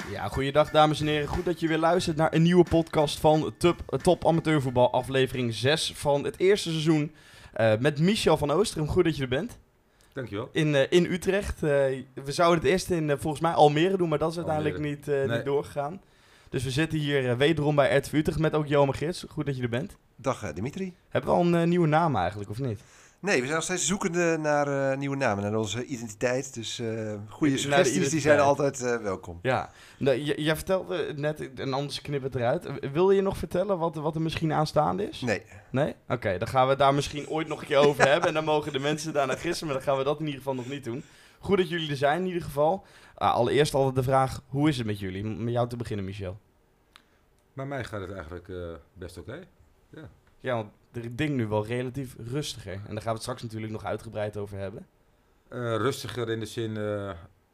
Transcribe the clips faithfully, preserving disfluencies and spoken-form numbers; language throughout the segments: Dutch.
Ja, goeiedag dames en heren. Goed dat je weer luistert naar een nieuwe podcast van Top, Top Amateurvoetbal, aflevering zes van het eerste seizoen. Uh, met Michel van Oosterom. Goed dat je er bent. Dankjewel. In, uh, in Utrecht. Uh, we zouden het eerst in uh, volgens mij Almere doen, maar dat is uiteindelijk niet, uh, nee. niet doorgegaan. Dus we zitten hier uh, wederom bij R T V Utrecht met ook Johan Geerts. Goed dat je er bent. Dag uh, Dimitri. Hebben we al een uh, nieuwe naam eigenlijk, of niet? Nee, we zijn nog steeds zoekende naar uh, nieuwe namen, naar onze identiteit. Dus uh, goede suggesties die zijn altijd uh, welkom. Ja, nou, j- jij vertelde net, en anders knippen het eruit. Wil je nog vertellen wat, wat er misschien aanstaande is? Nee. Nee? Oké, okay, dan gaan we daar misschien ooit nog een keer over hebben. En dan mogen de mensen daarna gissen, maar dan gaan we dat in ieder geval nog niet doen. Goed dat jullie er zijn in ieder geval. Uh, allereerst altijd de vraag, hoe is het met jullie? Met jou te beginnen, Michel. Bij mij gaat het eigenlijk uh, best oké. Okay. Ja. Ja, want er ding nu wel relatief rustiger. En daar gaan we het straks natuurlijk nog uitgebreid over hebben. Uh, rustiger in de zin, uh, uh,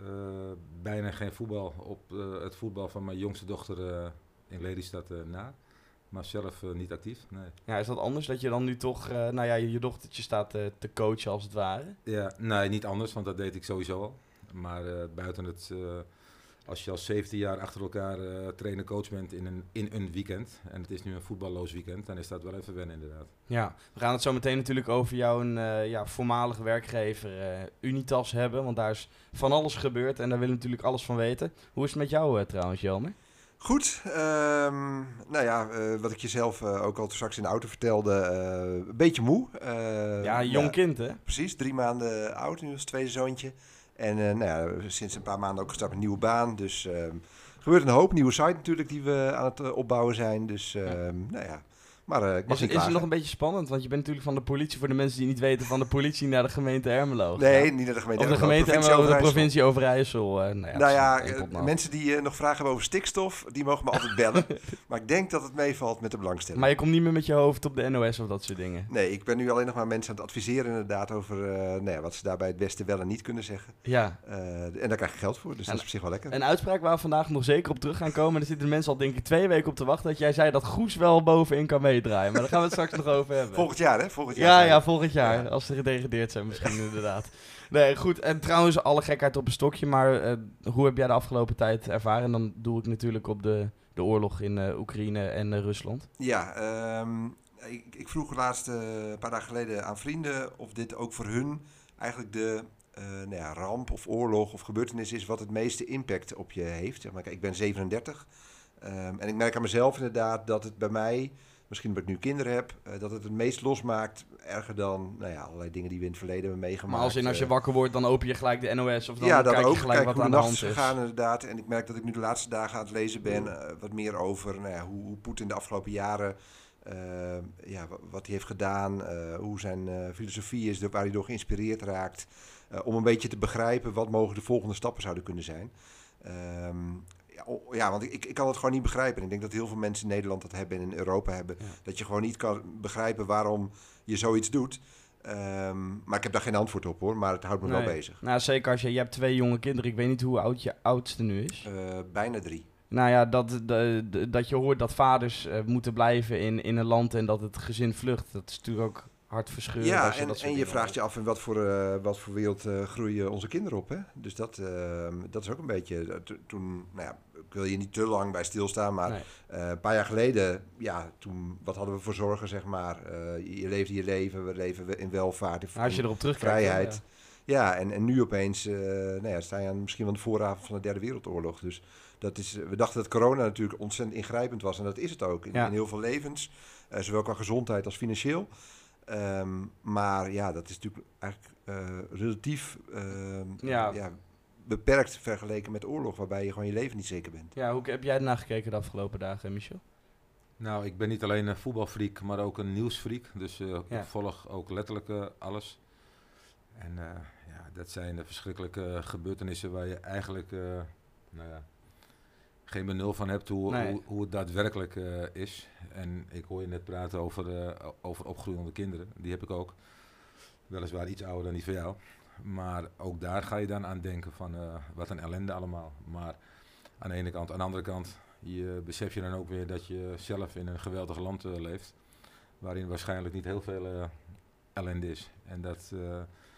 bijna geen voetbal op uh, het voetbal van mijn jongste dochter uh, in Lelystad uh, na. Maar zelf uh, niet actief, nee. Ja, is dat anders dat je dan nu toch, uh, nou ja, je dochtertje staat uh, te coachen als het ware? Ja, nee, niet anders, want dat deed ik sowieso al. Maar uh, buiten het... Uh, Als je al zeventien jaar achter elkaar uh, trainer-coach bent in een, in een weekend, en het is nu een voetballoos weekend, dan is dat wel even wennen inderdaad. Ja, we gaan het zo meteen natuurlijk over jouw uh, ja, voormalige werkgever uh, Unitas hebben, want daar is van alles gebeurd en daar willen we natuurlijk alles van weten. Hoe is het met jou uh, trouwens, Jelmer? Goed, um, nou ja, uh, wat ik je zelf uh, ook al straks in de auto vertelde, uh, een beetje moe. Uh, ja, jong ja, kind hè? Precies, drie maanden oud, nu als tweede zoontje. En uh, nou ja, sinds een paar maanden ook gestart met een nieuwe baan. Dus uh, er gebeurt een hoop. Nieuwe site natuurlijk die we aan het uh, opbouwen zijn. Dus uh, ja. nou ja, maar uh, ik mag is, niet is het nog een beetje spannend? Want je bent natuurlijk van de politie, voor de mensen die niet weten, van de politie naar de gemeente Ermelo. Nee, niet naar de gemeente Ermelo. Of de gemeente Ermelo, of de provincie Overijssel. Uh, nou ja, nou ja uh, mensen die uh, nog vragen hebben over stikstof, die mogen me altijd bellen. Maar ik denk dat het meevalt met de belangstelling. Maar je komt niet meer met je hoofd op de N O S of dat soort dingen? Nee, ik ben nu alleen nog maar mensen aan het adviseren inderdaad over uh, nou ja, wat ze daar bij het beste wel en niet kunnen zeggen. Ja. Uh, en daar krijg je geld voor, dus en, dat is op zich wel lekker. Een uitspraak waar we vandaag nog zeker op terug gaan komen. En er zitten mensen al denk ik twee weken op te wachten dat jij zei dat Goes wel bovenin kan meedraaien. Maar daar gaan we het straks nog over hebben. Volgend jaar, hè? Volgend jaar. Ja, ja, volgend jaar. Ja. Als ze gedegradeerd zijn misschien inderdaad. Nee, goed. En trouwens, alle gekheid op een stokje. Maar uh, hoe heb jij de afgelopen tijd ervaren? En dan doe ik natuurlijk op de, de oorlog in uh, Oekraïne en uh, Rusland. Ja, um, ik, ik vroeg laatst uh, een paar dagen geleden aan vrienden of dit ook voor hun eigenlijk de uh, nou ja, ramp of oorlog of gebeurtenis is wat het meeste impact op je heeft. Zeg maar, kijk, ik ben zevenendertig um, en ik merk aan mezelf inderdaad dat het bij mij... Misschien omdat ik nu kinderen heb, uh, dat het het meest losmaakt, erger dan nou ja, allerlei dingen die we in het verleden hebben meegemaakt. Maar als in als je wakker wordt, dan open je gelijk de N O S of dan ja, kijk je ook. gelijk Kijk wat hoe aan de de nacht hand is is. gegaan inderdaad. En ik merk dat ik nu de laatste dagen aan het lezen ben, uh, wat meer over nou ja, hoe, hoe Poetin de afgelopen jaren, uh, ja, wat hij heeft gedaan, uh, hoe zijn uh, filosofie is, waar hij door geïnspireerd raakt, uh, om een beetje te begrijpen wat mogelijk de volgende stappen zouden kunnen zijn. Um, Ja, want ik, ik kan het gewoon niet begrijpen. En ik denk dat heel veel mensen in Nederland dat hebben en in Europa hebben. Ja. Dat je gewoon niet kan begrijpen waarom je zoiets doet. Um, maar ik heb daar geen antwoord op hoor, maar het houdt me nee. wel bezig. Nou, zeker als je, je hebt twee jonge kinderen. Ik weet niet hoe oud je oudste nu is. Uh, bijna drie. Nou ja, dat, de, de, dat je hoort dat vaders uh, moeten blijven in, in een land en dat het gezin vlucht. Dat is natuurlijk ook hartverscheurend. Ja, als je en, dat en je vraagt je af in wat voor, uh, wat voor wereld uh, groeien onze kinderen op. Hè? Dus dat, uh, dat is ook een beetje... Uh, to, toen, nou ja, ik wil je niet te lang bij stilstaan, maar nee. uh, een paar jaar geleden, ja, toen, wat hadden we voor zorgen, zeg maar. Uh, je leefde je leven, we leven in welvaart, in als je erop terugkijkt, vrijheid. Ja, ja en, en nu opeens uh, nou ja, sta je aan misschien wel de vooravond van de derde wereldoorlog. Dus dat is, we dachten dat corona natuurlijk ontzettend ingrijpend was en dat is het ook. In, ja. in heel veel levens, uh, zowel qua gezondheid als financieel. Um, maar ja, dat is natuurlijk eigenlijk uh, relatief uh, ja. Ja, beperkt vergeleken met oorlog, waarbij je gewoon je leven niet zeker bent. Ja, hoe heb jij ernaar gekeken de afgelopen dagen, Michel? Nou, ik ben niet alleen een voetbalfreak, maar ook een nieuwsfreak. Dus uh, ja. ik volg ook letterlijk uh, alles. En uh, ja, dat zijn de verschrikkelijke gebeurtenissen waar je eigenlijk uh, nou ja, geen benul van hebt hoe, nee. hoe, hoe het daadwerkelijk uh, is. En ik hoor je net praten over, uh, over opgroeiende kinderen. Die heb ik ook. Weliswaar iets ouder dan die van jou. Maar ook daar ga je dan aan denken van uh, wat een ellende allemaal. Maar aan de ene kant, aan de andere kant, je besef je dan ook weer dat je zelf in een geweldig land uh, leeft. Waarin waarschijnlijk niet heel veel uh, ellende is. En dat, uh,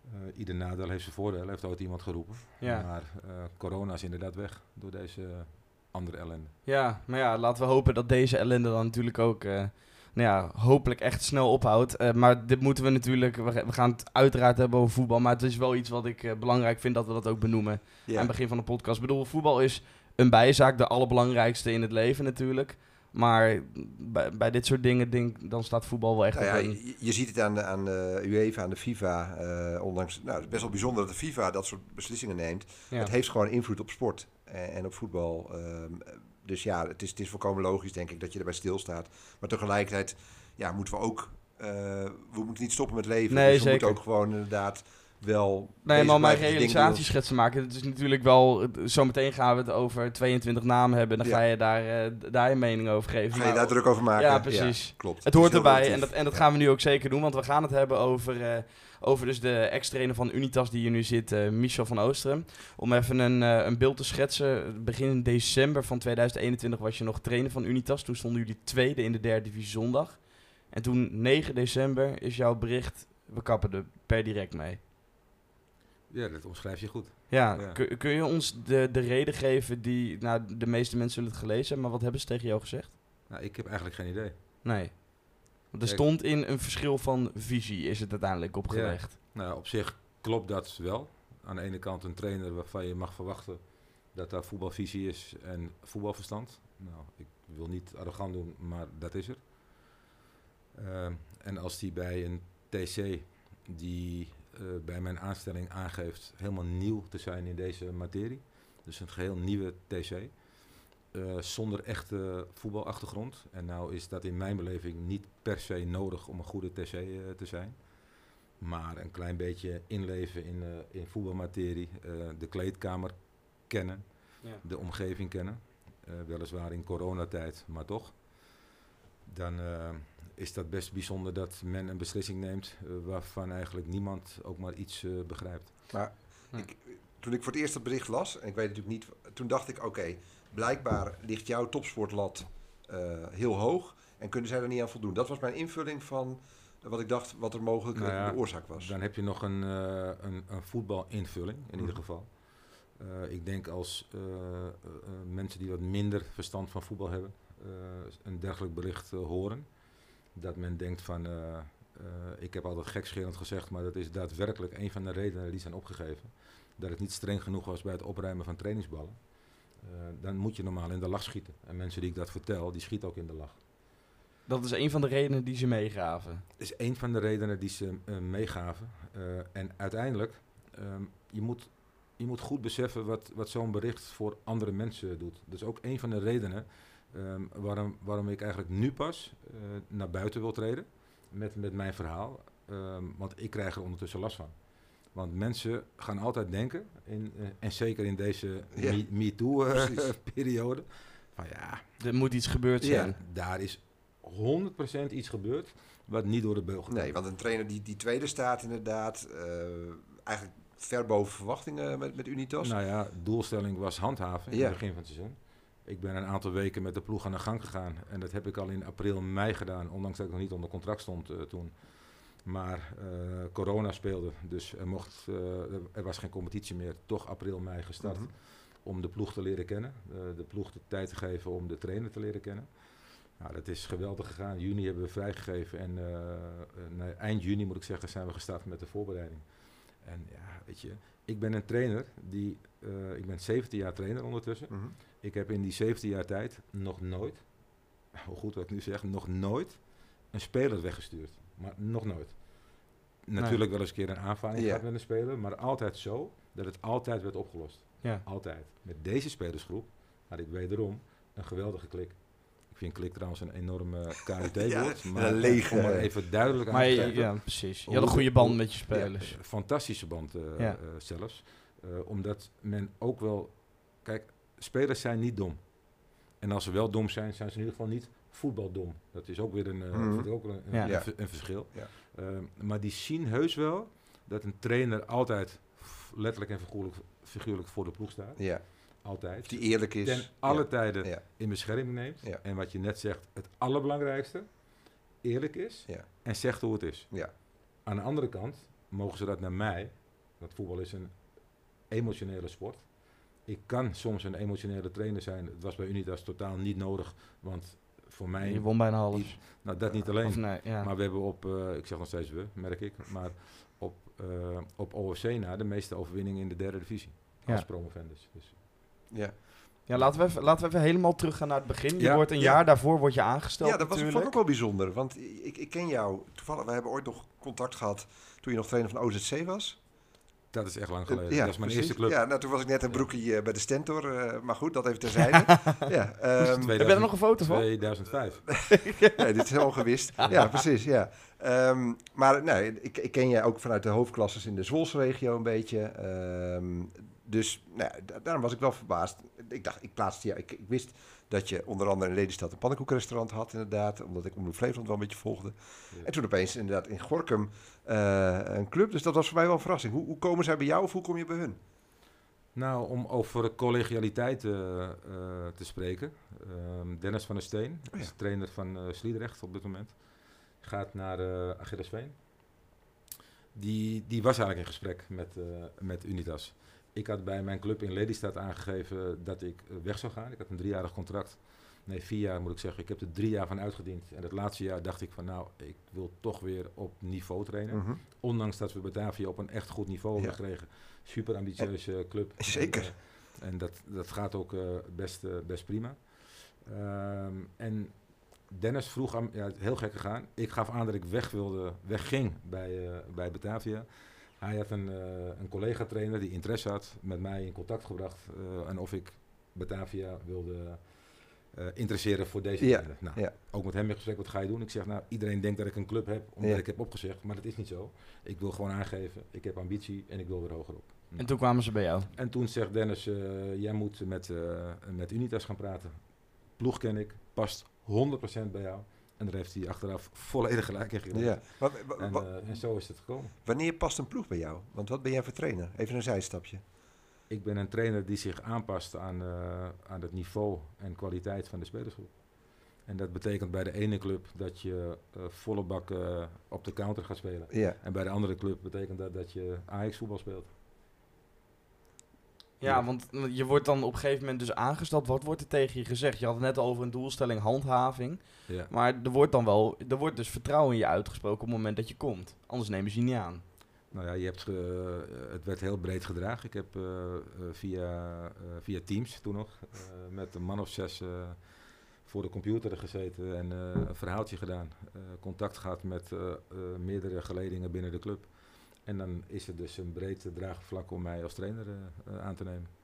Uh, ieder nadeel heeft zijn voordeel, heeft ooit iemand geroepen. Ja. Maar uh, corona is inderdaad weg door deze uh, andere ellende. Ja, maar ja, laten we hopen dat deze ellende dan natuurlijk ook... Uh, nou ja, hopelijk echt snel ophoudt. Uh, maar dit moeten we natuurlijk... We, we gaan het uiteraard hebben over voetbal. Maar het is wel iets wat ik uh, belangrijk vind dat we dat ook benoemen. Ja. Aan het begin van de podcast. Ik bedoel, voetbal is een bijzaak. De allerbelangrijkste in het leven natuurlijk. Maar bij, bij dit soort dingen, denk, dan staat voetbal wel echt nou op ja, een... je, je ziet het aan de, aan de UEFA, aan de FIFA. Uh, ondanks, nou, het is best wel bijzonder dat de FIFA dat soort beslissingen neemt. Ja. Het heeft gewoon invloed op sport en, en op voetbal. Um, dus ja, het is, het is volkomen logisch, denk ik, dat je erbij stilstaat. Maar tegelijkertijd ja, moeten we ook... Uh, we moeten niet stoppen met leven. Nee, dus we zeker. moeten ook gewoon inderdaad wel... Nee, maar om mijn realisatieschetsen maken. Het is natuurlijk wel... Zometeen gaan we het over tweeëntwintig namen hebben. Dan ja. ga je daar, uh, daar je mening over geven. Ga je daar druk over maken? Ja, precies. Ja, klopt. Het hoort erbij. En dat, en dat ja. gaan we nu ook zeker doen. Want we gaan het hebben over... Uh, over dus de ex-trainer van Unitas die hier nu zit, uh, Michel van Oostrum. Om even een, uh, een beeld te schetsen. Begin december van tweeduizend eenentwintig was je nog trainer van Unitas. Toen stonden jullie tweede in de derde divisie zondag. En toen negen december is jouw bericht... We kappen er per direct mee. Ja, dat omschrijf je goed. Ja, ja. Kun, kun je ons de, de reden geven die... Nou, de meeste mensen zullen het gelezen hebben, maar wat hebben ze tegen jou gezegd? Nou, ik heb eigenlijk geen idee. Nee. Want er stond in een verschil van visie, is het uiteindelijk opgelegd. Ja. Nou, op zich klopt dat wel. Aan de ene kant een trainer waarvan je mag verwachten dat daar voetbalvisie is en voetbalverstand. Nou, ik wil niet arrogant doen, maar dat is er. Uh, en als die bij een T C die uh, bij mijn aanstelling aangeeft helemaal nieuw te zijn in deze materie, dus een geheel nieuwe T C, uh, zonder echte voetbalachtergrond. En nou is dat in mijn beleving niet per se nodig om een goede T C uh, te zijn. Maar een klein beetje inleven in, uh, in voetbalmaterie, uh, de kleedkamer kennen, ja. de omgeving kennen. Uh, weliswaar in coronatijd, maar toch. Dan uh, is dat best bijzonder dat men een beslissing neemt uh, waarvan eigenlijk niemand ook maar iets uh, begrijpt. Maar ja. ik, toen ik voor het eerst dat bericht las, en ik weet natuurlijk niet, toen dacht ik oké, okay, blijkbaar ligt jouw topsportlat uh, heel hoog en kunnen zij er niet aan voldoen. Dat was mijn invulling van uh, wat ik dacht wat er mogelijk nou ja, de oorzaak was. Dan heb je nog een, uh, een, een voetbalinvulling in mm. ieder geval. Uh, ik denk als uh, uh, mensen die wat minder verstand van voetbal hebben, uh, een dergelijk bericht uh, horen, dat men denkt van, uh, uh, ik heb altijd gekscherend gezegd, maar dat is daadwerkelijk een van de redenen die zijn opgegeven, dat het niet streng genoeg was bij het opruimen van trainingsballen. Uh, dan moet je normaal in de lach schieten. En mensen die ik dat vertel, die schieten ook in de lach. Dat is een van de redenen die ze meegaven? Dat is een van de redenen die ze uh, meegaven. Uh, en uiteindelijk, um, je moet... Je moet goed beseffen wat, wat zo'n bericht voor andere mensen doet. Dat is ook een van de redenen um, waarom, waarom ik eigenlijk nu pas uh, naar buiten wil treden met, met mijn verhaal. Um, want ik krijg er ondertussen last van. Want mensen gaan altijd denken, in, uh, en zeker in deze ja. Me, MeToo-periode, uh, van ja... Er moet iets gebeurd zijn. Ja, daar is honderd procent iets gebeurd wat niet door de beugel gaat. Nee, want een trainer die, die tweede staat inderdaad, uh, eigenlijk... ver boven verwachtingen met, met Unitas. Nou ja, doelstelling was handhaven in ja. het begin van het seizoen. Ik ben een aantal weken met de ploeg aan de gang gegaan. En dat heb ik al in april, mei gedaan. Ondanks dat ik nog niet onder contract stond uh, toen. Maar uh, corona speelde. Dus er, mocht, uh, er was geen competitie meer. Toch april, mei gestart. Mm-hmm. Om de ploeg te leren kennen. Uh, de ploeg de tijd te geven om de trainer te leren kennen. Nou, dat is geweldig gegaan. Juni hebben we vrijgegeven. En uh, uh, eind juni moet ik zeggen zijn we gestart met de voorbereiding. En ja, weet je, ik ben een trainer die, uh, ik ben zeventien jaar trainer ondertussen. Mm-hmm. Ik heb in die zeventien jaar tijd nog nooit, hoe goed wat ik nu zeg, nog nooit een speler weggestuurd. Maar nog nooit. Natuurlijk nee. wel eens een keer een aanvaring gehad ja. met een speler, maar altijd zo dat het altijd werd opgelost. Ja. Altijd. Met deze spelersgroep had ik wederom een geweldige klik. Ik vind klik trouwens een enorme K U T-woord, ja, maar lege, om maar even duidelijk aan maar te je, geven. Ja, precies. Je had een goede band met je spelers. Ja, fantastische band uh, ja. uh, zelfs. Uh, omdat men ook wel... Kijk, spelers zijn niet dom. En als ze wel dom zijn, zijn ze in ieder geval niet voetbaldom. Dat is ook weer een, uh, mm. vind ik ook een, ja. een, een, een verschil. Ja. Uh, maar die zien heus wel dat een trainer altijd f- letterlijk en figuurlijk, figuurlijk voor de ploeg staat. Ja. Altijd. Die eerlijk is. Ten alle ja. tijden ja. in bescherming neemt. Ja. En wat je net zegt, het allerbelangrijkste, eerlijk is. Ja. En zegt hoe het is. Ja. Aan de andere kant mogen ze dat naar mij. Want voetbal is een emotionele sport. Ik kan soms een emotionele trainer zijn. Het was bij Unitas totaal niet nodig. Want voor mij... Je won bijna alles. Die, nou, dat niet alleen. Of nee, ja. Maar we hebben op, uh, ik zeg nog steeds we, merk ik. Maar op, uh, op O F C na de meeste overwinningen in de derde divisie. Als Ja. promovendus. Dus. Ja. Ja, laten we, even, laten we even helemaal teruggaan naar het begin. Je Ja, wordt een ja. jaar daarvoor word je aangesteld Ja, dat was, vond ik natuurlijk. ook wel bijzonder. Want ik, ik ken jou. Toevallig, we hebben ooit nog contact gehad toen je nog trainer van O Z C was. Dat is echt lang geleden. Uh, ja, dat is mijn precies. eerste club. Ja, nou, toen was ik net een broekie uh, bij de Stentor. Uh, maar goed, dat even terzijde. ja, um, Heb je er nog een foto van? tweeduizend vijf. nee, dit is ongewist. ja, precies. Ja. Um, maar nee, ik, ik ken je ook vanuit de hoofdklasses in de Zwolsregio een beetje. Um, dus nou, da- daarom was ik wel verbaasd. Ik dacht, ik plaatste je. Ik, ik wist dat je onder andere in Lelystad een pannenkoekenrestaurant had, inderdaad. Omdat ik Omroep Flevoland wel een beetje volgde. Ja. En toen opeens inderdaad in Gorinchem uh, een club. Dus dat was voor mij wel een verrassing. Hoe, hoe komen zij bij jou of hoe kom je bij hun? Nou, om over collegialiteit uh, uh, te spreken. Um, Dennis van der Steen, oh, ja. is trainer van uh, Sliedrecht op dit moment. Gaat naar uh, Achillesveen. Die, die was eigenlijk in gesprek met, uh, met Unitas. Ik had bij mijn club in Lelystad aangegeven dat ik weg zou gaan. Ik had een driejarig contract. Nee, vier jaar moet ik zeggen. Ik heb er drie jaar van uitgediend. En het laatste jaar dacht ik van nou, ik wil toch weer op niveau trainen. Mm-hmm. Ondanks dat we Batavia op een echt goed niveau hebben ja. gekregen. Super ambitieuze club. Zeker. En, uh, en dat, dat gaat ook uh, best, uh, best prima. Um, en Dennis vroeg aan, ja, heel gek gegaan. Ik gaf aan dat ik weg wilde, wegging bij, uh, bij Batavia. Hij had een, uh, een collega-trainer die interesse had, met mij in contact gebracht. Uh, en of ik Batavia wilde uh, interesseren voor deze ja, trainer. Nou, ja. Ook met hem in gesprek, wat ga je doen? Ik zeg, nou, iedereen denkt dat ik een club heb, omdat ja. ik heb opgezegd. Maar dat is niet zo. Ik wil gewoon aangeven, ik heb ambitie en ik wil weer hogerop. Nou. En toen kwamen ze bij jou? En toen zegt Dennis, uh, jij moet met, uh, met Unitas gaan praten. Ploeg ken ik, past honderd procent bij jou. En daar heeft hij achteraf volledig gelijk in gekregen. Ja. Maar, wa, en, wa, uh, en zo is het gekomen. Wanneer past een ploeg bij jou? Want wat ben jij voor trainer? Even een zijstapje. Ik ben een trainer die zich aanpast aan, uh, aan het niveau en kwaliteit van de spelersgroep. En dat betekent bij de ene club dat je uh, volle bak uh, op de counter gaat spelen. Ja. En bij de andere club betekent dat dat je Ajax voetbal speelt. Ja, want je wordt dan op een gegeven moment dus aangesteld. Wat wordt er tegen je gezegd? Je had het net al over een doelstelling handhaving. Ja. Maar er wordt dan wel, er wordt dus vertrouwen in je uitgesproken op het moment dat je komt. Anders nemen ze je niet aan. Nou ja, je hebt ge, het werd heel breed gedragen. Ik heb uh, via, uh, via Teams toen nog uh, met een man of zes uh, voor de computer gezeten en uh, een verhaaltje gedaan. Uh, contact gehad met uh, uh, meerdere geledingen binnen de club. En dan is er dus een breed draagvlak om mij als trainer uh, uh, aan te nemen.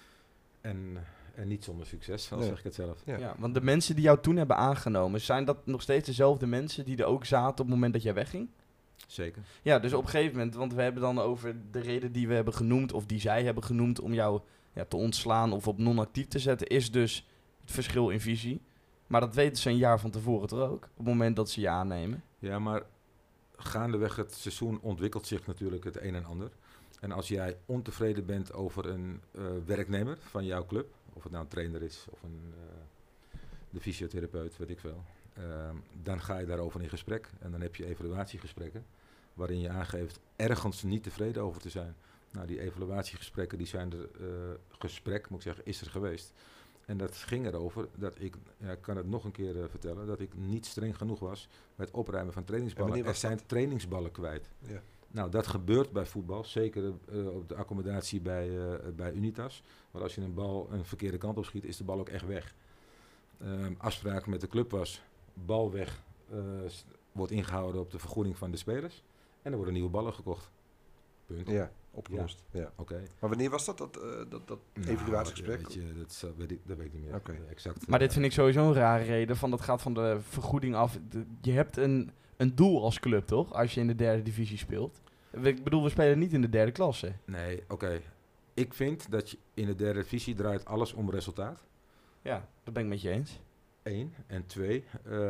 En, en niet zonder succes, al nee. zeg ik het zelf. Ja. ja, want de mensen die jou toen hebben aangenomen, zijn dat nog steeds dezelfde mensen die er ook zaten op het moment dat jij wegging? Zeker. Ja, dus op een gegeven moment, want we hebben dan over de reden die we hebben genoemd, of die zij hebben genoemd om jou ja, te ontslaan of op non-actief te zetten, is dus het verschil in visie. Maar dat weten ze een jaar van tevoren toch ook, op het moment dat ze je aannemen? Ja, maar gaandeweg het seizoen ontwikkelt zich natuurlijk het een en ander. En als jij ontevreden bent over een uh, werknemer van jouw club, of het nou een trainer is of een, uh, de fysiotherapeut, weet ik veel, uh, dan ga je daarover in gesprek. En dan heb je evaluatiegesprekken waarin je aangeeft ergens niet tevreden over te zijn. Nou, die evaluatiegesprekken, die zijn er, uh, gesprek moet ik zeggen, is er geweest. En dat ging erover dat ik, ja, ik kan het nog een keer uh, vertellen, dat ik niet streng genoeg was met het opruimen van trainingsballen. Er zijn dat? trainingsballen kwijt. Ja. Nou, dat gebeurt bij voetbal, zeker uh, op de accommodatie bij, uh, bij Unitas. Maar als je een bal een verkeerde kant op schiet, is de bal ook echt weg. Um, afspraak met de club was, bal weg, uh, wordt ingehouden op de vergoeding van de spelers. En er worden nieuwe ballen gekocht. Punt. Ja. Opgelost. Ja. Ja. Okay. Maar wanneer was dat, dat, uh, dat, dat nou, evaluatiegesprek? Weet je, dat, weet ik, dat weet ik niet meer. Okay. Uh, exact, maar uh, dit vind ik sowieso een rare reden. Van dat gaat van de vergoeding af. De, je hebt een, een doel als club, toch? Als je in de derde divisie speelt. Ik bedoel, we spelen niet in de derde klasse. Nee, oké. Okay. Ik vind dat je in de derde divisie draait alles om resultaat. Ja, dat ben ik met je eens. Eén. En twee, uh,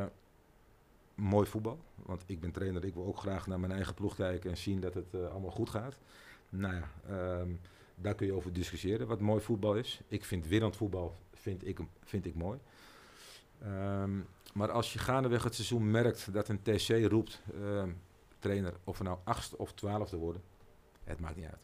mooi voetbal. Want ik ben trainer, ik wil ook graag naar mijn eigen ploeg kijken en zien dat het uh, allemaal goed gaat. Nou ja, um, daar kun je over discussiëren wat mooi voetbal is. Ik vind winnend voetbal vind ik, vind ik mooi. Um, maar als je gaandeweg het seizoen merkt dat een T C roept, um, trainer, of we nou achtste of twaalfde worden, het maakt niet uit.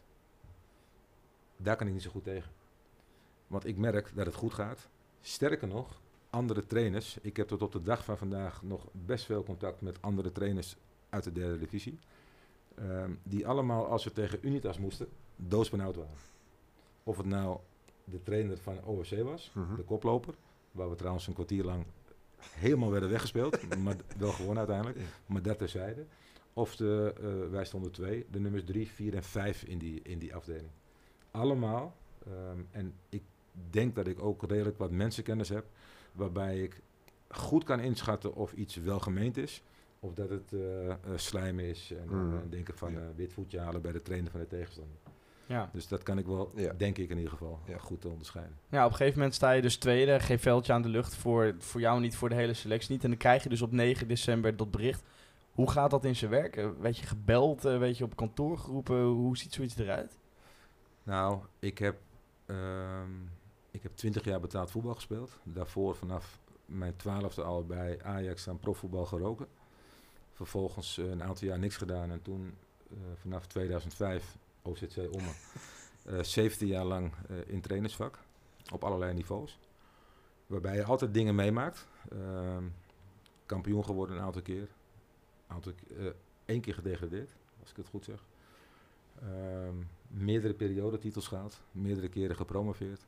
Daar kan ik niet zo goed tegen. Want ik merk dat het goed gaat. Sterker nog, andere trainers, ik heb tot op de dag van vandaag nog best veel contact met andere trainers uit de derde divisie. Um, die allemaal, als we tegen Unitas moesten, doodsbenauwd waren. Of het nou de trainer van O F C was, mm-hmm. de koploper, waar we trouwens een kwartier lang helemaal werden weggespeeld, maar wel gewonnen uiteindelijk, ja. maar dat terzijde. Of de, uh, wij stonden twee, de nummers drie, vier en vijf in die, in die afdeling. Allemaal, um, en ik denk dat ik ook redelijk wat mensenkennis heb, waarbij ik goed kan inschatten of iets wel gemeend is, of dat het uh, uh, slijm is en mm. uh, denken van ja. uh, wit voetje halen bij de trainer van de tegenstander. Ja. Dus dat kan ik wel, ja. denk ik in ieder geval, ja. goed te onderscheiden. Ja, op een gegeven moment sta je dus tweede, geen veldje aan de lucht voor, voor jou niet, voor de hele selectie niet. En dan krijg je dus op negen december dat bericht. Hoe gaat dat in zijn werk? Weet je gebeld, uh, weet je op kantoor geroepen? Hoe ziet zoiets eruit? Nou, ik heb, um, ik heb twintig jaar betaald voetbal gespeeld. Daarvoor vanaf mijn twaalfde al bij Ajax aan profvoetbal geroken. Vervolgens uh, een aantal jaar niks gedaan en toen uh, vanaf tweeduizend vijf O Z C Ommen. Uh, zeventien jaar lang uh, in trainersvak, op allerlei niveaus. Waarbij je altijd dingen meemaakt. Uh, kampioen geworden een aantal keer. Aantal, uh, één keer gedegradeerd, als ik het goed zeg. Uh, meerdere periodetitels gehaald, meerdere keren gepromoveerd.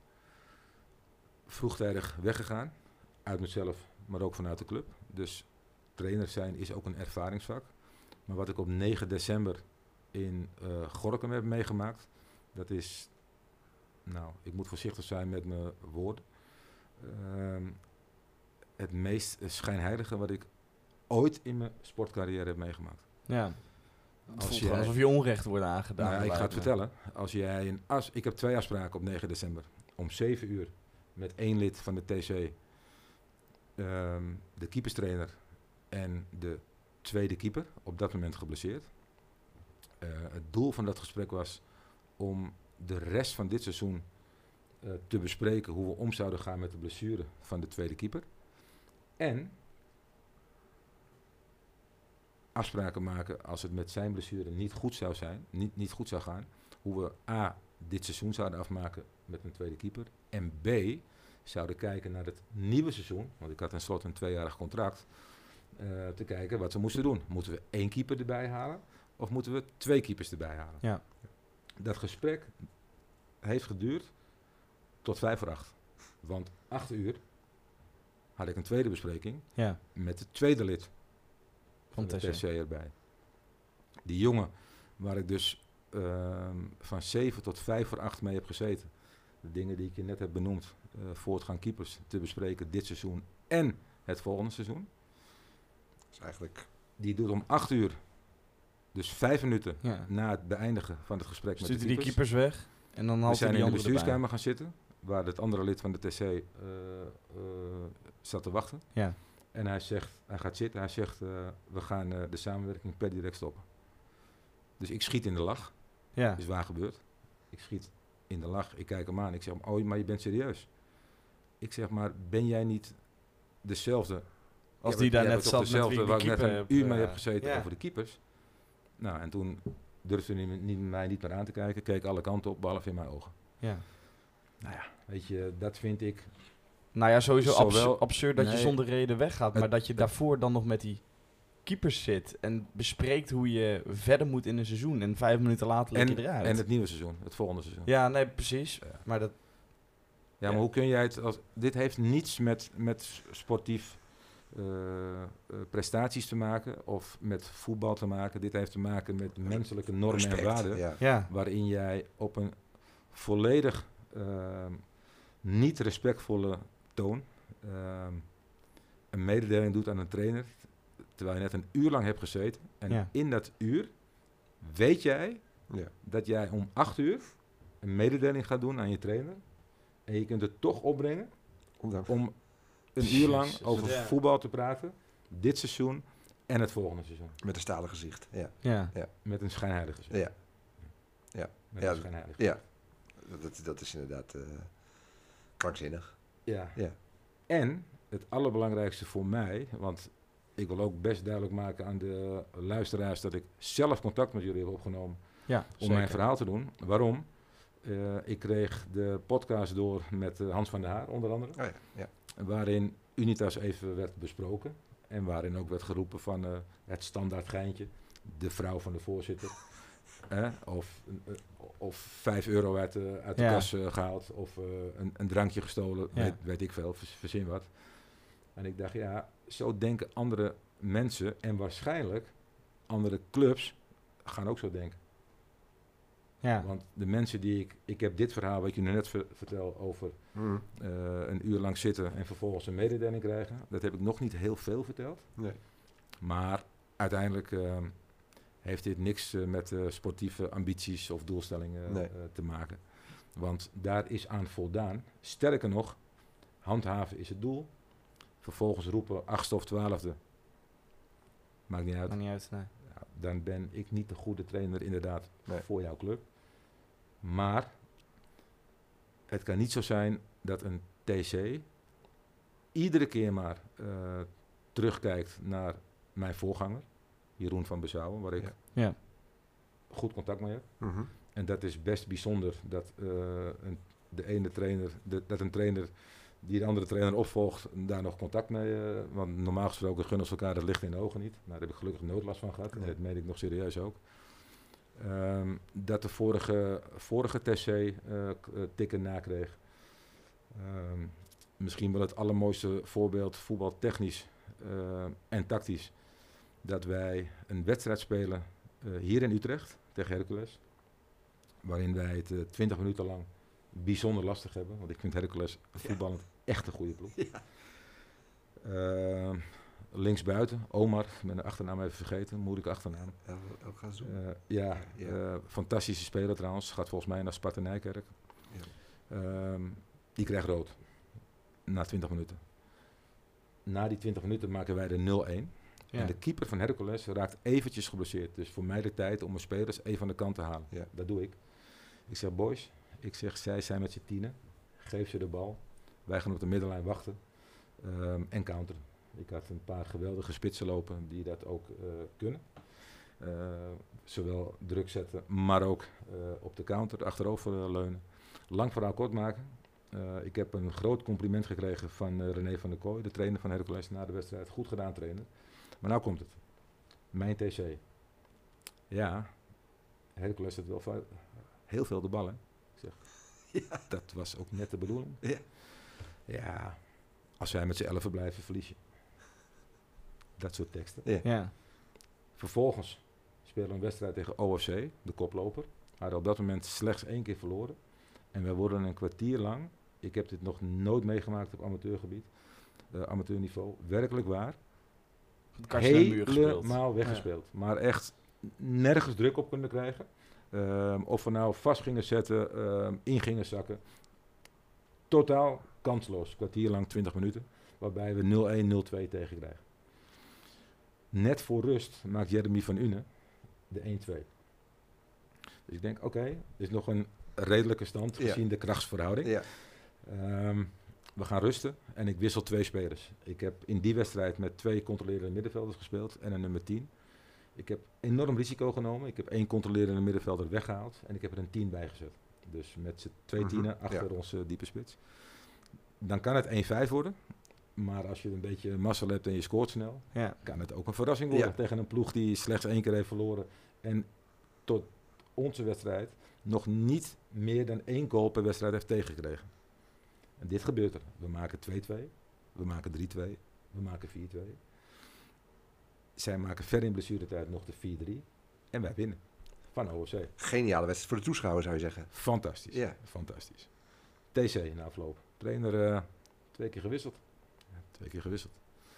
Vroegtijdig weggegaan, uit mezelf, maar ook vanuit de club. Dus trainer zijn is ook een ervaringsvak. Maar wat ik op negen december in uh, Gorinchem heb meegemaakt, dat is, nou, ik moet voorzichtig zijn met mijn woorden, uh, het meest schijnheilige wat ik ooit in mijn sportcarrière heb meegemaakt. Ja, het voelt gewoon alsof je onrecht wordt aangedaan. Nou ja, ik ga het vertellen. Als jij een as, ik heb twee afspraken op negen december. Om zeven uur met één lid van de T C, um, de keeperstrainer en de tweede keeper, op dat moment geblesseerd. Uh, het doel van dat gesprek was om de rest van dit seizoen uh, te bespreken hoe we om zouden gaan met de blessure van de tweede keeper. En afspraken maken als het met zijn blessure niet goed zou zijn, niet, niet goed zou gaan, hoe we A, dit seizoen zouden afmaken met een tweede keeper en B, zouden kijken naar het nieuwe seizoen, want ik had tenslotte een tweejarig contract, uh, te kijken wat we moesten doen. Moeten we één keeper erbij halen of moeten we twee keepers erbij halen? Ja. Dat gesprek heeft geduurd tot vijf voor acht, want acht uur had ik een tweede bespreking ja. met het tweede lid van de T C erbij. Die jongen waar ik dus uh, van zeven tot vijf voor acht mee heb gezeten. De dingen die ik je net heb benoemd. Uh, voortgang keepers te bespreken dit seizoen en het volgende seizoen. Dus eigenlijk... Die doet om acht uur, dus vijf minuten ja. na het beëindigen van het gesprek Stuurt met de keepers. keepers. die keepers weg en dan we zijn die in de bestuurskamer erbij. gaan zitten, waar het andere lid van de T C uh, uh, zat te wachten. Ja. En hij zegt, hij gaat zitten, hij zegt, uh, we gaan uh, de samenwerking per direct stoppen. Dus ik schiet in de lach. Ja. Dat is waar gebeurd. Ik schiet in de lach, ik kijk hem aan, ik zeg, oh, maar je bent serieus. Ik zeg, maar ben jij niet dezelfde als ja, die daar net zat dezelfde met waar ik net een heb, uur mee uh, heb gezeten ja. over de keepers. Nou, en toen durfde hij niet, niet, mij niet meer aan te kijken, keek alle kanten op, behalve in mijn ogen. Ja. Nou ja, weet je, dat vind ik... Nou ja, sowieso Zowel, absurd, absurd dat nee, je zonder reden weggaat. het, Maar dat je daarvoor dan nog met die keepers zit en bespreekt hoe je verder moet in een seizoen. En vijf minuten later leg je eruit. En het nieuwe seizoen, het volgende seizoen. Ja, nee, precies. Ja. Maar dat... Ja, maar ja. hoe kun jij het... Als, dit heeft niets met, met sportief uh, uh, prestaties te maken of met voetbal te maken. Dit heeft te maken met menselijke normen Respect, en waarden. Ja. Ja. Waarin jij op een volledig uh, niet respectvolle toon uh, een mededeling doet aan een trainer, terwijl je net een uur lang hebt gezeten. En ja. in dat uur weet jij ja. dat jij om acht uur een mededeling gaat doen aan je trainer. En je kunt het toch opbrengen om een uur lang over ja. voetbal te praten. Dit seizoen en het volgende seizoen. Met een stalen gezicht. Ja. Ja. Ja. Met een schijnheilig gezicht. Ja. Ja. Met ja. een schijnheilig gezicht. Ja. Dat, dat is inderdaad uh, krankzinnig. Ja. ja. En het allerbelangrijkste voor mij, want ik wil ook best duidelijk maken aan de luisteraars dat ik zelf contact met jullie heb opgenomen Ja, om zeker. mijn verhaal te doen. Waarom? Uh, ik kreeg de podcast door met uh, Hans van der Haar, onder andere. Oh ja, ja. Waarin Unitas even werd besproken. En waarin ook werd geroepen van uh, het standaard geintje. De vrouw van de voorzitter. eh, of, uh, of vijf euro uit, uh, uit de ja. kas uh, gehaald. Of uh, een, een drankje gestolen. Ja. Weet, weet ik veel, verzin wat. En ik dacht, ja, zo denken andere mensen. En waarschijnlijk andere clubs gaan ook zo denken. Ja. Want de mensen die ik... Ik heb dit verhaal wat je nu net ver, vertel over Mm. uh, een uur lang zitten en vervolgens een mededeling krijgen. Dat heb ik nog niet heel veel verteld. Nee. Maar uiteindelijk uh, heeft dit niks uh, met uh, sportieve ambities of doelstellingen nee. uh, te maken. Want daar is aan voldaan. Sterker nog, handhaven is het doel. Vervolgens roepen achtste of twaalfde. Maakt niet uit. Maakt niet uit, nee. Ja, dan ben ik niet de goede trainer inderdaad Nee. voor jouw club. Maar het kan niet zo zijn dat een T C iedere keer maar uh, terugkijkt naar mijn voorganger, Jeroen van Bezouwen, waar ik ja. Ja. goed contact mee heb. Mm-hmm. En dat is best bijzonder dat uh, een, de ene trainer, de, dat een trainer die de andere trainer opvolgt, daar nog contact mee. Uh, want normaal gesproken gunnen ze elkaar het licht in de ogen niet. Nou, daar heb ik gelukkig nooit last van gehad. Nee. En dat meen ik nog serieus ook. Um, dat de vorige, vorige T C uh, k- uh, tikken nakreeg. Um, misschien wel het allermooiste voorbeeld voetbaltechnisch uh, en tactisch. Dat wij een wedstrijd spelen uh, hier in Utrecht tegen Hercules. Waarin wij het uh, twintig minuten lang bijzonder lastig hebben. Want ik vind Hercules voetballend ja. echt een goede ploeg. Ja. Uh, linksbuiten, Omar, ik ben de achternaam even vergeten, moeilijke achternaam. Ook gaan doen. Uh, ja, ja. Uh, fantastische speler trouwens, gaat volgens mij naar Sparta Nijkerk. Ja. Um, die krijgt rood, na twintig minuten. Na die twintig minuten maken wij de nul-een. Ja. En de keeper van Hercules raakt eventjes geblesseerd. Dus voor mij de tijd om mijn spelers even aan de kant te halen. Ja. Dat doe ik. Ik zeg, boys, ik zeg, zij zijn met z'n tienen. Geef ze de bal. Wij gaan op de middenlijn wachten. Um, en counteren. Ik had een paar geweldige spitsen lopen die dat ook uh, kunnen. Uh, zowel druk zetten, maar ook uh, op de counter achterover uh, leunen. Lang verhaal kort maken. Uh, ik heb een groot compliment gekregen van uh, René van der Kooi, de trainer van Hercules, na de wedstrijd. Goed gedaan, trainer. Maar nou komt het. Mijn T C. Ja, Hercules had wel va- heel veel de bal, hè? Ik zeg, ja. Dat was ook net de bedoeling. Ja. Ja, als wij met z'n elfen blijven, verlies je. Dat soort teksten. Ja. Ja. Vervolgens spelen we een wedstrijd tegen O F C, de koploper. We hadden op dat moment slechts één keer verloren. En wij worden een kwartier lang, ik heb dit nog nooit meegemaakt op amateurgebied, uh, amateurniveau, werkelijk waar, helemaal weggespeeld. Ja. Maar echt nergens druk op kunnen krijgen. Uh, of we nou vast gingen zetten, uh, in gingen zakken. Totaal kansloos, kwartier lang, twintig minuten. Waarbij we nul-een, nul-twee tegen krijgen. Net voor rust maakt Jeremy van Une de één-twee. Dus ik denk, oké, okay, dit is nog een redelijke stand gezien ja. de krachtsverhouding. Ja. Um, we gaan rusten en ik wissel twee spelers. Ik heb in die wedstrijd met twee controlerende middenvelders gespeeld en een nummer tien. Ik heb enorm risico genomen. Ik heb één controlerende middenvelder weggehaald en ik heb er een tien bij gezet. Dus met z'n twee mm-hmm. tienen achter ja. onze diepe spits. Dan kan het één-vijf worden. Maar als je een beetje mazzel hebt en je scoort snel, ja. kan het ook een verrassing worden. Ja. Tegen een ploeg die slechts één keer heeft verloren. En tot onze wedstrijd nog niet meer dan één goal per wedstrijd heeft tegengekregen. En dit gebeurt er. We maken twee-twee, we maken drie-twee, we maken vier-twee. Zij maken ver in blessuretijd nog de vier-drie. En wij winnen van O F C. Geniale wedstrijd voor de toeschouwer, zou je zeggen. Fantastisch, ja. fantastisch. T C na afloop. Trainer uh, twee keer gewisseld. Ja, twee keer gewisseld.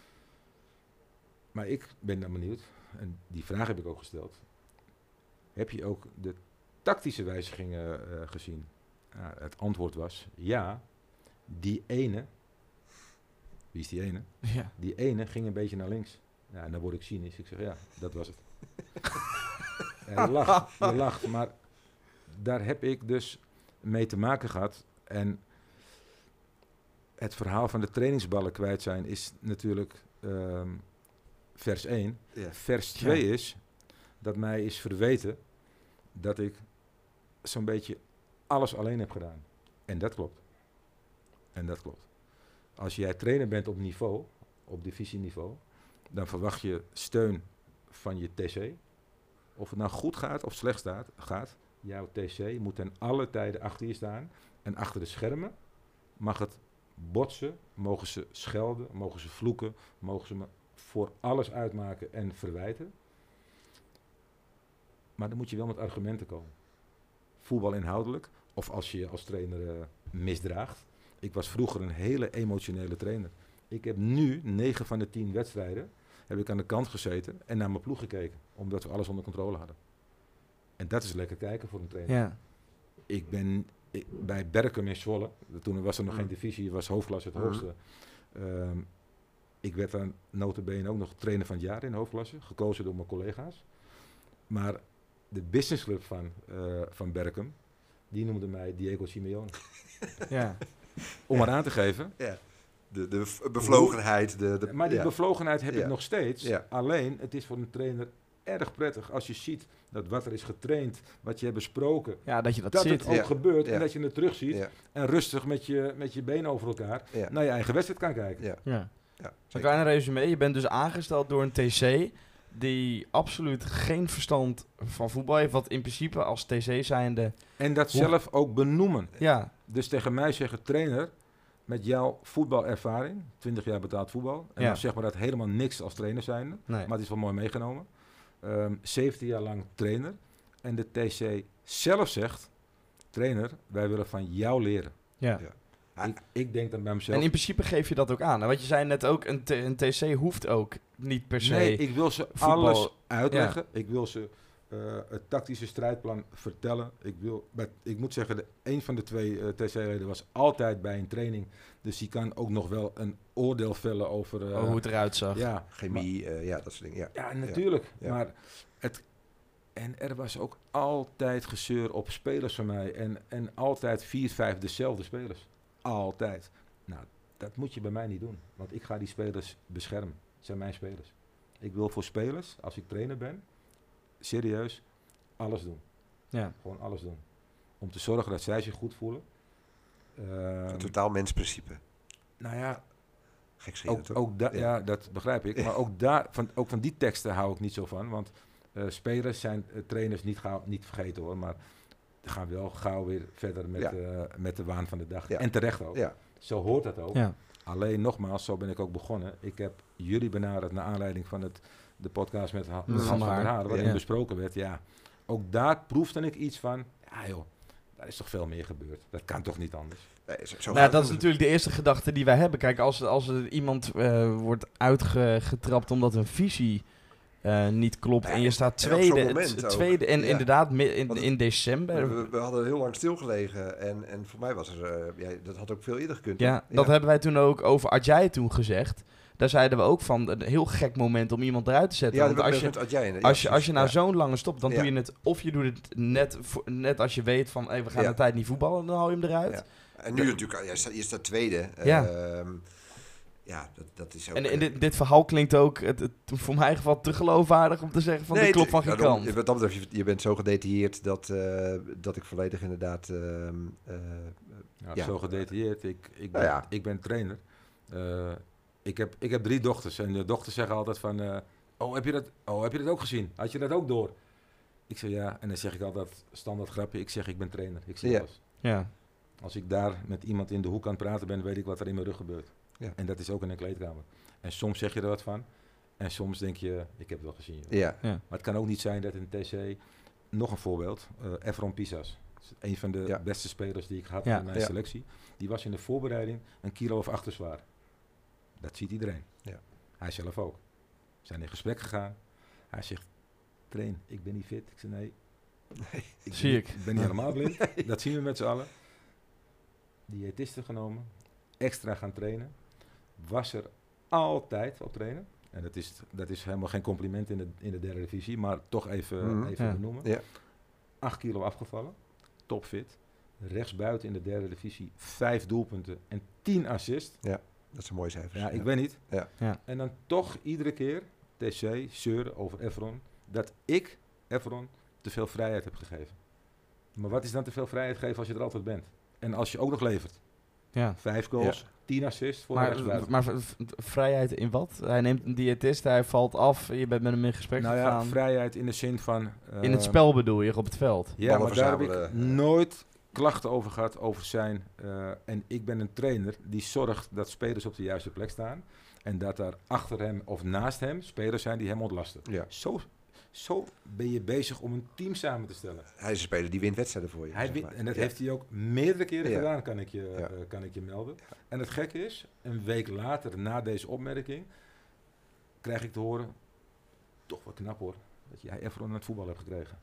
Maar ik ben dan benieuwd, en die vraag heb ik ook gesteld. Heb je ook de tactische wijzigingen uh, gezien? Uh, het antwoord was ja. Die ene, wie is die ene? Ja. Die ene ging een beetje naar links. Ja, en dan word ik cynisch. Ik zeg ja, dat was het. Ja, je lacht, je lacht, maar daar heb ik dus mee te maken gehad. En het verhaal van de trainingsballen kwijt zijn is natuurlijk um, vers één. Ja. Vers twee Ja. is dat mij is verweten dat ik zo'n beetje alles alleen heb gedaan. En dat klopt. En dat klopt. Als jij trainer bent op niveau, op divisieniveau, dan verwacht je steun van je T C. Of het nou goed gaat of slecht staat, gaat, jouw T C moet ten alle tijden achter je staan. En achter de schermen mag het botsen, mogen ze schelden, mogen ze vloeken, mogen ze me voor alles uitmaken en verwijten. Maar dan moet je wel met argumenten komen. Voetbal inhoudelijk, of als je je als trainer uh, misdraagt. Ik was vroeger een hele emotionele trainer. Ik heb nu negen van de tien wedstrijden heb ik aan de kant gezeten en naar mijn ploeg gekeken. Omdat we alles onder controle hadden. En dat is lekker kijken voor een trainer. Ja. Ik ben ik, bij Berkum in Zwolle, toen was er nog Mm. geen divisie, was hoofdklasse het Mm. hoogste. Um, ik werd dan nota bene ook nog trainer van het jaar in de hoofdklasse, gekozen door mijn collega's. Maar de businessclub van, uh, van Berkum, die noemde mij Diego Simeone. Ja. Om Ja. maar aan te geven. Ja. De, de v- bevlogenheid. De, de, Maar die ja. bevlogenheid heb Ja. ik nog steeds. Ja. Alleen, het is voor een trainer erg prettig als je ziet dat wat er is getraind, wat je hebt besproken, ja, dat je dat, dat zit. het ook Ja. gebeurt Ja. en dat je het terugziet. Ja. En rustig met je, met je benen over elkaar Ja. naar je eigen wedstrijd kan kijken. Ja. Ja. Ja, Een zeker. kleine resume. Je bent dus aangesteld door een T C die absoluut geen verstand van voetbal heeft. Wat in principe als T C zijnde... En dat Hoe- zelf ook benoemen. Ja, Dus tegen mij zeggen, trainer, met jouw voetbalervaring, twintig jaar betaald voetbal, en Ja. dan zeg maar dat helemaal niks als trainer zijnde, nee. maar het is wel mooi meegenomen. Um, zeventien jaar lang trainer. En de T C zelf zegt, trainer, wij willen van jou leren. Ja. Ja. Ik, ik denk dan bij mezelf, En in principe geef je dat ook aan. En wat je zei net ook, een, t- een T C hoeft ook niet per se... nee, ik wil ze voetbal- alles uitleggen. Ik wil ze uh, het tactische strijdplan vertellen. Ik, wil, bij, ik moet zeggen, de, een van de twee uh, T C-leden was altijd bij een training. Dus die kan ook nog wel een oordeel vellen over... Uh, oh, hoe het eruit zag. ja, Chemie, uh, ja, dat soort dingen. Ja. Ja, natuurlijk. Ja. Maar het, en er was ook altijd gezeur op spelers van mij. En, en altijd vier, vijf dezelfde spelers. Altijd. Nou, dat moet je bij mij niet doen. Want ik ga die spelers beschermen. Het zijn mijn spelers. Ik wil voor spelers, als ik trainer ben, serieus, alles doen. Ja. Gewoon alles doen. Om te zorgen dat zij zich goed voelen. Een Uh, totaal mensprincipe. nou ja, Gekscherend, ook, toch? ook da- Ja. ja. dat begrijp ik. Maar ook, daar, van, ook van die teksten hou ik niet zo van. Want uh, spelers zijn uh, trainers niet, gauw, niet vergeten hoor. Maar gaan wel gauw weer verder met, Ja. uh, met de waan van de dag. Ja. En terecht ook. Ja. Zo hoort dat ook. Ja. Alleen nogmaals, zo ben ik ook begonnen. Ik heb jullie benaderd naar aanleiding van het, de podcast met ha- Mm. Hans van der Haar. Haar. Waarin Ja. besproken werd. Ja, ook daar proefde ik iets van. Ja joh, daar is toch veel meer gebeurd. Dat kan toch niet anders. Nee, zo, zo Nou, ja, gaat dat het. is natuurlijk de eerste gedachte die wij hebben. Kijk, als, als er iemand uh, wordt uitgetrapt omdat een visie uh, niet klopt Ja, en je staat en op tweede, zo'n het, moment het ook. tweede en Ja. inderdaad mi- in, Want het- in december. We, we hadden heel lang stilgelegen en, en voor mij was er, uh, ja, dat had ook veel eerder gekund. Ja, hè? dat hebben wij toen ook over Adjai toen gezegd. Daar zeiden we ook van, een heel gek moment om iemand eruit te zetten. Ja, Want dat als was je, met Adjai, ja, als je, als je nou ja. zo'n lange stopt, dan Ja. doe je het, of je doet het net, voor- net als je weet van, hey, we gaan Ja. een tijd niet voetballen, dan haal je hem eruit. Ja. En nu natuurlijk, ja, je staat, je staat tweede. Ja. Ehm, ja, dat, dat is ook... En, en eh, dit, dit verhaal klinkt ook, het, het, voor mijn geval, te geloofwaardig om te zeggen van, de klop van geen nou, dan- kant. Wat dat betreft, je, je bent zo gedetailleerd dat, uh, dat ik volledig inderdaad... Uh, uh, Ja, Ja. Zo gedetailleerd. Ik, ik, ben, Nou ja. ik ben trainer. Uh, ik, heb, ik heb drie dochters. En de dochters zeggen altijd van... Uh, oh, heb je dat, oh, heb je dat ook gezien? Had je dat ook door? Ik zeg ja. En dan zeg ik altijd standaard grapje. Ik zeg ik ben trainer. Ik zie Ja. alles. Ja. Als ik daar met iemand in de hoek aan het praten ben... weet ik wat er in mijn rug gebeurt. Ja. En dat is ook in een kleedkamer. En soms zeg je er wat van. En soms denk je... Ik heb het wel gezien. Joh. ja. Ja. Maar het kan ook niet zijn dat in T C... Nog een voorbeeld. Uh, Efron Pisas. Een van de Ja. beste spelers die ik had Ja. in mijn Ja. selectie. Die was in de voorbereiding een kilo of acht te zwaar. Dat ziet iedereen. Ja. Hij zelf ook. We zijn in gesprek gegaan. Hij zegt, train, ik ben niet fit. Ik zeg, nee. Nee. ik Zie ben, ik. Ik ben niet helemaal blind. Dat zien we met z'n allen. Diëtisten genomen. Extra gaan trainen. Was er altijd op trainen. En dat is, dat is helemaal geen compliment in de, in de derde divisie. Maar toch even, Mhm. even Ja. benoemen. Ja. acht kilo afgevallen. Topfit. Rechtsbuiten in de derde divisie. Vijf doelpunten en tien assists. Dat is een mooi cijfer. Ja, ik weet niet. Ja. Ja. En dan toch iedere keer T C zeuren over Efron dat ik, Efron, te veel vrijheid heb gegeven. Maar wat is dan te veel vrijheid geven als je er altijd bent? En als je ook nog levert. Ja. Vijf goals, Ja. tien assists voor Maar, de maar v- v- vrijheid in wat? Hij neemt een diëtist, hij valt af, je bent met hem in gesprek Nou ja, gegaan. vrijheid in de zin van... Uh, in het spel bedoel je, op het veld? Ja, maar daar heb ik verzamelen. nooit klachten over gehad over zijn... Uh, en ik ben een trainer die zorgt dat spelers op de juiste plek staan. En dat daar achter hem of naast hem spelers zijn die hem ontlasten. Ja. Zo, zo ben je bezig om een team samen te stellen. Hij is een speler die wint wedstrijden voor je. Hij zeg wint, maar. en dat Ja. heeft hij ook meerdere keren Ja. gedaan, kan ik je, Ja. uh, kan ik je melden. Ja. En het gekke is, een week later, na deze opmerking, krijg ik te horen, toch wel knap hoor, dat jij Efron aan het voetbal hebt gekregen.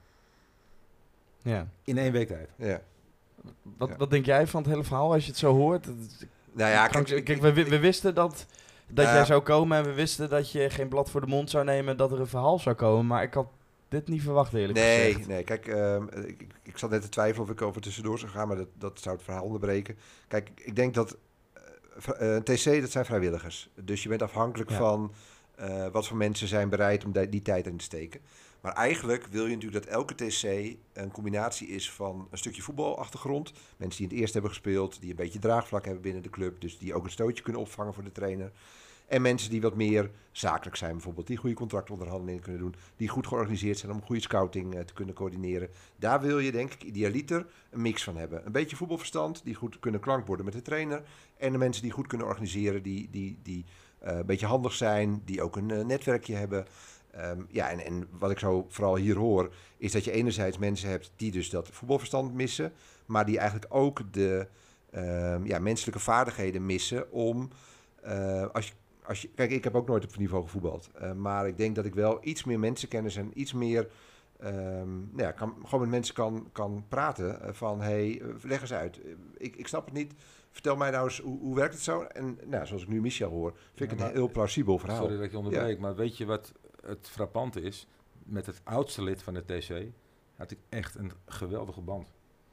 Ja. In één week tijd. Ja. Wat, Ja. wat denk jij van het hele verhaal als je het zo hoort? Het is- Nou ja, kijk, kijk, kijk, we, wi- we wisten dat, dat Ja. jij zou komen en we wisten dat je geen blad voor de mond zou nemen, dat er een verhaal zou komen. Maar ik had dit niet verwacht, eerlijk Nee, gezegd. nee, kijk, ehm, ik, ik- ik zat net te twijfelen of ik over tussendoor zou gaan, maar dat, dat zou het verhaal onderbreken. Kijk, ik denk dat eh, v- eh, een T C, dat zijn vrijwilligers. Dus je bent afhankelijk Ja. van eh, wat voor mensen zijn bereid om die, die tijd in te steken. Maar eigenlijk wil je natuurlijk dat elke T C een combinatie is van een stukje voetbalachtergrond. Mensen die in het eerst hebben gespeeld, die een beetje draagvlak hebben binnen de club, dus die ook een stootje kunnen opvangen voor de trainer. En mensen die wat meer zakelijk zijn bijvoorbeeld, die goede contractonderhandelingen kunnen doen, die goed georganiseerd zijn om goede scouting eh, te kunnen coördineren. Daar wil je denk ik idealiter een mix van hebben. Een beetje voetbalverstand, die goed kunnen klankborden met de trainer. En de mensen die goed kunnen organiseren, die, die, die uh, een beetje handig zijn, die ook een uh, netwerkje hebben. Um, ja, en, en wat ik zo vooral hier hoor, is dat je enerzijds mensen hebt die dus dat voetbalverstand missen, maar die eigenlijk ook de um, ja, menselijke vaardigheden missen om, uh, als je Als je, kijk, ik heb ook nooit op niveau gevoetbald. Uh, maar ik denk dat ik wel iets meer mensenkennis en iets meer... Um, nou ja, kan, gewoon met mensen kan, kan praten. Uh, van, hé, hey, leg eens uit. Uh, ik, ik snap het niet. Vertel mij nou eens, hoe, hoe werkt het zo? En nou, zoals ik nu Michel hoor, vind ik Ja, het een heel plausibel verhaal. Sorry dat ik je onderbreek, Ja. maar weet je wat het frappante is? Met het oudste lid van de T C had ik echt een geweldige band.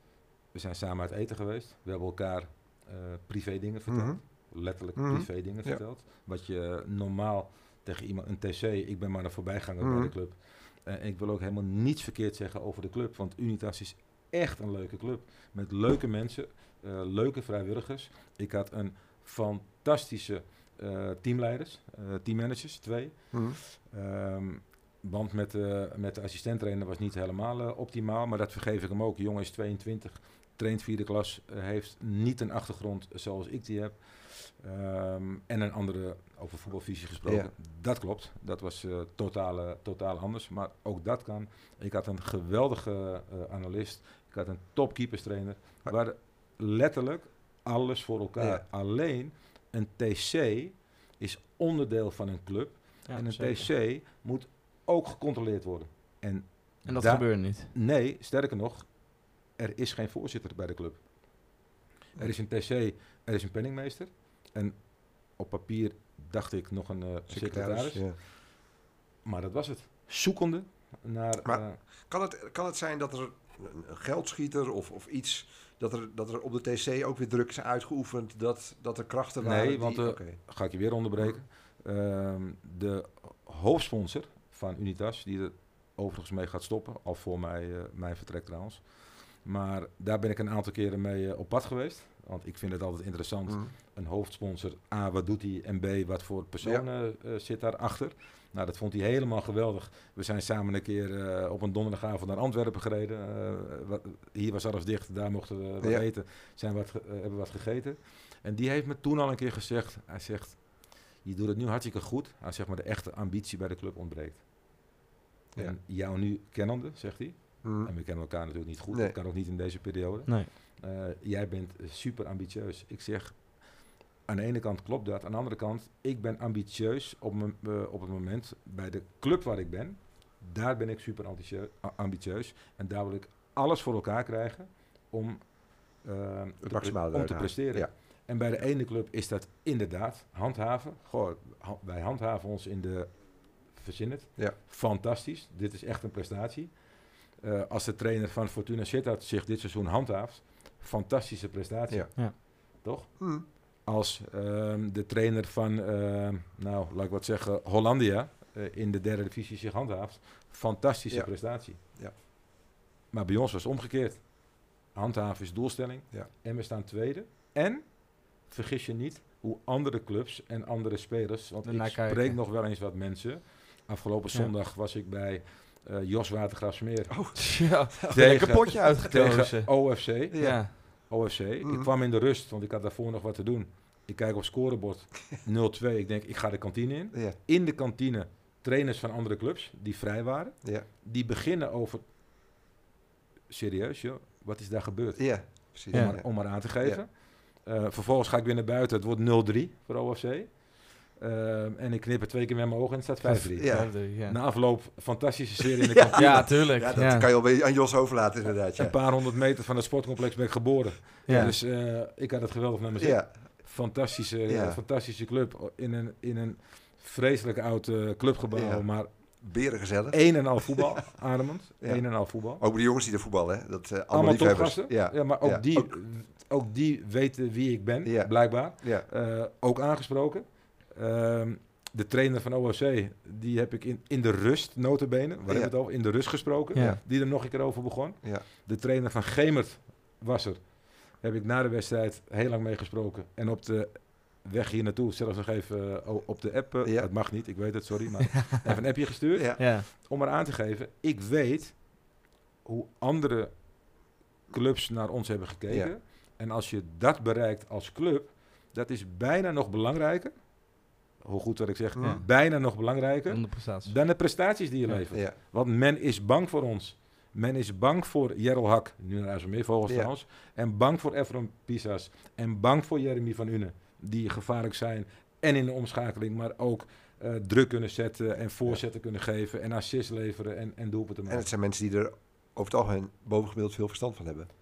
We zijn samen uit eten geweest. We hebben elkaar uh, privé dingen verteld. Mm-hmm. Letterlijk Mm-hmm. privé dingen Ja. verteld. Wat je normaal tegen iemand, een T C, ik ben maar een voorbijganger Mm-hmm. bij de club. Uh, en ik wil ook helemaal niets verkeerd zeggen over de club, want Unitas is echt een leuke club. Met leuke mensen, uh, leuke vrijwilligers. Ik had een fantastische uh, teamleiders, uh, teammanagers, twee. Mm-hmm. Um, band met, uh, met de assistent-trainer was niet helemaal uh, optimaal, maar dat vergeef ik hem ook. De jongen is tweeëntwintig, traint vierde klas, uh, heeft niet een achtergrond zoals ik die heb. Um, en een andere, over voetbalvisie gesproken, ja. Dat klopt. Dat was uh, totaal, totaal anders, maar ook dat kan. Ik had een geweldige uh, analist, ik had een topkeeperstrainer, we hadden letterlijk alles voor elkaar. Ja. Alleen een T C is onderdeel van een club ja, en een zeker. T C moet ook gecontroleerd worden. En, en dat gebeurt niet? Nee, sterker nog, er is geen voorzitter bij de club. Er is een T C, er is een penningmeester. En op papier dacht ik nog een uh, secretaris. secretaris. Ja. Maar dat was het. Zoekende naar... Maar uh, kan, het, kan het zijn dat er een, een geldschieter of, of iets... Dat er, dat er op de T C ook weer druk is uitgeoefend? Dat, dat er krachten waren? Nee, want... Die, Uh, okay. Ga ik je weer onderbreken. Mm. Uh, de hoofdsponsor van Unitas, die er overigens mee gaat stoppen. Al voor mij, uh, mijn vertrek trouwens. Maar daar ben ik een aantal keren mee uh, op pad geweest. Want ik vind het altijd interessant. Mm. Een hoofdsponsor, A, wat doet hij? En B, wat voor persoon ja. uh, zit daarachter? Nou, dat vond hij helemaal geweldig. We zijn samen een keer uh, op een donderdagavond naar Antwerpen gereden. Uh, wat, hier was alles dicht, daar mochten we wat ja. eten. Zijn wat, uh, hebben wat gegeten. En die heeft me toen al een keer gezegd. Hij zegt, je doet het nu hartstikke goed. Hij zegt, maar de echte ambitie bij de club ontbreekt. Ja. En jou nu kennende, zegt hij. Mm. En we kennen elkaar natuurlijk niet goed. Nee. Dat kan ook niet in deze periode. Nee. Uh, jij bent super ambitieus. Ik zeg, aan de ene kant klopt dat. Aan de andere kant, ik ben ambitieus op, me, uh, op het moment bij de club waar ik ben. Daar ben ik super ambitieus. En daar wil ik alles voor elkaar krijgen om, uh, te, pre- om te presteren. Ja. En bij de ene club is dat inderdaad handhaven. Goh, ha- wij handhaven ons in de... Verzin het. Ja. Fantastisch. Dit is echt een prestatie. Uh, als de trainer van Fortuna Sittard zich dit seizoen handhaaft, fantastische prestatie. Ja. Ja. Toch? Hmm. Als uh, de trainer van, uh, nou, laat ik wat zeggen, Hollandia, uh, in de derde divisie zich handhaaft, fantastische Ja. prestatie. Ja. Maar bij ons was het omgekeerd. Handhaven is doelstelling Ja. en we staan tweede. En, vergis je niet, hoe andere clubs en andere spelers, want Ernaar ik kijken. spreek nog wel eens wat mensen. Afgelopen Ja. zondag was ik bij uh, Jos Watergraafsmeer Oh, Ja, tegen, lekker potje uitgekozen. tegen O F C. Ja. O F C. Mhm. Ik kwam in de rust, want ik had daarvoor nog wat te doen. Ik kijk op het scorebord nul twee. Ik denk, ik ga de kantine in. ja, In de kantine trainers van andere clubs die vrij waren. ja, Die beginnen over... Serieus, joh? Wat is daar gebeurd? ja, precies. Om, Ja. maar, om maar aan te geven. Uh, vervolgens ga ik weer naar buiten. Het wordt nul drie voor O F C. Uh, en ik knip er twee keer met mijn ogen en het staat vijf drie. Ja. Ja. Na afloop, fantastische serie in de kantine. Ja, tuurlijk. Ja, dat ja. kan je al bij- aan Jos overlaten inderdaad. Ja. Een paar honderd meter van het sportcomplex ben ik geboren. Ja. Dus uh, ik had het geweldig naar mijn zin. Ja, Fantastische, Ja. fantastische club. In een, in een vreselijk oud uh, clubgebouw. Ja. Maar beren gezellig. een en al voetbal, ademend. Ja. Een en al voetbal. Ook bij de jongens die er voetballen, hè? Dat, uh, allemaal Allemaal liefhebbers. topgasten. Ja. Ja, maar ook, Ja. Die, Ook- ook die weten wie ik ben, Ja. blijkbaar. Ja. Uh, ook aangesproken. Um, de trainer van O F C, die heb ik in, in de rust, nota bene, waar hebben we het over, in de rust gesproken. Ja. Die er nog een keer over begon. Ja. De trainer van Gemert was er. Heb ik na de wedstrijd heel lang mee gesproken. En op de weg hier naartoe, zelfs nog even uh, op de app, uh, Ja. het mag niet, ik weet het, sorry, maar even een appje gestuurd. Ja. Ja. Om maar aan te geven, ik weet hoe andere clubs naar ons hebben gekeken. Ja. En als je dat bereikt als club, dat is bijna nog belangrijker. Hoe goed dat ik zeg, Ja. bijna nog belangrijker Onder prestaties. dan de prestaties die je Ja. levert. Ja. Want men is bang voor ons. Men is bang voor Jerel Hak, nu naar IJsselmeer volgens Ja. trouwens. En bang voor Efron Pisas. En bang voor Jeremy van Une. Die gevaarlijk zijn. En in de omschakeling, maar ook uh, druk kunnen zetten. En voorzetten kunnen geven. En assist leveren en, en doelpunten En maken. het zijn mensen die er over het algemeen bovengemiddeld veel verstand van hebben.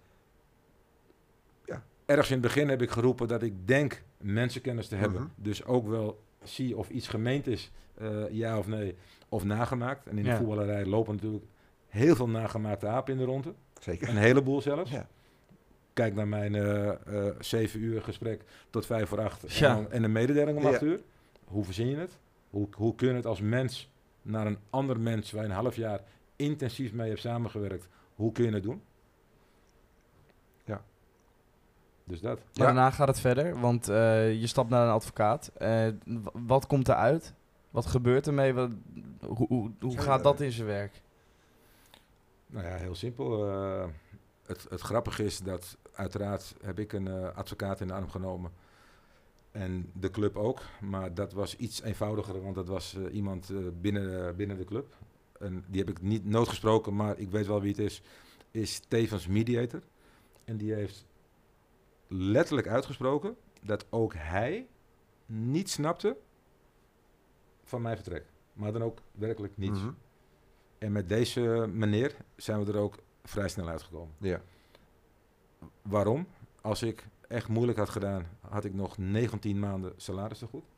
Ergens in het begin heb ik geroepen dat ik denk mensenkennis te hebben. Mhm. Dus ook wel zie of iets gemeend is, uh, ja of nee, of nagemaakt. En in Ja. de voetballerij lopen natuurlijk heel veel nagemaakte apen in de ronde. Zeker. Een heleboel zelfs. Ja. Kijk naar mijn uh, uh, zeven uur gesprek tot vijf voor acht. Ja. En, dan, en een mededeling om Ja. acht uur. Hoe verzin je het? Hoe, hoe kun je het als mens naar een ander mens waar je een half jaar intensief mee hebt samengewerkt, hoe kun je het doen? Ja. Dus dat. Maar Ja. daarna gaat het verder, want uh, je stapt naar een advocaat. Uh, w- wat komt eruit? Wat gebeurt ermee? Wat, hoe hoe, hoe Zo, gaat ja. dat in zijn werk? Nou ja, heel simpel. Uh, het, het grappige is dat uiteraard heb ik een uh, advocaat in de arm genomen. En de club ook. Maar dat was iets eenvoudiger, want dat was uh, iemand uh, binnen, uh, binnen de club. En die heb ik niet nooit gesproken, maar ik weet wel wie het is. Is tevens mediator. En die heeft letterlijk uitgesproken dat ook hij niet snapte van mijn vertrek. Maar dan ook werkelijk niets. Mhm. En met deze meneer zijn we er ook vrij snel uitgekomen. Ja. Waarom? Als ik echt moeilijk had gedaan, had ik nog negentien maanden salaris te goed.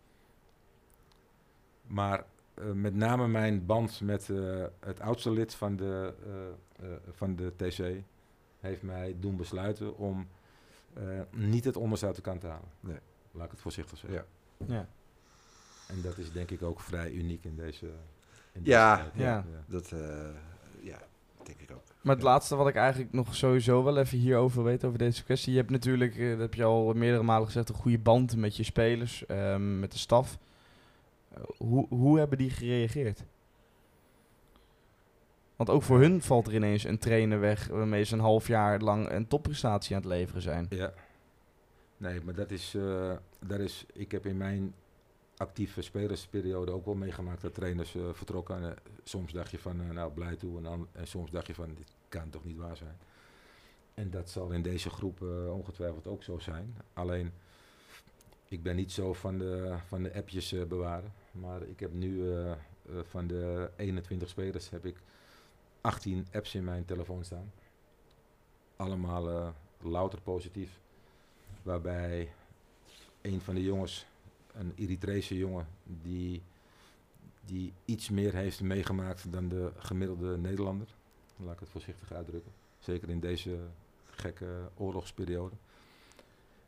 Maar uh, met name mijn band met uh, het oudste lid van de, uh, uh, van de T C heeft mij doen besluiten om uh, niet het onderste uit de kant te halen. Nee. Laat ik het voorzichtig zeggen. Ja. Ja. En dat is denk ik ook vrij uniek in deze, in deze Ja. tijd. Ja. Dat, uh, ja, denk ik ook. Maar het Ja. laatste wat ik eigenlijk nog sowieso wel even hierover weet, over deze kwestie. Je hebt natuurlijk, uh, dat heb je al meerdere malen gezegd, een goede band met je spelers, um, met de staf. Uh, hoe, hoe hebben die gereageerd? Want ook voor hun valt er ineens een trainer weg waarmee ze een half jaar lang een topprestatie aan het leveren zijn. Ja. Nee, maar dat is, uh, dat is... Ik heb in mijn actieve spelersperiode ook wel meegemaakt dat trainers uh, vertrokken. En, uh, soms dacht je van, uh, nou, blij toe. En, dan, en soms dacht je van, dit kan toch niet waar zijn. En dat zal in deze groep uh, ongetwijfeld ook zo zijn. Alleen, ik ben niet zo van de, van de appjes uh, bewaren. Maar ik heb nu uh, uh, van de eenentwintig spelers heb ik achttien apps in mijn telefoon staan. Allemaal uh, louter positief. Waarbij een van de jongens, een Eritrese jongen, die, die iets meer heeft meegemaakt dan de gemiddelde Nederlander. Laat ik het voorzichtig uitdrukken. Zeker in deze gekke oorlogsperiode.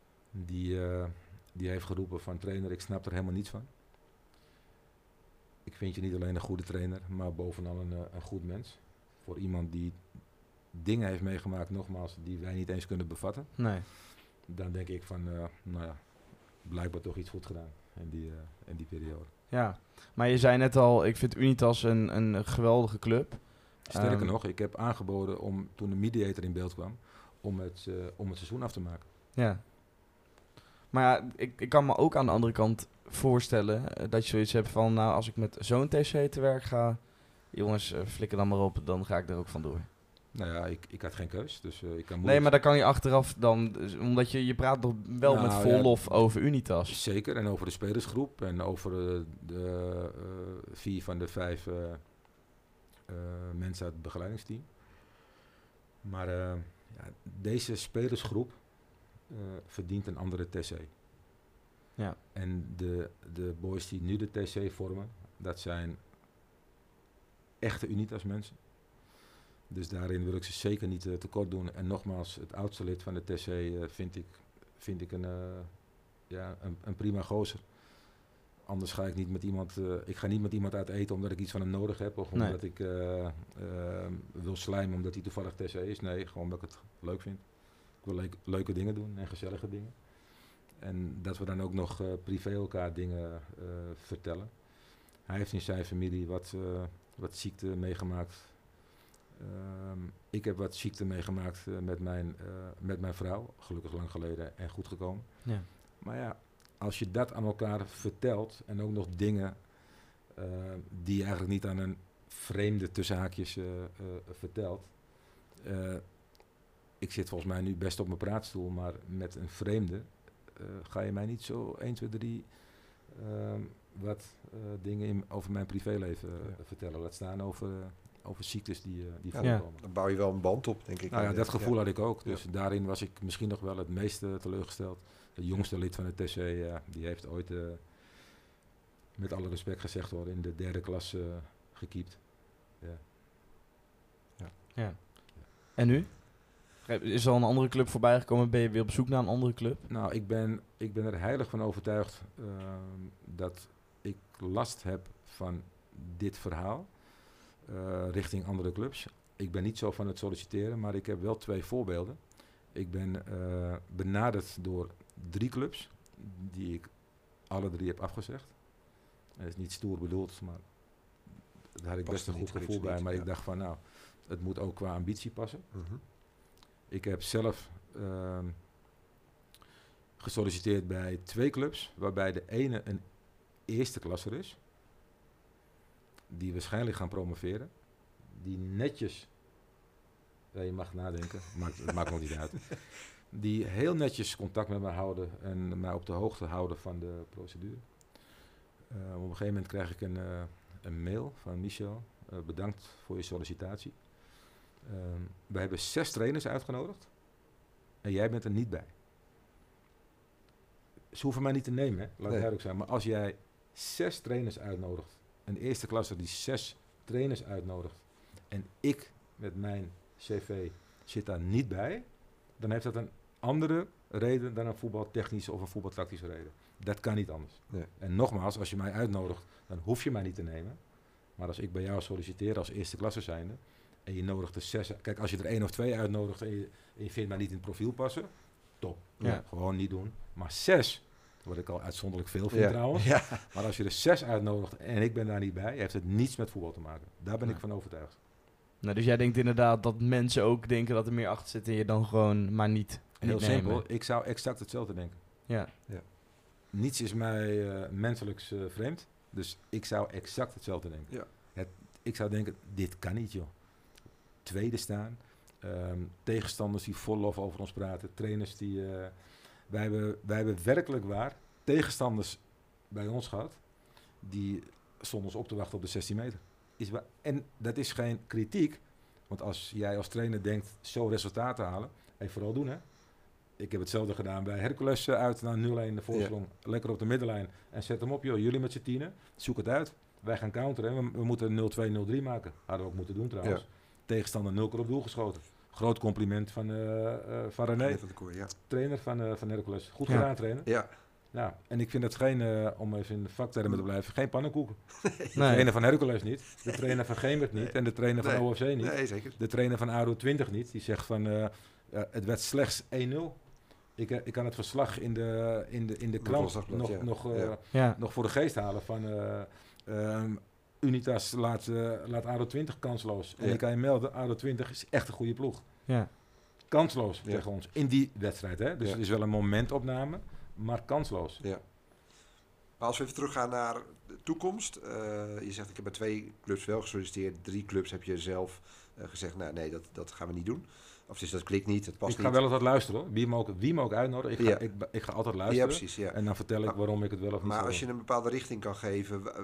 Die, uh, die heeft geroepen van trainer, ik snap er helemaal niets van. Ik, vind je niet alleen een goede trainer, maar bovenal een, uh, een goed mens. Voor iemand die dingen heeft meegemaakt, nogmaals, die wij niet eens kunnen bevatten. Nee. Dan denk ik van, uh, nou ja, blijkbaar toch iets goed gedaan in die, uh, in die periode. Ja, maar je zei net al, ik vind Unitas een, een geweldige club. Sterker um, nog, ik heb aangeboden om, toen de mediator in beeld kwam, om het, uh, om het seizoen af te maken. Ja. Maar ja, ik, ik kan me ook aan de andere kant voorstellen uh, dat je zoiets hebt van, nou, als ik met zo'n T C te werk ga, jongens, uh, flikker dan maar op, dan ga ik er ook vandoor. Nou ja, ik, ik had geen keus, dus uh, ik kan Nee, maar dan kan je achteraf dan, dus, omdat je, je praat nog wel nou, met vol ja, lof over Unitas. Zeker, en over de spelersgroep en over uh, de uh, vier van de vijf uh, uh, mensen uit het begeleidingsteam. Maar uh, ja, deze spelersgroep uh, verdient een andere T C. Ja. En de, de boys die nu de T C vormen, dat zijn echte Unitas mensen. Dus daarin wil ik ze zeker niet uh, tekort doen. En nogmaals, het oudste lid van de T C uh, vind ik, vind ik een, uh, ja, een, een prima gozer. Anders ga ik niet met iemand, uh, ik ga niet met iemand uit eten omdat ik iets van hem nodig heb. Of omdat nee. ik uh, uh, wil slijmen omdat hij toevallig T C is. Nee, gewoon omdat ik het leuk vind. Ik wil leuk, leuke dingen doen en gezellige dingen. En dat we dan ook nog uh, privé elkaar dingen uh, vertellen. Hij heeft in zijn familie wat, uh, wat ziekte meegemaakt. Um, ik heb wat ziekte meegemaakt uh, met, mijn, uh, met mijn vrouw. Gelukkig lang geleden en goed gekomen. Ja. Maar ja, als je dat aan elkaar vertelt en ook nog dingen uh, die je eigenlijk niet aan een vreemde tussenhaakjes uh, uh, vertelt. Uh, ik zit volgens mij nu best op mijn praatstoel, maar met een vreemde uh, ga je mij niet zo één, twee, drie uh, wat uh, dingen in, over mijn privéleven uh, ja. vertellen. Laat staan over, uh, over ziektes die, uh, die ja, voorkomen. Dan bouw je wel een band op, denk ik. Nou ja, dat gevoel ja. had ik ook. Dus ja. daarin was ik misschien nog wel het meest uh, teleurgesteld. Het jongste lid van het T C, uh, die heeft ooit, uh, met alle respect gezegd worden, in de derde klas uh, gekiept. Ja. Ja. Ja. En nu? Is er al een andere club voorbij gekomen? Ben je weer op zoek naar een andere club? Nou, ik ben, ik ben er heilig van overtuigd uh, dat ik last heb van dit verhaal uh, richting andere clubs. Ik ben niet zo van het solliciteren, maar ik heb wel twee voorbeelden. Ik ben uh, benaderd door drie clubs, die ik alle drie heb afgezegd. Dat is niet stoer bedoeld, maar daar had ik best een goed gevoel bij. Maar ja. ik dacht van, nou, het moet ook qua ambitie passen. Uh-huh. Ik heb zelf uh, gesolliciteerd bij twee clubs, waarbij de ene een eerste klasser is, die waarschijnlijk gaan promoveren, die netjes, ja, je mag nadenken, maakt, het maakt nog niet uit, die heel netjes contact met mij houden en mij op de hoogte houden van de procedure. Uh, op een gegeven moment krijg ik een, uh, een mail van Michel, uh, bedankt voor je sollicitatie. Um, we hebben zes trainers uitgenodigd en jij bent er niet bij. Ze hoeven mij niet te nemen, hè? Laat nee. duidelijk zijn. Maar als jij zes trainers uitnodigt, een eerste klasse die zes trainers uitnodigt en ik met mijn cv zit daar niet bij, dan heeft dat een andere reden dan een voetbaltechnische of een voetbaltactische reden. Dat kan niet anders. Nee. En nogmaals, als je mij uitnodigt, dan hoef je mij niet te nemen. Maar als ik bij jou solliciteer als eerste klasse zijnde, en je nodigt er zes... Kijk, als je er één of twee uitnodigt en je, en je vindt mij niet in het profiel passen, top. Ja. Gewoon niet doen. Maar zes, wat ik al uitzonderlijk veel vind ja. trouwens. Ja. Maar als je er zes uitnodigt en ik ben daar niet bij, heeft het niets met voetbal te maken. Daar ben ja. ik van overtuigd. Nou, dus jij denkt inderdaad dat mensen ook denken dat er meer achter zit en je dan gewoon maar niet Heel niet simpel. Nemen. Ik zou exact hetzelfde denken. Ja. ja. Niets is mij uh, menselijks uh, vreemd. Dus ik zou exact hetzelfde denken. Ja. Het, ik zou denken, dit kan niet, joh. Tweede staan. Um, tegenstanders die vol lof over ons praten. Trainers die... Uh, wij, hebben, wij hebben werkelijk waar tegenstanders bij ons gehad. Die stonden ons op te wachten op de zestien meter. Is waar, en dat is geen kritiek. Want als jij als trainer denkt zo resultaten halen. En vooral doen, hè. Ik heb hetzelfde gedaan bij Hercules uh, uit naar nul-een de voorsprong. Ja. Lekker op de middenlijn. En zet hem op, joh. Jullie met z'n tienen. Zoek het uit. Wij gaan counteren. We, we moeten nul-twee, nul-drie maken. Hadden we ook moeten doen trouwens. Ja. Tegenstander nul keer op doel geschoten. Groot compliment van, uh, uh, van René. Van de Koor, ja. Trainer van, uh, van Hercules. Goed ja. gedaan, trainer. Ja. Nou, en ik vind het geen, uh, om even in de vaktermen te blijven, geen pannenkoeken. Nee. De Nee. trainer van Hercules niet, de trainer van Gemert niet Nee. en de trainer van Nee. O F C niet. Nee, zeker. De trainer van A D O twintig niet, die zegt van uh, uh, het werd slechts één nul. Ik, uh, ik kan het verslag in de, in de, in de krant nog, ja. nog, uh, ja. Ja. nog voor de geest halen van uh, uh, Unitas laat, uh, laat A D O twintig kansloos. En Ja. ik kan je melden, A D O twintig is echt een goede ploeg. Ja. Kansloos Ja. tegen ons, in die wedstrijd. Hè? Dus Ja. het is wel een momentopname, maar kansloos. Ja. Maar als we even teruggaan naar de toekomst. Uh, je zegt, ik heb bij twee clubs wel gesolliciteerd. Drie clubs heb je zelf uh, gezegd, nou nee, dat, dat gaan we niet doen. Of dus dat klikt niet, het past ik niet. ga wel eens wat luisteren hoor. Wie me ook, wie me ook uitnodigen. Ik ga, Ja. ik, ik ga altijd luisteren. Ja, precies. Ja. En dan vertel ik Maar- waarom ik het wel of niet Maar wil. als je een bepaalde richting kan geven, wa-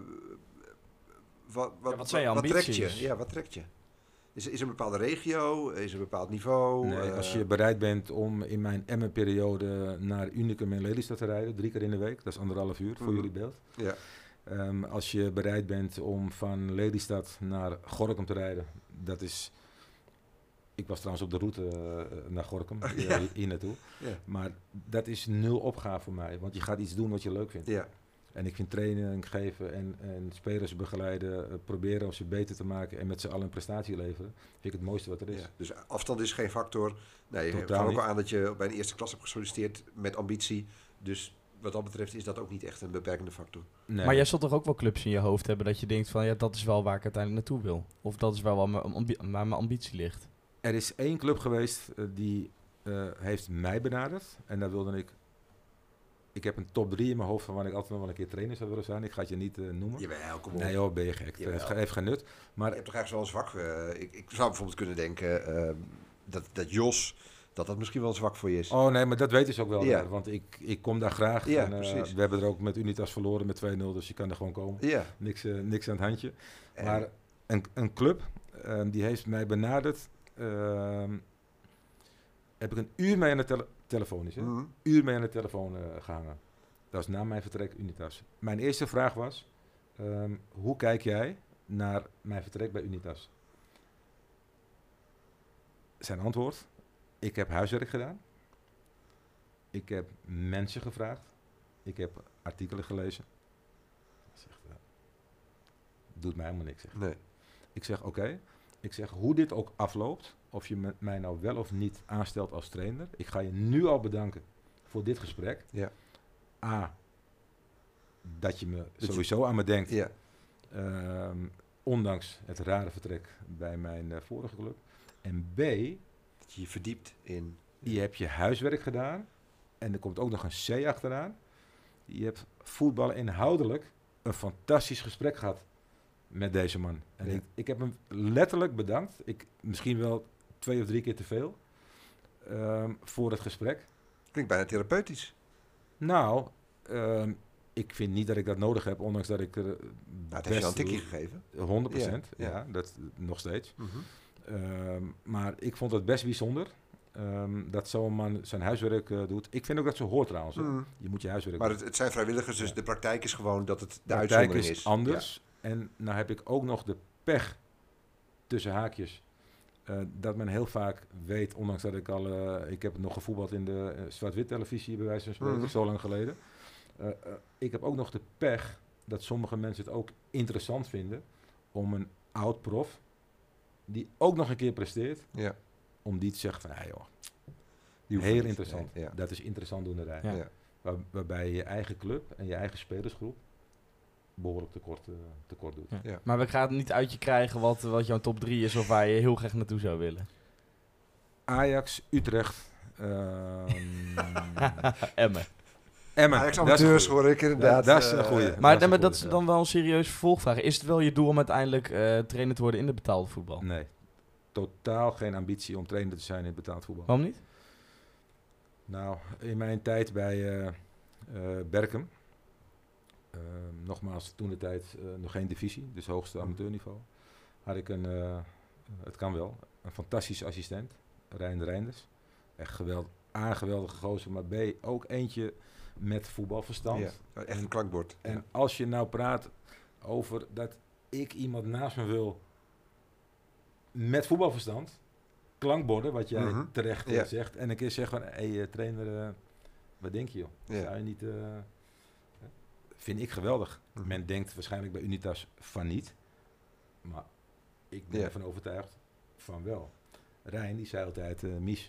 wat, wat, Ja, wat zijn je wat trekt je? ambities? Ja, wat trekt je? Is, is er een bepaalde regio? Is er een bepaald niveau? Nee, Uh, als je bereid bent om in mijn Emmen-periode naar Unicum en Lelystad te rijden, drie keer in de week, dat is anderhalf uur voor Mhm. jullie beeld. Ja, Um, als je bereid bent om van Lelystad naar Gorinchem te rijden, dat is... Ik was trouwens op de route uh, naar Gorinchem, Ja. hier, hier naartoe. ja, Maar dat is nul opgave voor mij, want je gaat iets doen wat je leuk vindt. ja. En ik vind training geven en, en spelers begeleiden, uh, proberen om ze beter te maken en met z'n allen een prestatie leveren, vind ik het mooiste wat er is. Ja, dus afstand is geen factor. Nee, je Totaal gaf ook niet. al aan dat je bij een eerste klas hebt gesolliciteerd met ambitie. Dus wat dat betreft is dat ook niet echt een beperkende factor. Nee. Maar jij zult toch ook wel clubs in je hoofd hebben dat je denkt van ja, dat is wel waar ik uiteindelijk naartoe wil. Of dat is wel waar mijn, ambi- waar mijn ambitie ligt. Er is één club geweest uh, die uh, heeft mij benaderd en daar wilde ik... Ik heb een top drie in mijn hoofd van waar ik altijd nog wel een keer trainer zou willen zijn. Ik ga het je niet uh, noemen. Jawel, kom op. Nee hoor, ben je gek. Het Jawel. heeft, ge- heeft geen nut. Maar Je hebt toch ergens wel een zwak... Uh, ik, ik zou bijvoorbeeld kunnen denken uh, dat, dat Jos, dat dat misschien wel een zwak voor je is. Oh nee, maar dat weten ze ook wel. Ja. Daar, want ik, ik kom daar graag. Ja, en, uh, precies. we hebben er ook met Unitas verloren met twee nul, dus je kan er gewoon komen. Ja. Niks, uh, niks aan het handje. En- Maar een, een club, uh, die heeft mij benaderd. Uh, heb ik een uur mee aan de tele- telefoon is, hè? Mhm. uur mee aan de telefoon uh, gehangen. Dat was na mijn vertrek Unitas. Mijn eerste vraag was, um, hoe kijk jij naar mijn vertrek bij Unitas? Zijn antwoord, ik heb huiswerk gedaan. Ik heb mensen gevraagd. Ik heb artikelen gelezen. Ik zeg, uh, doet mij helemaal niks. Zeg. Nee. Ik zeg, oké. Okay. Ik zeg, hoe dit ook afloopt, of je me, mij nou wel of niet aanstelt als trainer. Ik ga je nu al bedanken voor dit gesprek. Ja. A, dat je me je- sowieso aan me denkt. Ja. Um, ondanks het rare vertrek bij mijn uh, vorige club. En B, Dat je je verdiept in... je hebt je huiswerk gedaan. En er komt ook nog een C achteraan. Je hebt voetballen inhoudelijk een fantastisch gesprek gehad met deze man. En Ja. ik, ik heb hem letterlijk bedankt. Ik, misschien wel twee of drie keer te veel. Um, voor het gesprek. Klinkt bijna therapeutisch. Nou, um, ik vind niet dat ik dat nodig heb, ondanks dat ik er Nou, het heeft je al een best tikje gegeven. honderd procent, Ja, ja, ja. dat nog steeds. Mhm. Um, maar ik vond het best bijzonder um, dat zo'n man zijn huiswerk uh, doet. Ik vind ook dat ze hoort trouwens. hè. Mhm. Je moet je huiswerk Maar doen. het, het zijn vrijwilligers, dus Ja. de praktijk is gewoon dat het de De praktijk uitzondering is is. anders. En nou heb ik ook nog de pech, tussen haakjes, uh, dat men heel vaak weet, ondanks dat ik al... Uh, ik heb nog gevoetbald in de uh, zwart-wit televisie, bij wijze van spreken, Mhm. zo lang geleden. Uh, uh, ik heb ook nog de pech dat sommige mensen het ook interessant vinden om een oud-prof, die ook nog een keer presteert, Ja. Ja. om die te zeggen van, hey joh, Die hoeft heel niet. interessant. Nee, ja. Dat is interessant doenerij. Ja. Ja. Waar, waarbij je je eigen club en je eigen spelersgroep behoorlijk tekort, uh, tekort doet. Ja. Ja. Maar we gaan het niet uit je krijgen wat, wat jouw top drie is of waar je heel graag naartoe zou willen. Ajax, Utrecht, um, Emmen. Emmen. Ajax dat is een amateurs goeie. hoor ik inderdaad. Dat is een eh, goeie. Maar, dat is nee, maar een dat is goeie, dan wel een serieuze vervolgvraag. Is het wel je doel om uiteindelijk uh, trainer te worden in de betaalde voetbal? Nee, totaal geen ambitie om trainer te zijn in het betaald voetbal. Waarom niet? Nou, in mijn tijd bij uh, uh, Berchem, uh, nogmaals toen de tijd uh, nog geen divisie, dus hoogste amateurniveau, had ik een, uh, het kan wel, een fantastische assistent, Rijn Reinders. Echt geweldig, A, geweldige gozer, maar B, ook eentje met voetbalverstand. Ja, echt een klankbord. En Ja. als je nou praat over dat ik iemand naast me wil met voetbalverstand, klankborden, wat jij Mhm. terecht uh, Ja. zegt, en een keer zeggen van, hé hey, uh, trainer, uh, Wat denk je, joh? Ja. Zou je niet... Uh, vind ik geweldig. Mm. Men denkt waarschijnlijk bij Unitas van niet. Maar ik ben Ja. ervan overtuigd van wel. Rijn, die zei altijd, uh, Mies,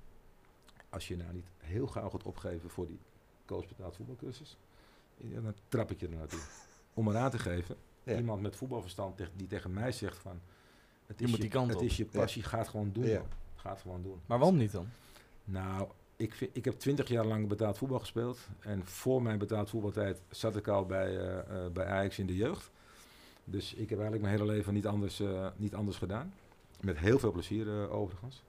als je nou niet heel gauw gaat opgeven voor die coachbetaald voetbalcursus, ja, dan trap ik je er naartoe. Om er aan te geven, ja. iemand met voetbalverstand te, die tegen mij zegt van, het je is moet je, die kant het op. is je passie, Ja. ga het gewoon doen. Ja. Ga het gewoon doen. Maar waarom niet dan? Nou, ik, vind, ik heb twintig jaar lang betaald voetbal gespeeld. En voor mijn betaald voetbaltijd zat ik al bij, uh, uh, bij Ajax in de jeugd. Dus ik heb eigenlijk mijn hele leven niet anders, uh, niet anders gedaan. Met heel veel plezier uh, overigens.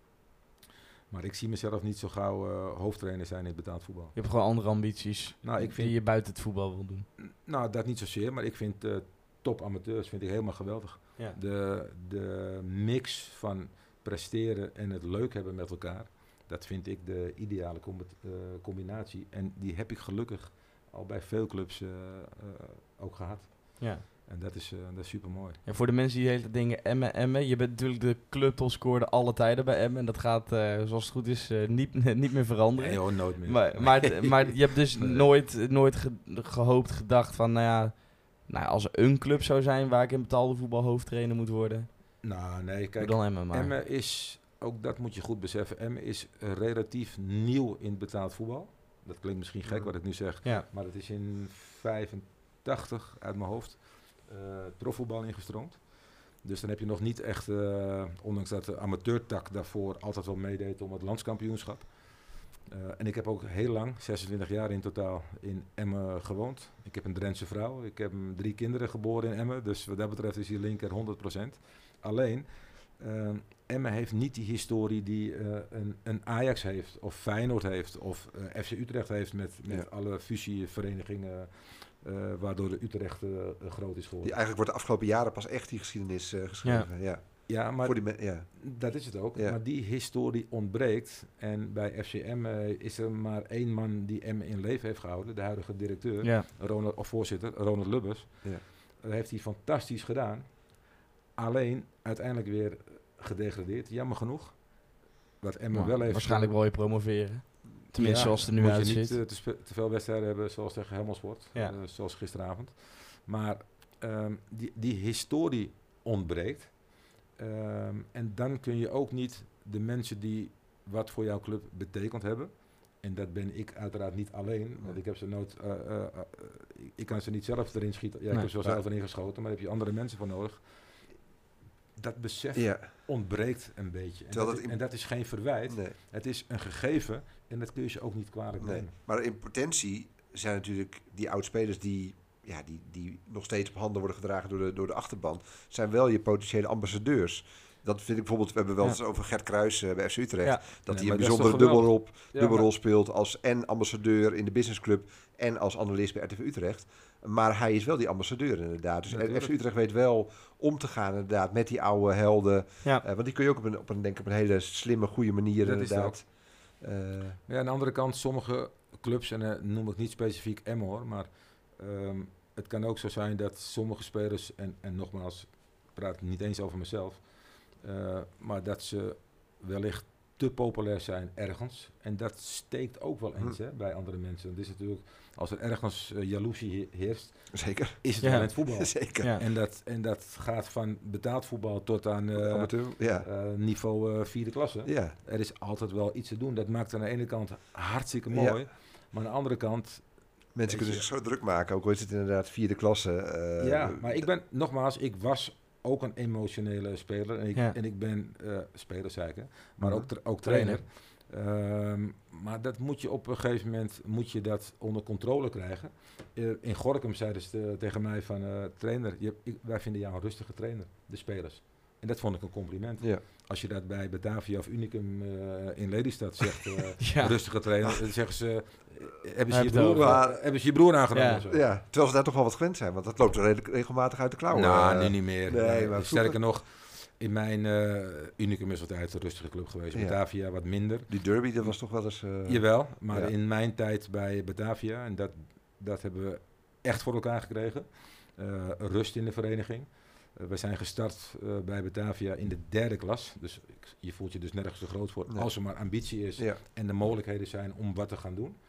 Maar ik zie mezelf niet zo gauw uh, hoofdtrainer zijn in het betaald voetbal. Je hebt gewoon andere ambities nou, ik vind, die je buiten het voetbal wil doen. Nou, dat niet zozeer. Maar ik vind uh, top amateurs vind ik helemaal geweldig. Ja. De, de mix van presteren en het leuk hebben met elkaar. Dat vind ik de ideale com- uh, combinatie. En die heb ik gelukkig al bij veel clubs uh, uh, ook gehad. Ja. En dat is, uh, dat is super mooi. Ja, voor de mensen die de hele dingen Emmen, Emmen. Je bent natuurlijk de clubtopscorer alle tijden bij Emmen. En dat gaat, uh, zoals het goed is, uh, niet, niet meer veranderen. Nee hoor, nooit meer. Maar, maar, maar je hebt dus nee. nooit, nooit ge- gehoopt, gedacht van, nou ja, nou, als er een club zou zijn waar ik in betaalde voetbal hoofdtrainer moet worden. Nou nee, kijk, dan Emmen maar. Emmen is, ook dat moet je goed beseffen, Emmen is uh, relatief nieuw in betaald voetbal. Dat klinkt misschien gek wat ik nu zeg, ja. maar het is in vijfentachtig uit mijn hoofd uh, profvoetbal ingestroomd. Dus dan heb je nog niet echt, uh, ondanks dat de amateurtak daarvoor altijd wel meedeed om het landskampioenschap. Uh, en ik heb ook heel lang, zesentwintig jaar in totaal, in Emmen gewoond. Ik heb een Drentse vrouw, ik heb drie kinderen geboren in Emmen, dus wat dat betreft is hier linker honderd procent. Alleen, uh, Emmen heeft niet die historie die uh, een, een Ajax heeft, of Feyenoord heeft, of uh, F C Utrecht heeft met, met ja. alle fusieverenigingen, uh, waardoor de Utrecht uh, groot is geworden. Die eigenlijk wordt de afgelopen jaren pas echt die geschiedenis uh, geschreven. Ja. Ja. Ja, maar Voor die me- ja. dat is het ook. Ja. Maar die historie ontbreekt. En bij F C M uh, is er maar één man die M in leven heeft gehouden. De huidige directeur, Ja. Ronald, of voorzitter, Ronald Lubbers. Ja. Dat heeft hij fantastisch gedaan. Alleen uiteindelijk weer gedegradeerd. Jammer genoeg. Wat Emmen Nou, wel heeft... waarschijnlijk wil je promoveren. Tenminste, ja, zoals het er nu moet uitziet. je niet uh, te, spe- te veel wedstrijden hebben zoals tegen Helmond Sport. Ja. Uh, zoals gisteravond. Maar um, die, die historie ontbreekt. Um, en dan kun je ook niet de mensen die wat voor jouw club betekend hebben. En dat ben ik uiteraard niet alleen. Want ik heb ze nooit... Uh, uh, uh, ik kan ze niet zelf erin schieten. Ja, ik Nee, heb ze wel ja. zelf erin geschoten. Maar daar heb je andere mensen voor nodig. Dat besef Ja. ontbreekt een beetje. En Terwijl dat, dat in- en dat is geen verwijt. Nee. Het is een gegeven. En dat kun je ze ook niet kwalijk Nee. nemen. Maar in potentie zijn natuurlijk die oudspelers die, ja, die, die nog steeds op handen worden gedragen door de, door de achterban, zijn wel je potentiële ambassadeurs. Dat vind ik bijvoorbeeld, we hebben wel Ja. eens over Gert Kruijs uh, bij F C Utrecht, Ja. dat Nee, hij maar een dat is bijzondere toch geweldig? dubbelrol, Ja, dubbelrol maar- speelt als en ambassadeur in de businessclub en als analist bij R T V Utrecht. Maar hij is wel die ambassadeur inderdaad. Dus Natuurlijk. F C Utrecht weet wel om te gaan inderdaad met die oude helden. Ja. Uh, want die kun je ook op een, op een, denk ik, op een hele slimme, goede manier Dat is inderdaad. Uh, Ja, aan de andere kant, sommige clubs, en uh, noem ik niet specifiek Emmen hoor, maar um, het kan ook zo zijn dat sommige spelers, en, en nogmaals, ik praat niet eens over mezelf, uh, maar dat ze wellicht te populair zijn ergens. En dat steekt ook wel eens Hm. hè, bij andere mensen. Het is natuurlijk, als er ergens uh, jaloezie he- heerst, zeker. is het Ja. wel in het voetbal. Zeker. Ja. En, dat, en dat gaat van betaald voetbal tot aan uh, Amateur, ja. uh, niveau uh, vierde klasse. Ja. Er is altijd wel iets te doen. Dat maakt aan de ene kant hartstikke mooi. Ja. Maar aan de andere kant... Mensen Weet kunnen je- zich zo druk maken, ook al is het inderdaad vierde klasse. uh, ja, maar ik ben, nogmaals, ik was ook een emotionele speler. En ik, Ja. en ik ben uh, speler, zei ik, hè, maar Mhm. ook, tra- ook trainer. Um, maar dat moet je op een gegeven moment moet je dat onder controle krijgen. Uh, in Gorinchem zeiden ze tegen mij van... Uh, trainer, je, ik, wij vinden jou een rustige trainer, de spelers. En dat vond ik een compliment. Ja. Als je dat bij Batavia of Unicum uh, in Lelystad zegt, uh, Ja. rustige trainer, dan zeggen ze, uh, hebben, ze Heb je je het broer, over. uh, hebben ze je broer aangenomen? Ja. of zo? Ja, terwijl ze daar toch wel wat gewend zijn, want dat loopt er redelijk regelmatig uit de klauwen. Nou, Uh, nu niet meer. nee, Nee, maar sterker vroeger- nog, in mijn uh, Unicum is altijd een rustige club geweest. Ja. Batavia wat minder. Die derby, dat was toch wel eens... Uh, Jawel, maar ja. in mijn tijd bij Batavia, en dat, dat hebben we echt voor elkaar gekregen. Uh, rust in de vereniging. Uh, we zijn gestart uh, bij Batavia in de derde klas. Dus ik- je voelt je dus nergens te groot voor. Nee. Als er maar ambitie is Ja. en de mogelijkheden zijn om wat te gaan doen.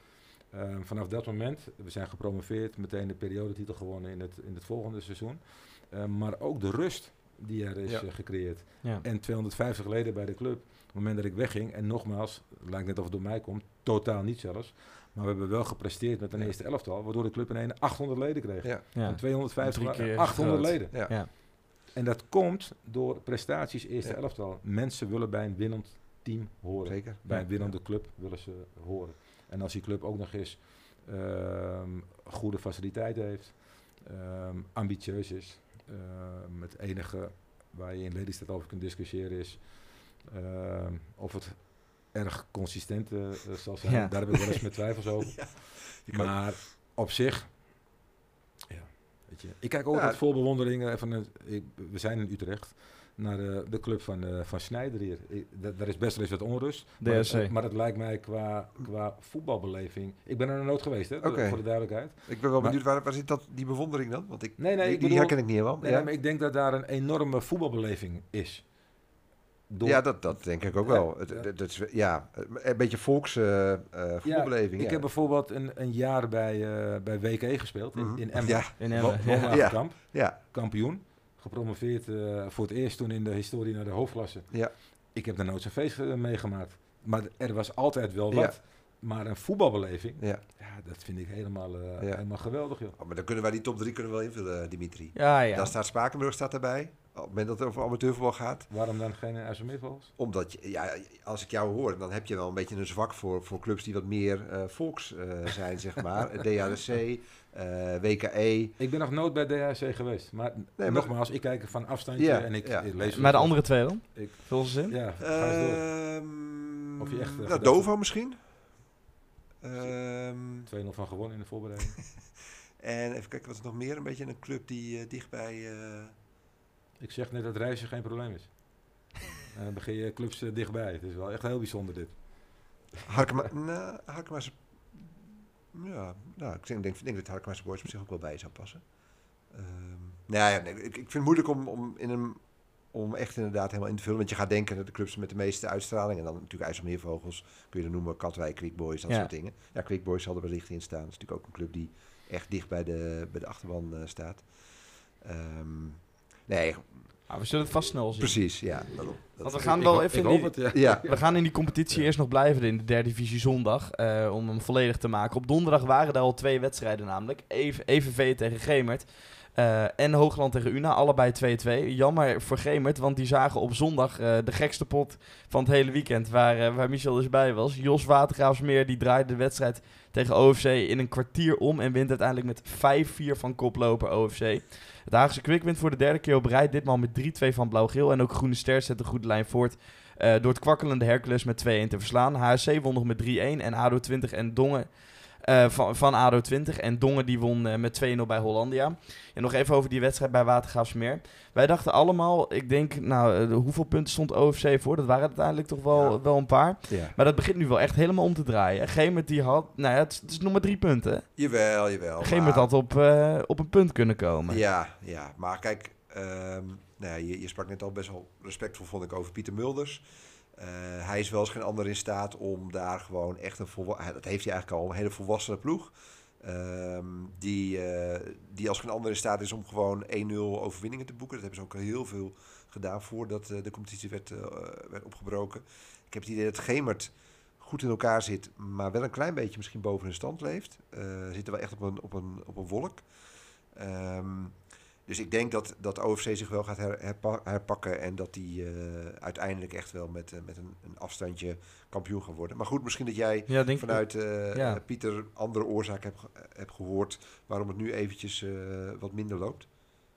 Uh, vanaf dat moment, we zijn gepromoveerd, meteen de periodetitel gewonnen in het, in het volgende seizoen. Uh, maar ook de rust die er is ja. uh, gecreëerd. Ja. En tweehonderdvijftig leden bij de club. Op het moment dat ik wegging, en nogmaals, het lijkt net of het door mij komt, totaal niet zelfs. Maar we hebben wel gepresteerd met een ja. eerste elftal, waardoor de club ineens achthonderd leden kreeg. Ja. Ja. En tweehonderdvijftig, keer achthonderd groot. Leden. Ja. Ja. En dat komt door prestaties eerste ja. elftal. Mensen willen bij een winnend team horen. Zeker. Bij ja. een winnende club willen ze horen. En als die club ook nog eens um, goede faciliteiten heeft, um, ambitieus is, um, het enige waar je in Lelystad over kunt discussiëren is um, of het erg consistent uh, zal zijn. Ja. Daar heb ik wel eens met twijfels over. Ja, maar op zich, ja, weet je, ik kijk altijd ja. vol bewondering van, uh, ik, we zijn in Utrecht, naar de, de club van, uh, van Snijder hier. Ik, d- daar is best wel eens wat onrust. Maar het, maar het lijkt mij qua, qua voetbalbeleving... Ik ben er nog nooit geweest, hè, okay. voor de duidelijkheid. Ik ben wel benieuwd, waar, waar zit dat, die bewondering dan? Want ik, nee, nee, die, ik bedoel, die herken ik niet helemaal. Nee, ja. nee, maar ik denk dat daar een enorme voetbalbeleving is. Door ja, dat, dat denk ik ook wel. Ja, het, ja. Dat is, ja, een beetje volks uh, uh, voetbalbeleving. Ja, ik ja. heb bijvoorbeeld een, een jaar bij, uh, bij W K E gespeeld, mm-hmm. in, in Emmen. Ja. In Emmen. Wo- ja. Kamp, ja. Kampioen. Gepromoveerd uh, voor het eerst toen in de historie naar de hoofdklasse. Ja. Ik heb daar nooit zo'n feest uh, meegemaakt. Maar er was altijd wel wat. Ja. Maar een voetbalbeleving, ja. Ja, dat vind ik helemaal, uh, ja. helemaal geweldig, joh. Oh, maar dan kunnen wij die top drie kunnen wel invullen, Dimitri. Ja, ja. Dan staat Spakenburg staat erbij. Op het moment dat het over amateurvoetbal gaat. Waarom dan geen IJsselmeervogels? Omdat, je, ja, als ik jou hoor, dan heb je wel een beetje een zwak voor, voor clubs die wat meer uh, volks uh, zijn, zeg maar. D H D C, uh, W K E. Ik ben nog nooit bij D H D C geweest. Maar, nee, maar nogmaals, ik kijk van afstandje ja, en ik, ja. ik lees... Maar de andere twee dan? Ik, Vul ze in? Ja, ga eens door. Um, of je echt... Uh, nou, Dovo misschien? Um, twee nul van gewonnen in de voorbereiding. En even kijken, wat is nog meer? Een beetje een club die uh, dichtbij... Uh... Ik zeg net dat reizen geen probleem is. En dan begin je clubs uh, dichtbij. Het is wel echt heel bijzonder dit. Harkema, nou, Harkema's... Ja, nou, ik denk, denk, denk dat Harkema's Boys op zich ook wel bij zou passen. Um, nou ja, nee, ik, ik vind het moeilijk om, om, in een, om echt inderdaad helemaal in te vullen. Want je gaat denken dat de clubs met de meeste uitstraling... en dan natuurlijk IJsselmeervogels, kun je dan noemen, Katwijk, Quick Boys, dat ja. soort dingen. Ja, Quick Boys zal er wellicht in staan. Dat is natuurlijk ook een club die echt dicht bij de, bij de achterban uh, staat. Um, nee... Ah, we zullen het vast snel zien. Precies, ja. Dat, Want we gaan wel even in die, het, ja. Ja. We gaan in die competitie ja. eerst nog blijven in de derde divisie zondag. Uh, om hem volledig te maken. Op donderdag waren er al twee wedstrijden namelijk. Even, E V V tegen Gemert. Uh, en Hoogland tegen Una. Allebei twee-twee. Jammer voor Gemert. Want die zagen op zondag uh, de gekste pot van het hele weekend. Waar, uh, waar Michel dus bij was. Jos Watergraafsmeer die draaide de wedstrijd tegen O F C in een kwartier om. En wint uiteindelijk met vijf vier van koploper O F C. Het Haagse Kwik wint voor de derde keer op rij. Ditmaal met drie twee van Blauw-Geel. En ook Groene Ster zet de goede lijn voort. Uh, door het kwakkelende Hercules met twee-een te verslaan. H S C won nog met drie-een. En A D O twintig en Dongen... Uh, van, van A D O twintig. En Dongen die won uh, met twee nul bij Hollandia. En nog even over die wedstrijd bij Watergraafsmeer. Wij dachten allemaal, ik denk, nou, uh, hoeveel punten stond O F C voor? Dat waren uiteindelijk toch wel, ja. wel een paar. Ja. Maar dat begint nu wel echt helemaal om te draaien. Gemert die had, nou ja, het, het is nog maar drie punten. Jawel, jawel. Gemert had op, uh, op een punt kunnen komen. Ja, ja. Maar kijk, um, nou ja, je, je sprak net al best wel respectvol, vond ik, over Pieter Mulders. Uh, hij is wel eens geen ander in staat om daar gewoon echt een volwassen... Dat heeft hij eigenlijk al, een hele volwassene ploeg. Um, die, uh, die als geen ander in staat is om gewoon één nul overwinningen te boeken. Dat hebben ze ook al heel veel gedaan voordat uh, de competitie werd, uh, werd opgebroken. Ik heb het idee dat Gemert goed in elkaar zit, maar wel een klein beetje misschien boven hun stand leeft. Uh, zitten wel echt op een, op een, op een wolk. Um, Dus ik denk dat, dat O F C zich wel gaat her, herpa, herpakken en dat die uh, uiteindelijk echt wel met, uh, met een, een afstandje kampioen gaan worden. Maar goed, misschien dat jij ja, denk vanuit uh, ja. uh, Pieter andere oorzaken hebt heb gehoord waarom het nu eventjes uh, wat minder loopt.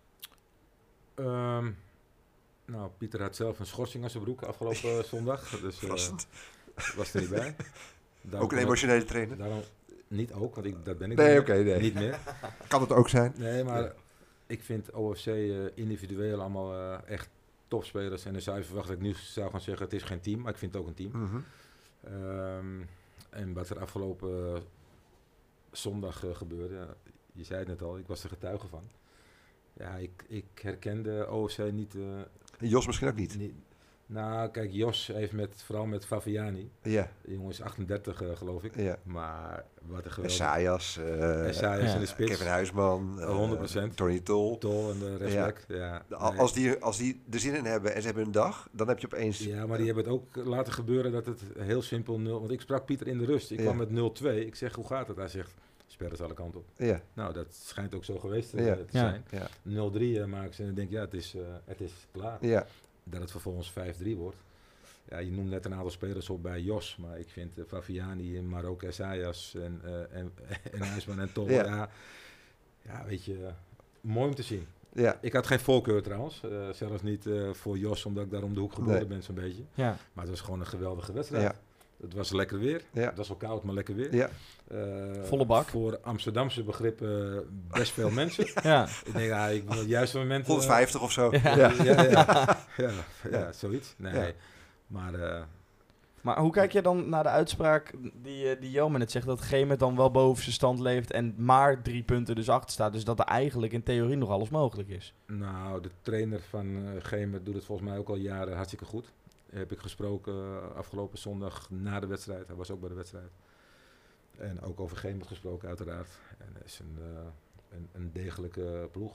Um, nou, Pieter had zelf een schorsing aan zijn broek afgelopen uh, zondag. Dus uh, was er niet bij. Daarom ook een emotionele trainer? Daarom, niet ook, want ik, dat ben ik nee, niet, okay, nee. niet meer. Kan het ook zijn? Nee, maar... Ja. Ik vind O F C uh, individueel allemaal uh, echt topspelers. En dan zou je verwachten dat ik nu zou gaan zeggen, het is geen team, maar ik vind het ook een team. Mm-hmm. Um, en wat er afgelopen uh, zondag uh, gebeurde, uh, je zei het net al, ik was er getuige van. Ja, ik, ik herkende O F C niet... Uh, Jos misschien ook niet? niet Nou, kijk, Jos heeft met, vooral met Faviani. Ja. De jongen is achtendertig, uh, geloof ik. Ja. Maar wat een geweldig... Esaias. Uh, Esaias ja. in de spits. Kevin Huisman. Uh, honderd procent. Tony Tol. Tol en de rechtsback. Ja. Ja. Nee. Als, die, als die er zin in hebben en ze hebben een dag, dan heb je opeens... Ja, maar die hebben het ook laten gebeuren dat het heel simpel nul... Want ik sprak Pieter in de rust. Ik ja. kwam met nul twee. Ik zeg, hoe gaat het? Hij zegt, spelers alle kanten op. Ja. Nou, dat schijnt ook zo geweest te, ja. te ja. zijn. Ja. nul drie uh, maken ze en dan denk ik, ja, het is, uh, het is klaar. Ja. Dat het vervolgens vijf drie wordt. Ja, je noemt net een aantal spelers op bij Jos, maar ik vind uh, Faviani, maar ook Esaias en, uh, en, en Huisman en Tol. Ja. Ja, ja, weet je, uh, mooi om te zien. Ja. Ik had geen voorkeur trouwens, uh, zelfs niet uh, voor Jos, omdat ik daar om de hoek geboren nee. ben zo'n beetje. Ja. Maar het was gewoon een geweldige wedstrijd. Ja. Het was lekker weer. Ja. Het was wel koud, maar lekker weer. Ja. Uh, Volle bak. Voor Amsterdamse begrippen best veel mensen. Ja. Ik denk, ja, ik wil juist op moment... honderdvijftig uh, of zo. Ja, ja, ja, ja, ja, ja, ja zoiets. Nee, ja. maar... Uh, maar hoe kijk je dan naar de uitspraak die, die Jelmer net zegt, dat Gemer dan wel boven zijn stand leeft en maar drie punten dus achter staat. Dus dat er eigenlijk in theorie nog alles mogelijk is. Nou, de trainer van uh, Gemer doet het volgens mij ook al jaren hartstikke goed. Heb ik gesproken uh, afgelopen zondag na de wedstrijd. Hij was ook bij de wedstrijd. En ook over Gemer gesproken uiteraard. En het is een, uh, een, een degelijke ploeg.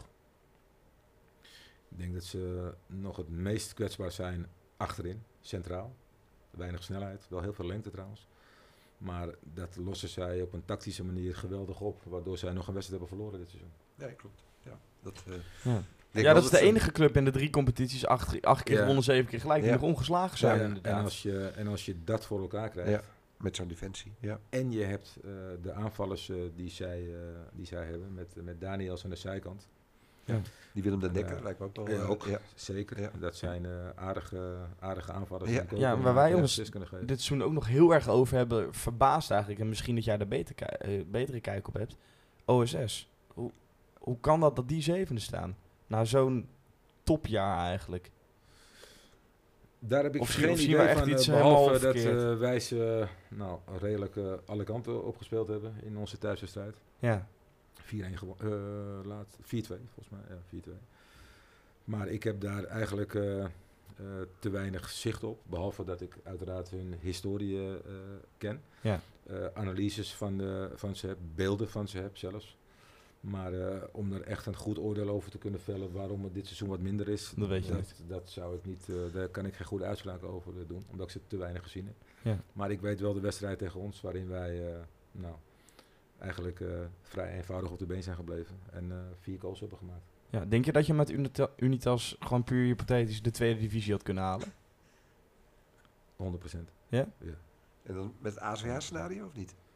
Ik denk dat ze nog het meest kwetsbaar zijn achterin, centraal. Weinig snelheid, wel heel veel lengte trouwens. Maar dat lossen zij op een tactische manier geweldig op. Waardoor zij nog een wedstrijd hebben verloren dit seizoen. Ja, klopt. Ja, dat, uh, ja. ja dat is de enige club in de drie competities. Acht, acht keer gewonnen, ja. zeven keer gelijk. Die ja. nog ongeslagen zijn ja, inderdaad. En als, je, en als je dat voor elkaar krijgt. Ja. Met zo'n defensie. Ja. En je hebt uh, de aanvallers uh, die, zij, uh, die zij hebben. Met, met Daniels aan de zijkant. Ja. Die Willem de Dekker uh, lijkt me ook wel. Ja, ook, ja. Zeker. Ja. Dat zijn uh, aardige, aardige aanvallers. Ja, ja waar wij ons dit seizoen ook nog heel erg over hebben verbaasd eigenlijk. En misschien dat jij er beter ki- uh, betere kijk op hebt. O S S. Hoe, hoe kan dat dat die zevende staan? Nou, zo'n topjaar eigenlijk. Daar heb ik of geen zien idee we echt van, iets uh, behalve dat uh, wij ze nou, redelijk uh, alle kanten opgespeeld hebben in onze thuiswedstrijd. Ja. vier een gewonnen, uh, laat, vier twee volgens mij, ja, vier twee. Maar ik heb daar eigenlijk uh, uh, te weinig zicht op, behalve dat ik uiteraard hun historie uh, ken. Ja. Uh, analyses van, de, van ze heb, beelden van ze heb zelfs. Maar uh, om er echt een goed oordeel over te kunnen vellen waarom het dit seizoen wat minder is, dat weet je dat, niet. Dat zou ik niet, uh, daar kan ik geen goede uitspraken over uh, doen, omdat ik ze te weinig gezien heb. Ja. Maar ik weet wel de wedstrijd tegen ons, waarin wij uh, nou, eigenlijk uh, vrij eenvoudig op de been zijn gebleven en uh, vier goals hebben gemaakt. Ja, denk je dat je met Unita- Unitas gewoon puur hypothetisch de tweede divisie had kunnen halen? honderd procent. Ja? Ja. En dan met het A C H-scenario of niet?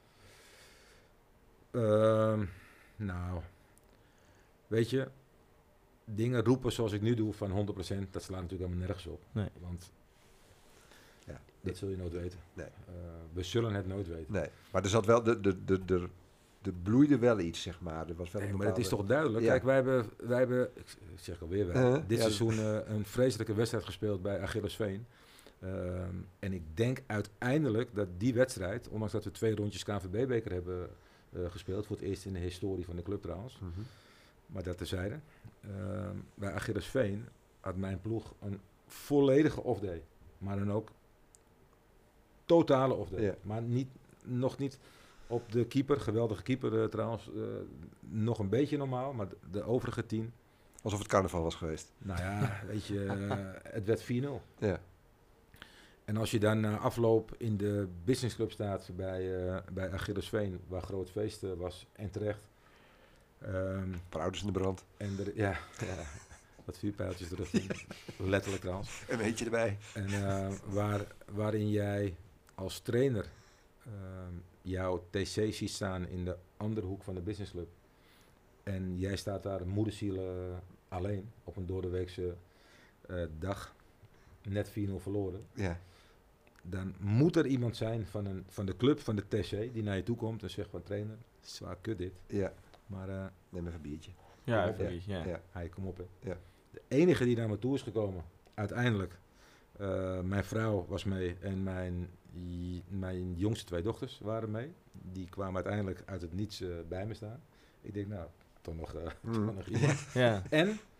Uh, nou, weet je, dingen roepen zoals ik nu doe van honderd procent, dat slaat natuurlijk helemaal nergens op. Nee. Want ja, dat zul je nooit weten. Nee. Uh, we zullen het nooit weten. Nee, maar er zat wel, de, de, de, de, de bloeide wel iets, zeg maar. Er was wel nee, een maar bepaalde... het is toch duidelijk. Ja. Kijk, wij hebben, wij hebben, ik zeg alweer wij, uh, dit ja, seizoen uh, een vreselijke wedstrijd gespeeld bij Achillesveen. Um, en ik denk uiteindelijk dat die wedstrijd, ondanks dat we twee rondjes K N V B-beker hebben uh, gespeeld, voor het eerst in de historie van de club trouwens, mm-hmm. maar dat terzijde, uh, bij Achillesveen had mijn ploeg een volledige off-day, maar dan ook totale off-day, yeah. maar niet, nog niet op de keeper, geweldige keeper uh, trouwens, uh, nog een beetje normaal, maar de, de overige tien. Alsof het carnaval was geweest. Nou ja, weet je, uh, het werd vier nul. Ja. Yeah. En als je dan na uh, afloop in de businessclub staat bij, uh, bij Achillesveen, waar groot feest uh, was en terecht. Um, Parouders in de brand. En er, ja, ja, wat vuurpijltjes terug. Letterlijk trouwens. Een beetje erbij. En uh, waar, waarin jij als trainer uh, jouw T C ziet staan in de andere hoek van de businessclub. En jij staat daar moederziel uh, alleen op een doordeweekse uh, dag. Net vier nul verloren. Ja. Dan moet er iemand zijn van, een, van de club, van de T C, die naar je toe komt en zegt van trainer, zwaar kut dit. Ja. Maar uh, neem even een biertje. Ja, even een biertje. Ja. Ja. Hij, kom op hè. Ja. De enige die naar me toe is gekomen, uiteindelijk, uh, mijn vrouw was mee en mijn, j- mijn jongste twee dochters waren mee. Die kwamen uiteindelijk uit het niets uh, bij me staan. Ik denk nou, toch nog, uh, mm. toch nog iemand. Ja. En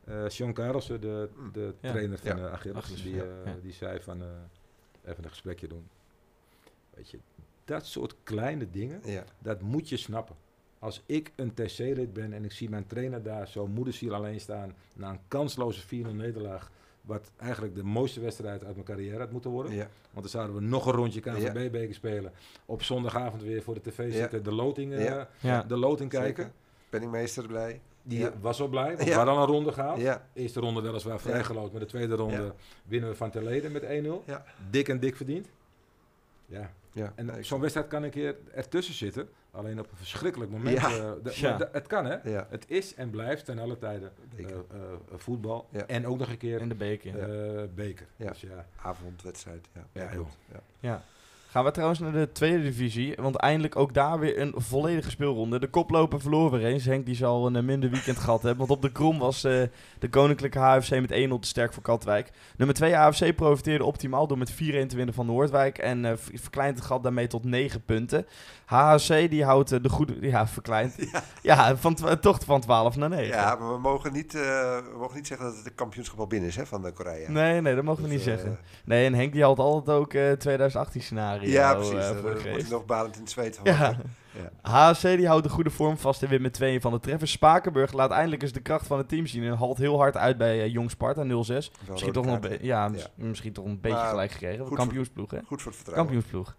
Uh, Sean Karelsen, de, de ja. trainer van ja. uh, Achilles, Achilles, die, ja. uh, Ja. die zei van, uh, even een gesprekje doen. Weet je, dat soort kleine dingen, Ja. dat moet je snappen. Als ik een T C-lid ben en ik zie mijn trainer daar zo moederziel alleen staan na een kansloze vier nul nederlaag, wat eigenlijk de mooiste wedstrijd uit mijn carrière had moeten worden. Ja. Want dan zouden we nog een rondje K N V B-beker Ja. spelen. Op zondagavond weer voor de tv zitten, Ja. de loting, uh, Ja. Ja. de loting kijken. Zeker. Penningmeester blij. Die Ja. was wel blij, want Ja. we hadden al een ronde gehad. Ja. Eerste ronde weliswaar vrijgeloot, maar de tweede ronde Ja. winnen we van Terleden met één nul. Ja. Dik en dik verdiend. Ja. Ja. En Nee, zo'n wedstrijd kan een keer ertussen zitten. Alleen op een verschrikkelijk moment. Ja. Uh, de, Ja. maar de, het kan, hè? Ja. Het is en blijft ten alle tijden uh, Beker. uh, voetbal. Ja. En ook nog een keer In de beker. uh, beker. Ja. Dus ja, Avondwedstrijd. Ja, Ja, ja, joh. goed. Ja. Ja. Gaan we trouwens naar de tweede divisie. Want eindelijk ook daar weer een volledige speelronde. De koploper verloren weer eens. Henk die zal een uh, minder weekend gehad hebben. Want op de Krom was uh, de Koninklijke H F C met één nul te sterk voor Katwijk. Nummer twee H F C profiteerde optimaal door met vier een te winnen van Noordwijk. En uh, verkleint het gat daarmee tot negen punten. H H C die houdt uh, de goede... Ja, verkleind. Ja. Ja, van twa- toch van twaalf naar negen. Ja, maar we mogen, niet, uh, we mogen niet zeggen dat het kampioenschap al binnen is hè, van de Korea. Nee, nee, dat mogen we Dat, niet uh, zeggen. Nee, en Henk die had altijd ook uh, twintig achttien scenario. Ja, uh, precies. voor Daar de wordt geest. hij nog balend in het zweet van. Ja. Ja. H F C die houdt de goede vorm vast en wint met twee van de treffers. Spakenburg laat eindelijk eens de kracht van het team zien en haalt heel hard uit bij uh, Jong Sparta nul zes. Wel Misschien rode toch, nog kaarten. be- ja, mis- Ja. misschien toch een beetje Maar gelijk gekregen. goed Kampioensploeg, hè? Goed voor het vertrouwen. Kampioensploeg.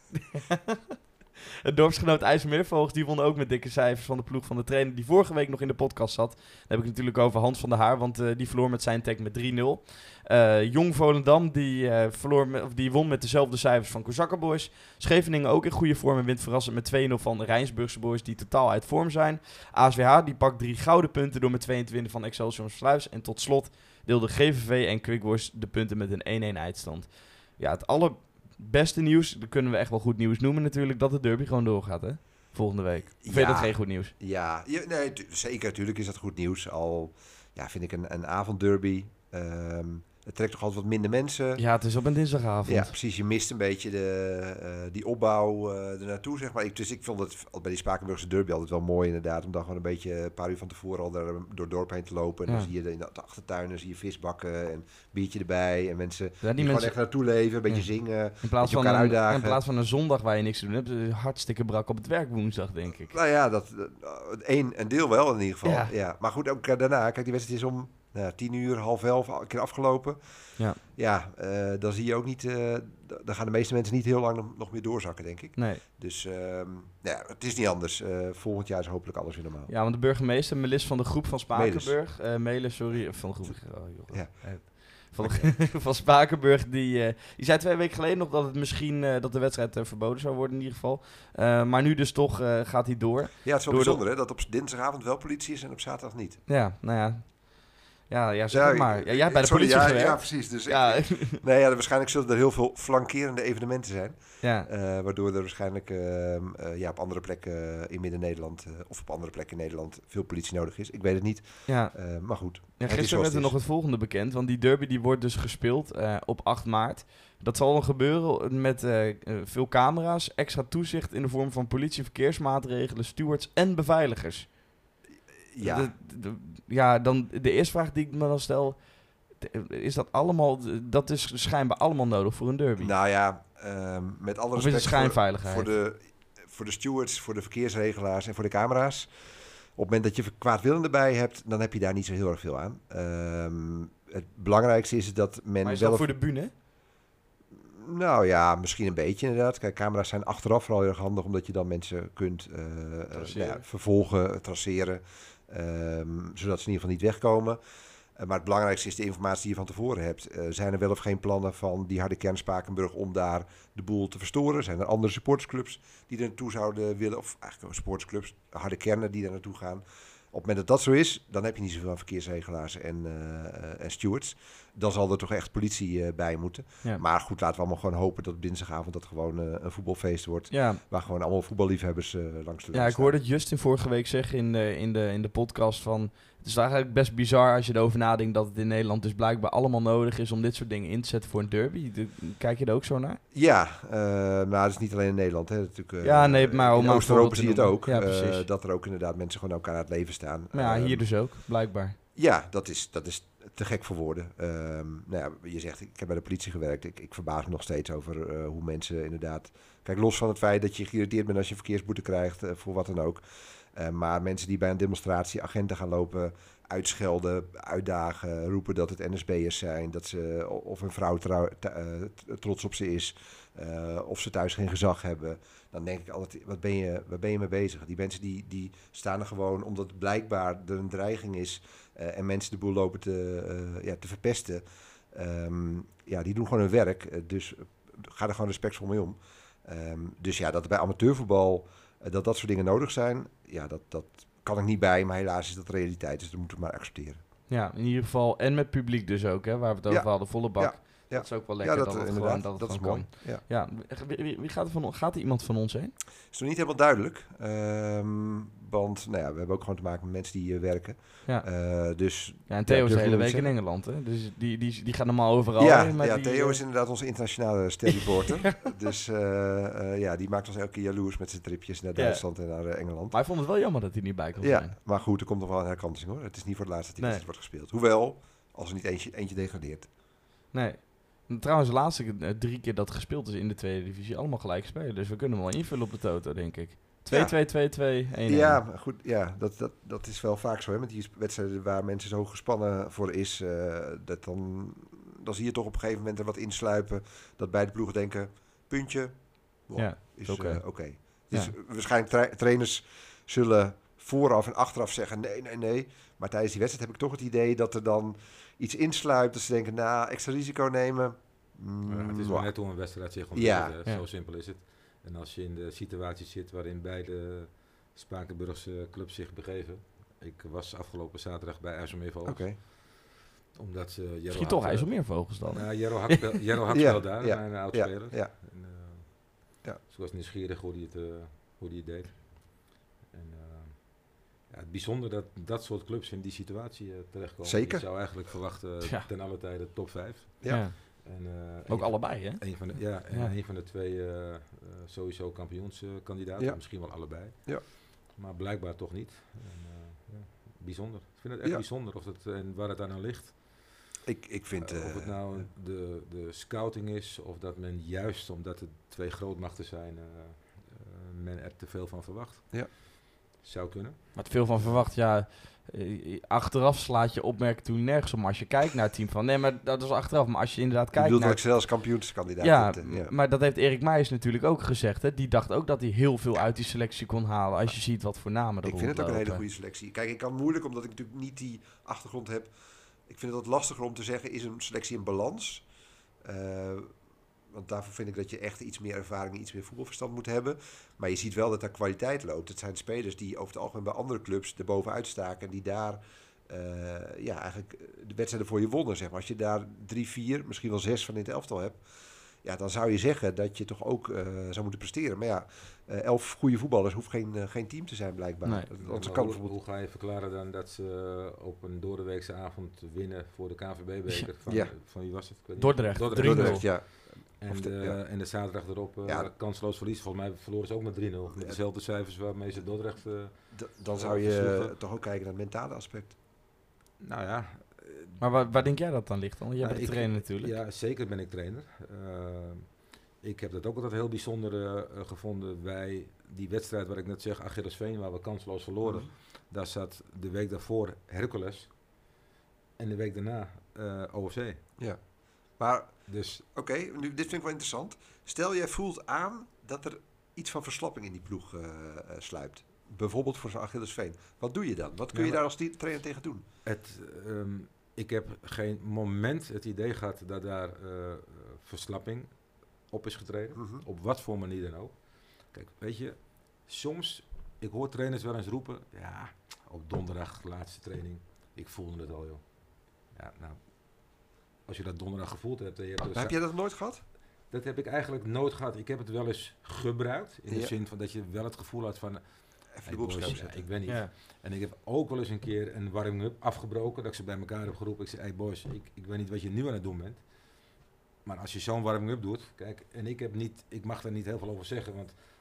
Het dorpsgenoot IJsselmeervogels die won ook met dikke cijfers van de ploeg van de trainer die vorige week nog in de podcast zat. Daar heb ik het natuurlijk over Hans van der Haar, want uh, die verloor met zijn tag met drie nul. Uh, Jong Volendam die, uh, verloor met, of die won met dezelfde cijfers van Kozakkenboys. Scheveningen ook in goede vorm en wint verrassend met twee nul van de Rijnsburgse boys die totaal uit vorm zijn. A S W H die pakt drie gouden punten door met twee een te winnen van Excelsior Sluis. En tot slot deelden G V V en Quickboys de punten met een één een eindstand. Ja, het allerbeste nieuws, dat kunnen we echt wel goed nieuws noemen natuurlijk, dat de derby gewoon doorgaat, hè? Volgende week. Of vind je Ja. dat geen goed nieuws? Ja, ja nee, tu- zeker. Natuurlijk is dat goed nieuws. Al ja, vind ik een, een avondderby. Um, het trekt toch altijd wat minder mensen. Ja, het is op een dinsdagavond. Ja, precies. Je mist een beetje de, uh, die opbouw uh, ernaartoe, zeg maar. Ik, dus ik vond het bij die Spakenburgse derby altijd wel mooi, inderdaad. Om dan gewoon een beetje een paar uur van tevoren al daar door het dorp heen te lopen. En Ja. dan zie je in de achtertuinen zie je visbakken en biertje erbij. En mensen Ja, die, die gewoon mensen, echt naartoe leven, een beetje Ja. zingen. in, plaats je van elkaar een, uitdagen. in plaats van een zondag waar je niks te doen hebt, is het hartstikke brak op het werk woensdag, denk ik. Nou ja, dat, uh, een, een deel wel in ieder geval. Ja. Ja. Maar goed, ook uh, daarna. Kijk, die wedstrijd is om nou, tien uur, half elf, een keer afgelopen. Ja. Ja, uh, dan zie je ook niet... Uh, dan gaan de meeste mensen niet heel lang nog, nog meer doorzakken, denk ik. Nee. Dus um, ja, het is niet anders. Uh, volgend jaar is hopelijk alles weer normaal. Ja, want de burgemeester, Melis van de groep van Spakenburg... Uh, Melis, sorry, van de groep... Oh, joh. Ja. Van, de, van Spakenburg, die, uh, die zei twee weken geleden nog dat het misschien uh, dat de wedstrijd uh, verboden zou worden in ieder geval. Uh, maar nu dus toch uh, gaat hij door. Ja, het is wel Door bijzonder de... hè, dat op dinsdagavond wel politie is en op zaterdag niet. Ja, nou ja... Ja, ja, zeg ja, het maar. Ja, jij hebt bij de sorry, politie ja, gewerkt. ja, precies. Dus Ja. ik, nee, ja, waarschijnlijk zullen er heel veel flankerende evenementen zijn. Ja. Uh, waardoor er waarschijnlijk uh, uh, ja, op andere plekken in Midden-Nederland... Uh, of op andere plekken in Nederland veel politie nodig is. Ik weet het niet. Ja. Uh, maar goed. Ja, gisteren werd er nog het volgende bekend. Want die derby die wordt dus gespeeld uh, op acht maart. Dat zal dan gebeuren met uh, uh, veel camera's, extra toezicht in de vorm van politie, verkeersmaatregelen, stewards en beveiligers. Ja. De, de, de, ja, dan de eerste vraag die ik me dan stel, is dat allemaal, dat is schijnbaar allemaal nodig voor een derby? Nou ja, um, met alle of is respect het schijnveiligheid? Voor, voor, de, voor de stewards, voor de verkeersregelaars en voor de camera's. Op het moment dat je kwaadwillenden erbij hebt, dan heb je daar niet zo heel erg veel aan. Um, het belangrijkste is dat men maar is wel... dat voor de bühne? Nou ja, misschien een beetje inderdaad. Kijk, camera's zijn achteraf vooral heel erg handig, omdat je dan mensen kunt uh, uh, nou ja, vervolgen, traceren, um, zodat ze in ieder geval niet wegkomen. Uh, maar het belangrijkste is de informatie die je van tevoren hebt. Uh, zijn er wel of geen plannen van die harde kern Spakenburg om daar de boel te verstoren? Zijn er andere supportersclubs die er naartoe zouden willen? Of eigenlijk supportersclubs, harde kernen die daar naartoe gaan? Op het moment dat dat zo is, dan heb je niet zoveel aan verkeersregelaars en, uh, en stewards. Dan zal er toch echt politie uh, bij moeten. Ja. Maar goed, laten we allemaal gewoon hopen dat op dinsdagavond dat gewoon uh, een voetbalfeest wordt. Ja. Waar gewoon allemaal voetballiefhebbers uh, langs de Ja, ik hoorde Justin vorige week zeggen in de, in de, in de podcast van... Het is eigenlijk best bizar als je erover nadenkt dat het in Nederland dus blijkbaar allemaal nodig is om dit soort dingen in te zetten voor een derby. De, kijk je er ook zo naar? Ja, uh, nou dat is niet alleen in Nederland. Hè. Natuurlijk, uh, ja, nee, maar in Oost-Europa zie je het ook. Ja, uh, dat er ook inderdaad mensen gewoon elkaar aan het leven staan. Maar ja, uh, hier dus ook, blijkbaar. Ja, dat is, dat is te gek voor woorden. Um, nou ja, je zegt, ik heb bij de politie gewerkt. Ik, ik verbaas me nog steeds over uh, hoe mensen inderdaad... Kijk, los van het feit dat je geïrriteerd bent als je een verkeersboete krijgt, uh, voor wat dan ook. Uh, maar mensen die bij een demonstratie agenten gaan lopen, uitschelden, uitdagen, roepen dat het N S B'ers zijn, dat ze, of een vrouw trouw, t- uh, trots op ze is, uh, of ze thuis geen gezag hebben. Dan denk ik altijd, wat ben je, waar ben je mee bezig? Die mensen die, die staan er gewoon omdat blijkbaar er een dreiging is uh, en mensen de boel lopen te, uh, ja, te verpesten. Um, ja, die doen gewoon hun werk, uh, dus ga er gewoon respectvol mee om. Um, dus ja, dat bij amateurvoetbal uh, dat dat soort dingen nodig zijn, ja, dat, dat kan ik niet bij, maar helaas is dat de realiteit, dus dat moeten we maar accepteren. Ja, in ieder geval, en met publiek dus ook, hè, waar we het over ja. hadden, volle bak. Ja. Ja. Dat is ook wel lekker, ja, dat, dat het inderdaad, gewoon, dat het dat gewoon is kan. mooi. Ja. Ja, wie, wie, wie gaat, er van, gaat er iemand van ons heen? Is nog niet helemaal duidelijk. Um, want nou ja, we hebben ook gewoon te maken met mensen die uh, werken. Ja. Uh, dus, ja, en Theo ja, is de hele week zeggen. in Engeland, hè? Dus die, die, die gaat normaal overal ja, heen. Maar ja, die, Theo uh, is inderdaad onze internationale sterreporter. dus uh, uh, ja, die maakt ons elke keer jaloers met zijn tripjes naar Duitsland ja. en naar uh, Engeland. Maar hij vond het wel jammer dat hij niet bij kon ja, zijn. Maar goed, er komt nog wel een herkansing hoor. Het is niet voor het laatst dat die nee. wedstrijd wordt gespeeld. Hoewel, als er niet eentje, eentje degradeert. Nee. Trouwens, de laatste uh, drie keer dat gespeeld is in de tweede divisie, allemaal gelijk spelen. Dus we kunnen hem wel invullen op de toto, denk ik. twee twee twee twee één één. Ja, maar goed, ja, dat, dat, dat is wel vaak zo. Hè, met die wedstrijden waar mensen zo gespannen voor is. Uh, dat dan, dan zie je toch op een gegeven moment er wat insluipen. Dat beide ploegen denken, puntje, wow, ja, is oké. Okay. Uh, okay. Dus ja. waarschijnlijk tra- trainers zullen vooraf en achteraf zeggen nee, nee, nee. Maar tijdens die wedstrijd heb ik toch het idee dat er dan iets insluipt. Dat ze denken, nou, extra risico nemen. Mm, ja, het is wel net hoe een wedstrijd zich ontwikkelt. Ja. Ja. Zo simpel is het. En als je in de situatie zit waarin beide Spakenburgse clubs zich begeven. Ik was afgelopen zaterdag bij IJsselmeervogels. Okay. Omdat ze... Uh, Misschien toch IJsselmeervogels dan? Ja, Jero Hakspel, Jero Hakspel ja, daar, ja, mijn oudspeler. Ja, ja. En, uh, ja. Dus ik was nieuwsgierig hoe hij het, uh, hoe die het deed. En, uh, ja, het bijzonder dat dat soort clubs in die situatie uh, terechtkomen. Zeker. Je zou eigenlijk verwachten uh, ja. ten alle tijde top vijf. Ja. ja. En, uh, ook een, allebei, hè? Een van de, ja, en ja. een van de twee uh, uh, sowieso kampioenskandidaten. Uh, misschien wel allebei. Ja. Maar blijkbaar toch niet. En, uh, ja, bijzonder. Ik vind het echt ja. bijzonder of het, en waar het aan ligt. Ik, ik vind... Uh, of het nou uh, de, de scouting is, of dat men juist, omdat het twee grootmachten zijn, uh, uh, men er te veel van verwacht. Ja. Zou kunnen. Maar te veel van verwacht, ja... Uh, achteraf slaat je opmerking toen nergens om. Als je kijkt naar het team van... Nee, maar dat is achteraf. Maar als je inderdaad kijkt naar... Je naar... bedoelt dat ik zelfs kampioenskandidaat ja, heb, ja, maar dat heeft Erik Meijers natuurlijk ook gezegd. Hè? Die dacht ook dat hij heel veel uit die selectie kon halen. Als je ziet wat voor namen er Ik vind het ook lopen. een hele goede selectie. Kijk, ik kan moeilijk, omdat ik natuurlijk niet die achtergrond heb. Ik vind het wat lastiger om te zeggen, is een selectie in balans? Uh, Want daarvoor vind ik dat je echt iets meer ervaring, iets meer voetbalverstand moet hebben. Maar je ziet wel dat daar kwaliteit loopt. Het zijn spelers die over het algemeen bij andere clubs erbovenuit staken. En die daar uh, ja, eigenlijk de wedstrijden voor je wonnen. Zeg maar. Als je daar drie, vier, misschien wel zes van in het elftal hebt. Ja, dan zou je zeggen dat je toch ook uh, zou moeten presteren. Maar ja, uh, elf goede voetballers hoeft geen, uh, geen team te zijn blijkbaar. Nee. Ja, kan hoe, bijvoorbeeld... hoe ga je verklaren dan dat ze op een doordeweekse avond winnen voor de K N V B-beker? Van, ja. van wie was het? Ik weet Dordrecht. Dordrecht. Dordrecht, ja. En de, ja. en de zaterdag erop uh, ja. kansloos verlies. Volgens mij verloren ze ook met drie nul. Met dezelfde cijfers waarmee ze Dordrecht... Uh, D- dan zou je versloegen. Toch ook kijken naar het mentale aspect. Nou ja... Uh, maar waar, waar denk jij dat dan ligt dan? Jij nou, bent ik, trainer natuurlijk. Ja, zeker ben ik trainer. Uh, ik heb dat ook altijd heel bijzonder uh, gevonden. Wij, die wedstrijd waar ik net zeg, Achillesveen, waar we kansloos verloren. Mm. Daar zat de week daarvoor Hercules. En de week daarna uh, O F C. Ja. Maar... Dus, Oké, okay, nu dit vind ik wel interessant. Stel, jij voelt aan dat er iets van verslapping in die ploeg uh, uh, sluipt. Bijvoorbeeld voor zo'n Achillesveen. Wat doe je dan? Wat kun ja, je daar als trainer tegen doen? Het, um, ik heb geen moment het idee gehad dat daar uh, verslapping op is getreden. Mm-hmm. Op wat voor manier dan ook. Kijk, weet je, soms, ik hoor trainers wel eens roepen, ja, op donderdag, laatste training, ik voelde het al, joh. Ja, nou... Als je dat donderdag gevoeld hebt... En je hebt heb je dat nooit gehad? Dat heb ik eigenlijk nooit gehad. Ik heb het wel eens gebruikt. In ja. de zin van dat je wel het gevoel had van... Even hey, de boel boys, ja, ik weet niet. Ja. En ik heb ook wel eens een keer een warming-up afgebroken. Dat ik ze bij elkaar heb geroepen. Ik zei, hey boys, ik, ik weet niet wat je nu aan het doen bent. Maar als je zo'n warming-up doet... Kijk, en ik, heb niet, ik mag daar niet heel veel over zeggen. Want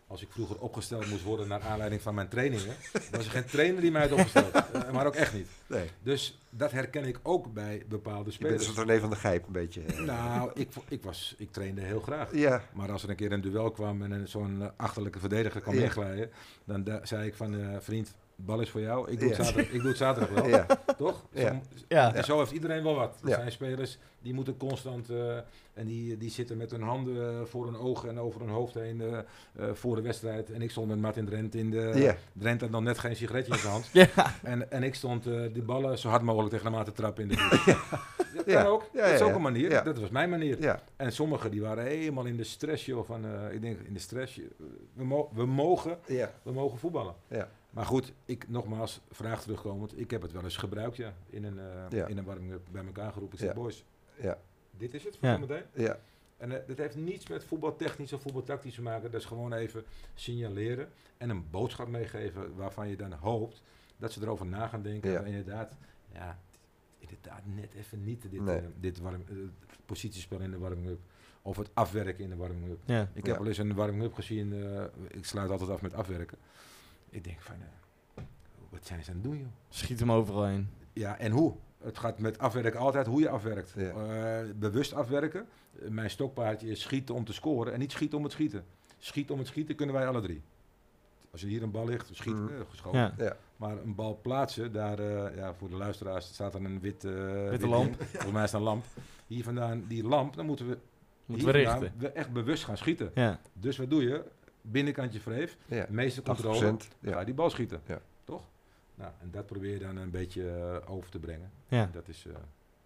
als ik vroeger opgesteld moest worden naar aanleiding van mijn trainingen, was er geen trainer die mij had opgesteld. Uh, maar ook echt niet. Nee. Dus dat herken ik ook bij bepaalde spelers. Je bent een soort René van der Gijp een beetje. Nou, ik, ik, was, ik trainde heel graag. Ja. Maar als er een keer een duel kwam en een, zo'n uh, achterlijke verdediger kwam ja. inglijden, dan da- zei ik van, uh, vriend, bal is voor jou. Ik doe, ja. het, zaterdag, ik doe het zaterdag wel. Ja. Toch? Ja. Zo, Ja. en zo heeft iedereen wel wat. Er Ja. zijn spelers die moeten constant uh, en die, die zitten met hun handen uh, voor hun ogen en over hun hoofd heen uh, uh, voor de wedstrijd. En ik stond met Martin Drent in de... Ja. Drent had nog net geen sigaretje in zijn hand. Ja. En, en ik stond uh, die ballen zo hard mogelijk tegen hem aan te trappen in de buurt. Ja. Dat kan Ja. ook. Ja, dat is ja, ook ja. een manier. Ja. Dat was mijn manier. Ja. En sommigen die waren helemaal in de stress, joh. Van, uh, ik denk, in de stress. We, mo- we, mogen, Ja. we mogen voetballen. Ja. Maar goed, ik nogmaals, vraag terugkomend. Ik heb het wel eens gebruikt, ja. In een, uh, Ja. in een warming-up bij elkaar geroepen. Ik Ja. zeg, boys, Ja. dit is het voor Ja. zometeen. Ja. En uh, dat heeft niets met voetbaltechnisch of voetbaltactisch te maken. Dat is gewoon even signaleren en een boodschap meegeven waarvan je dan hoopt dat ze erover na gaan denken. Ja. En inderdaad, ja, inderdaad net even niet dit, Nee. uh, dit warm, uh, positiespel in de warming-up. Of het afwerken in de warming-up. Ja. Ik Ja. heb al eens een warming-up gezien. Uh, ik sluit altijd af met afwerken. Ik denk van, uh, wat zijn ze aan het doen, joh? Schiet hem overal heen. Ja, en hoe? Het gaat met afwerken altijd hoe je afwerkt. Ja. Uh, bewust afwerken. Uh, mijn stokpaardje is schieten om te scoren en niet schieten om het schieten. Schieten om het schieten kunnen wij alle drie. Als er hier een bal ligt, schieten, Mm. uh, geschoten. Ja. Ja. Maar een bal plaatsen, daar, uh, ja, voor de luisteraars staat er een wit, uh, wit lamp. ding. Volgens mij is het een lamp. Hier vandaan, die lamp, dan moeten we, Moeten we hier vandaan richten. we echt bewust gaan schieten. Ja. Dus wat doe je? Binnenkantje vreef, Ja. meeste tachtig controle, procent. ga je Ja. die bal schieten. Ja. Toch? Nou, en dat probeer je dan een beetje uh, over te brengen. Ja. En dat is, uh,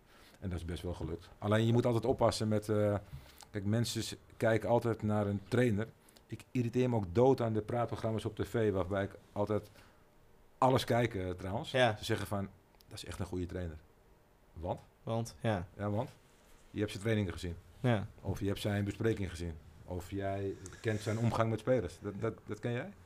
en dat is best wel gelukt. Alleen je moet altijd oppassen met... Uh, kijk, mensen s- kijken altijd naar een trainer. Ik irriteer me ook dood aan de praatprogramma's op tv... waarbij ik altijd alles kijk uh, trouwens. Ja. Ze zeggen van, dat is echt een goede trainer. Want? Want, ja. Ja, want? Je hebt zijn trainingen gezien. Ja. Of je hebt zijn bespreking gezien. Of jij kent zijn omgang met spelers. Dat, dat, dat ken jij?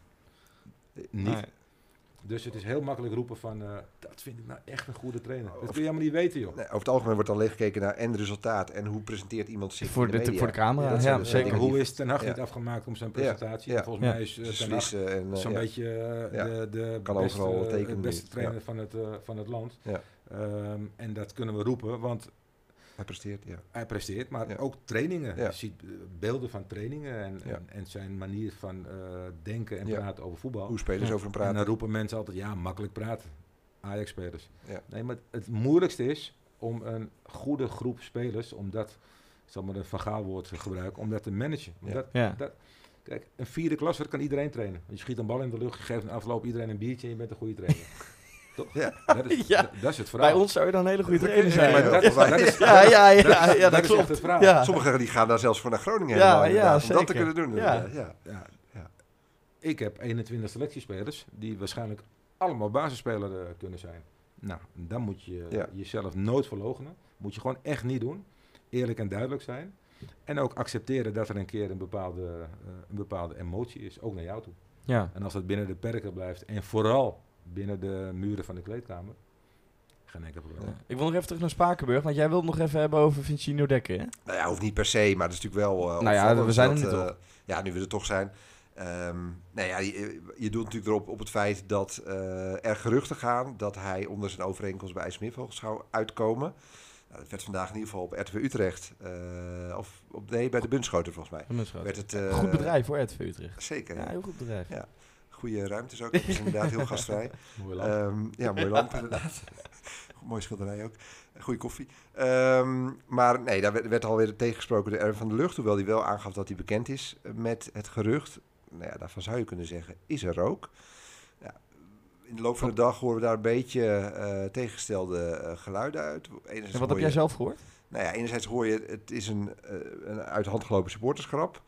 Niet. Nee. Dus het is heel makkelijk roepen van, uh, dat vind ik nou echt een goede trainer. Dat kun je helemaal niet weten, joh. Nee, over het algemeen wordt alleen gekeken naar en resultaat en hoe presenteert iemand zich Voor in de, de, media. voor de camera, Dat ja, zijn de zeker. dingen Hoe die is Ten Hag Ja. niet afgemaakt om zijn Ja. presentatie? Ja. Volgens Ja. mij is uh, Ten Hag beslissen en, uh, zo'n ja. beetje uh, Ja. de, de Kan beste, overal uh, tekenen beste nu. trainer Ja. van, het, uh, van het land. Ja. Um, en dat kunnen we roepen, want Hij presteert, ja. hij presteert, maar Ja. ook trainingen. Ja. Je ziet uh, beelden van trainingen en, Ja. en, en zijn manier van uh, denken en Ja. praten over voetbal. Hoe spelers Ja. over hem En praten. dan roepen mensen altijd, ja, makkelijk praten. Ajax-spelers. Ja. Nee, maar het moeilijkste is om een goede groep spelers, om dat, ik zal maar een vergaalwoord gebruiken, om dat te managen. Ja. Omdat, Ja. dat, kijk, een vierde klasser kan iedereen trainen. Je schiet een bal in de lucht, je geeft een afloop iedereen een biertje en je bent een goede trainer. Toch? Ja. Dat is, Ja. dat, dat is het verhaal. Bij ons zou je dan een hele goede trainer zijn. maar hoor. dat- dat, dat is, Ja, ja, ja, dat is- ja, dat dat is echt klopt. het verhaal. Ja. Sommigen die gaan daar zelfs voor naar Groningen Ja, helemaal ja, inderdaad, om dat te zeker. kunnen doen. Ja. inderdaad, Ja. Ja. Ja. Ik heb eenentwintig selectiespelers die waarschijnlijk allemaal basisspeler uh, kunnen zijn. Nou, dan moet je Ja. jezelf nooit verloochenen. Moet je gewoon echt niet doen. Eerlijk en duidelijk zijn. En ook accepteren dat er een keer een bepaalde, uh, een bepaalde emotie is, ook naar jou toe. Ja. En als dat binnen de perken blijft en vooral binnen de muren van de kleedkamer, geen enkel probleem. Ja. Ik wil nog even terug naar Spakenburg, want jij wilt nog even hebben over Vincino Dekker, hè? Nou ja, hoeft niet per se, maar het is natuurlijk wel. Uh, Nou ja, opvallend we zijn er dat, nu eh, toch. Ja, nu we er toch zijn. Um, nou ja, je, je doet natuurlijk erop op het feit dat uh, er geruchten gaan dat hij onder zijn overeenkomst bij IJsselmeervogels zou uitkomen. Nou, dat werd vandaag in ieder geval op R T V Utrecht, uh, of op, nee, bij de Bunschoten volgens mij. Werd het, uh, goed bedrijf hoor, R T V Utrecht. Zeker. Ja, heel goed bedrijf. Ja. Goede ruimtes ook, dat is inderdaad heel gastvrij. Mooi land. Um, ja, mooi lamp inderdaad. Mooie schilderij ook. Goeie koffie. Um, maar nee, daar werd, werd alweer tegengesproken door Erwin van der Lucht. Hoewel hij wel aangaf dat hij bekend is met het gerucht. Nou ja, daarvan zou je kunnen zeggen, is er ook. Ja, in de loop van de dag horen we daar een beetje uh, tegengestelde uh, geluiden uit. En wat heb jij zelf gehoord? Nou ja, enerzijds hoor je, het is een, uh, een uit de hand gelopen supportersgrap.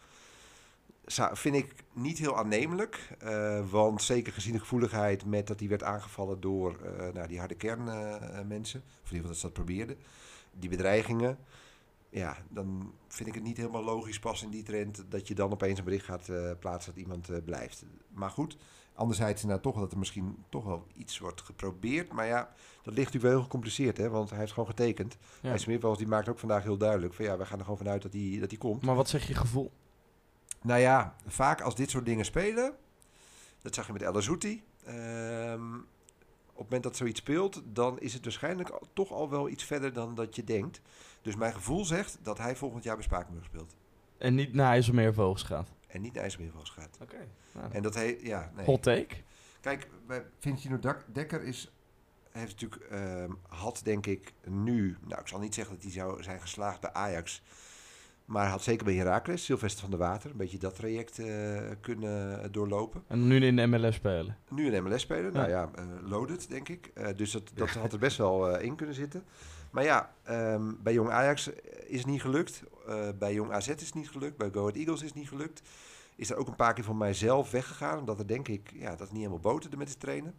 Zou, vind ik niet heel aannemelijk. Uh, want zeker gezien de gevoeligheid met dat hij werd aangevallen door uh, nou, die harde kernmensen. Uh, of in ieder geval dat ze dat probeerden. Die bedreigingen. Ja, dan vind ik het niet helemaal logisch pas in die trend dat je dan opeens een bericht gaat uh, plaatsen dat iemand uh, blijft. Maar goed, anderzijds nou toch dat er misschien toch wel iets wordt geprobeerd. Maar ja, dat ligt natuurlijk wel heel gecompliceerd, hè, want hij heeft gewoon getekend. Ja. IJsselmeervogels die maakt ook vandaag heel duidelijk van ja, we gaan er gewoon vanuit dat hij dat hij komt. Maar wat zeg je gevoel? Nou ja, vaak als dit soort dingen spelen, dat zag je met El Azzouti. Um, op het moment dat zoiets speelt, dan is het waarschijnlijk al, toch al wel iets verder dan dat je denkt. Dus mijn gevoel zegt dat hij volgend jaar bij Spakenburg speelt. En niet naar IJsselmeervogels gaat. En niet naar IJsselmeervogels gaat. Oké. Okay. Nou. En dat hij, ja, nee. Hot take. Kijk, bij Vincino Dekker is, heeft natuurlijk, um, had denk ik nu, nou ik zal niet zeggen dat hij zou zijn geslaagd bij Ajax, maar had zeker bij Heracles, Sylvester van der Water, een beetje dat traject uh, kunnen doorlopen. En nu in de M L S spelen? Nu in de M L S spelen, ja. nou ja, uh, loaded denk ik. Uh, dus dat, dat had er best wel uh, in kunnen zitten. Maar ja, um, bij Jong Ajax is het niet gelukt. Uh, bij Jong A Z is het niet gelukt. Bij Go Ahead Eagles is het niet gelukt. Is er ook een paar keer van mijzelf weggegaan. Omdat er denk ik, ja, dat het niet helemaal boterde met de trainer.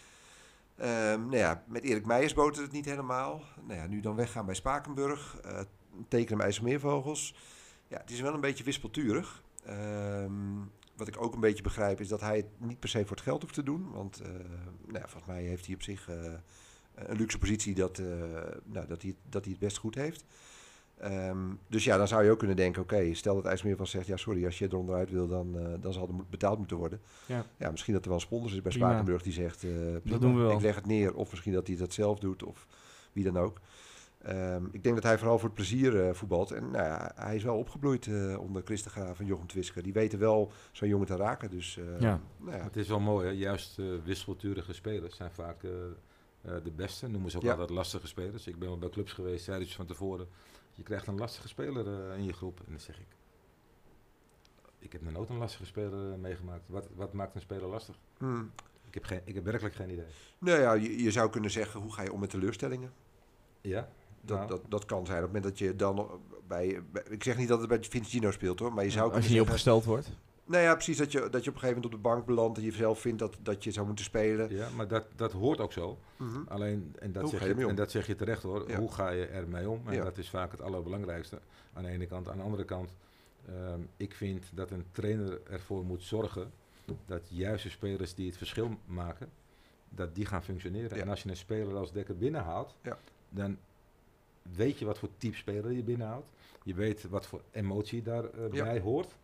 Um, nou ja, met Erik Meijers boterde het niet helemaal. Nou ja, nu dan weggaan bij Spakenburg. Uh, tekenen bij IJsselmeervogels. Ja, het is wel een beetje wispelturig. Um, wat ik ook een beetje begrijp is dat hij het niet per se voor het geld hoeft te doen. Want uh, nou ja, volgens mij heeft hij op zich uh, een luxe positie dat, uh, nou, dat, hij, dat hij het best goed heeft. Um, dus ja, dan zou je ook kunnen denken, oké, okay, stel dat IJsselmeervogels zegt, ja sorry, als je er onderuit wil, dan, uh, dan zal er betaald moeten worden. Ja. ja, misschien dat er wel een sponsor is bij Spakenburg die zegt, uh, prima, dat doen we wel. Ik leg het neer. Of misschien dat hij dat zelf doet, of wie dan ook. Um, ik denk dat hij vooral voor het plezier uh, voetbalt. En nou ja, hij is wel opgebloeid uh, onder Chris de Graaf en Jochem Twiske. Die weten wel zo'n jongen te raken. Dus, uh, ja. Nou ja. Het is wel mooi, hè? Juist uh, wisselturige spelers zijn vaak uh, uh, de beste. Noemen ze ook ja. altijd lastige spelers. Ik ben wel bij clubs geweest, zeiden ze van tevoren. Je krijgt een lastige speler uh, in je groep. En dan zeg ik, ik heb nog nooit een lastige speler uh, meegemaakt. Wat, wat maakt een speler lastig? Hmm. Ik, heb geen, ik heb werkelijk geen idee. Nou ja, je, je zou kunnen zeggen, hoe ga je om met teleurstellingen? Ja. Dat, nou. dat, dat kan zijn. Op het moment dat je dan bij, bij... Ik zeg niet dat het bij Vincino speelt hoor, maar je zou ja, kunnen als je niet zeggen, opgesteld wordt. Nou ja, precies. Dat je, dat je op een gegeven moment op de bank belandt en je zelf vindt dat, dat je zou moeten spelen. Ja, maar dat, dat hoort ook zo. Mm-hmm. Alleen, en dat, zeg je, en dat zeg je terecht hoor, ja. Hoe ga je ermee om? En ja. Dat is vaak het allerbelangrijkste aan de ene kant. Aan de andere kant, um, ik vind dat een trainer ervoor moet zorgen dat juist de spelers die het verschil maken, dat die gaan functioneren. Ja. En als je een speler als Dekker binnenhaalt, ja. dan weet je wat voor type speler je binnenhaalt. Je weet wat voor emotie daarbij uh, ja. hoort.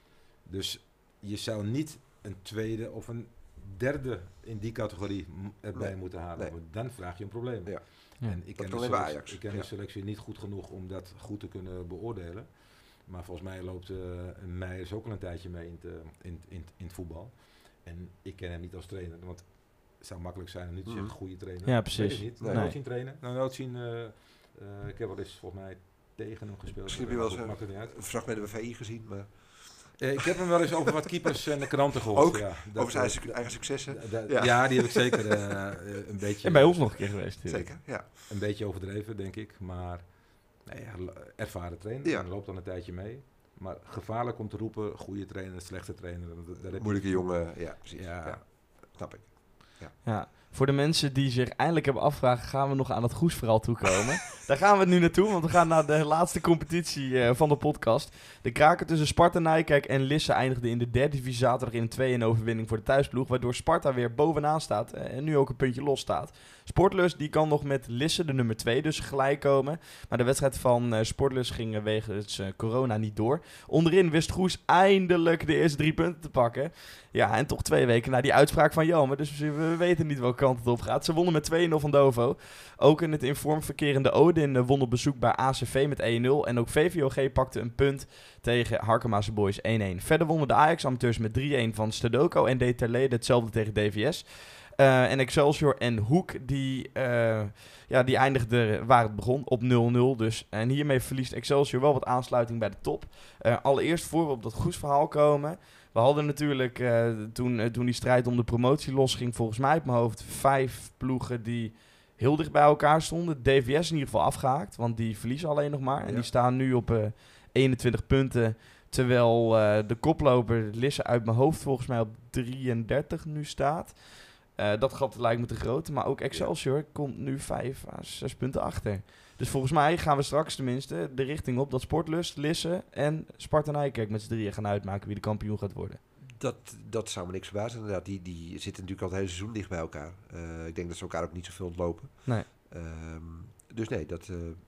Dus je zou niet een tweede of een derde in die categorie erbij nee. moeten halen. Nee. Dan vraag je een probleem. Ja. Ja. En ik ken, de selectie, ik ken ja. de selectie niet goed genoeg om dat goed te kunnen beoordelen. Maar volgens mij loopt uh, Meijers ook al een tijdje mee in, te, in, in, in het voetbal. En ik ken hem niet als trainer. Want het zou makkelijk zijn om niet te zeggen mm. goede trainer. Ja, precies. Niet. Nee. Nooit zien trainen. Nou, nooit zien... Uh, uh, ik heb wel eens volgens mij tegen hem gespeeld. Misschien heb je wel eens een, een fragment bij V I gezien, maar... Uh, ik heb hem wel eens over wat keepers en de kranten gehoord. Ook? Ja, over zijn eigen, eigen successen? Da, da, ja. ja, die heb ik zeker uh, een beetje... En bij ons nog een keer geweest. Zeker, ja. Een beetje overdreven, denk ik. Maar nou ja, ervaren trainer. Ja. En loopt dan een tijdje mee. Maar gevaarlijk om te roepen, goede trainer, slechte trainer. Dat, dat Moeilijke jongen, ja, precies. Ja. Ja. Snap ik. Ja. Ja. Voor de mensen die zich eindelijk hebben afgevraagd, gaan we nog aan het Goes-verhaal toekomen. Daar gaan we nu naartoe, want we gaan naar de laatste competitie uh, van de podcast. De kraker tussen Sparta Nijkerk en Lisse eindigde in de derde divisie zaterdag in een twee een overwinning voor de thuisploeg, waardoor Sparta weer bovenaan staat uh, en nu ook een puntje los staat. Sportlust die kan nog met Lisse, de nummer twee, dus gelijk komen. Maar de wedstrijd van uh, Sportlust ging uh, wegens uh, corona niet door. Onderin wist Goes eindelijk de eerste drie punten te pakken. Ja, en toch twee weken na die uitspraak van Jelmer, dus we, we weten niet welke kant het op gaat. Ze wonnen met twee nul van Dovo. Ook in het in vorm verkerende Odin uh, won op bezoek bij A C V met één nul. En ook V V O G pakte een punt tegen Harkemaanse Boys één een. Verder wonnen de Ajax-amateurs met drie een van Stedoko en deed Terlede hetzelfde tegen D V S. Uh, en Excelsior en Hoek, die, uh, ja, die eindigden waar het begon, op nul nul dus. En hiermee verliest Excelsior wel wat aansluiting bij de top. Uh, allereerst voor we op dat Goes verhaal komen. We hadden natuurlijk, uh, toen, uh, toen die strijd om de promotie losging, volgens mij uit mijn hoofd, vijf ploegen die heel dicht bij elkaar stonden. D V S in ieder geval afgehaakt, want die verliezen alleen nog maar. En ja. die staan nu op uh, eenentwintig punten, terwijl uh, de koploper Lisse uit mijn hoofd volgens mij op drieëndertig nu staat. Uh, dat gat lijkt me te groot, maar ook Excelsior ja. komt nu vijf à zes punten achter. Dus volgens mij gaan we straks tenminste de richting op dat Sportlust, Lisse en Sparta Nijkerk met z'n drieën gaan uitmaken wie de kampioen gaat worden. Dat, dat zou me niks verbazen inderdaad. Die, die zitten natuurlijk al het hele seizoen dicht bij elkaar. Uh, ik denk dat ze elkaar ook niet zoveel ontlopen. Nee. Um, dus nee, dat, uh,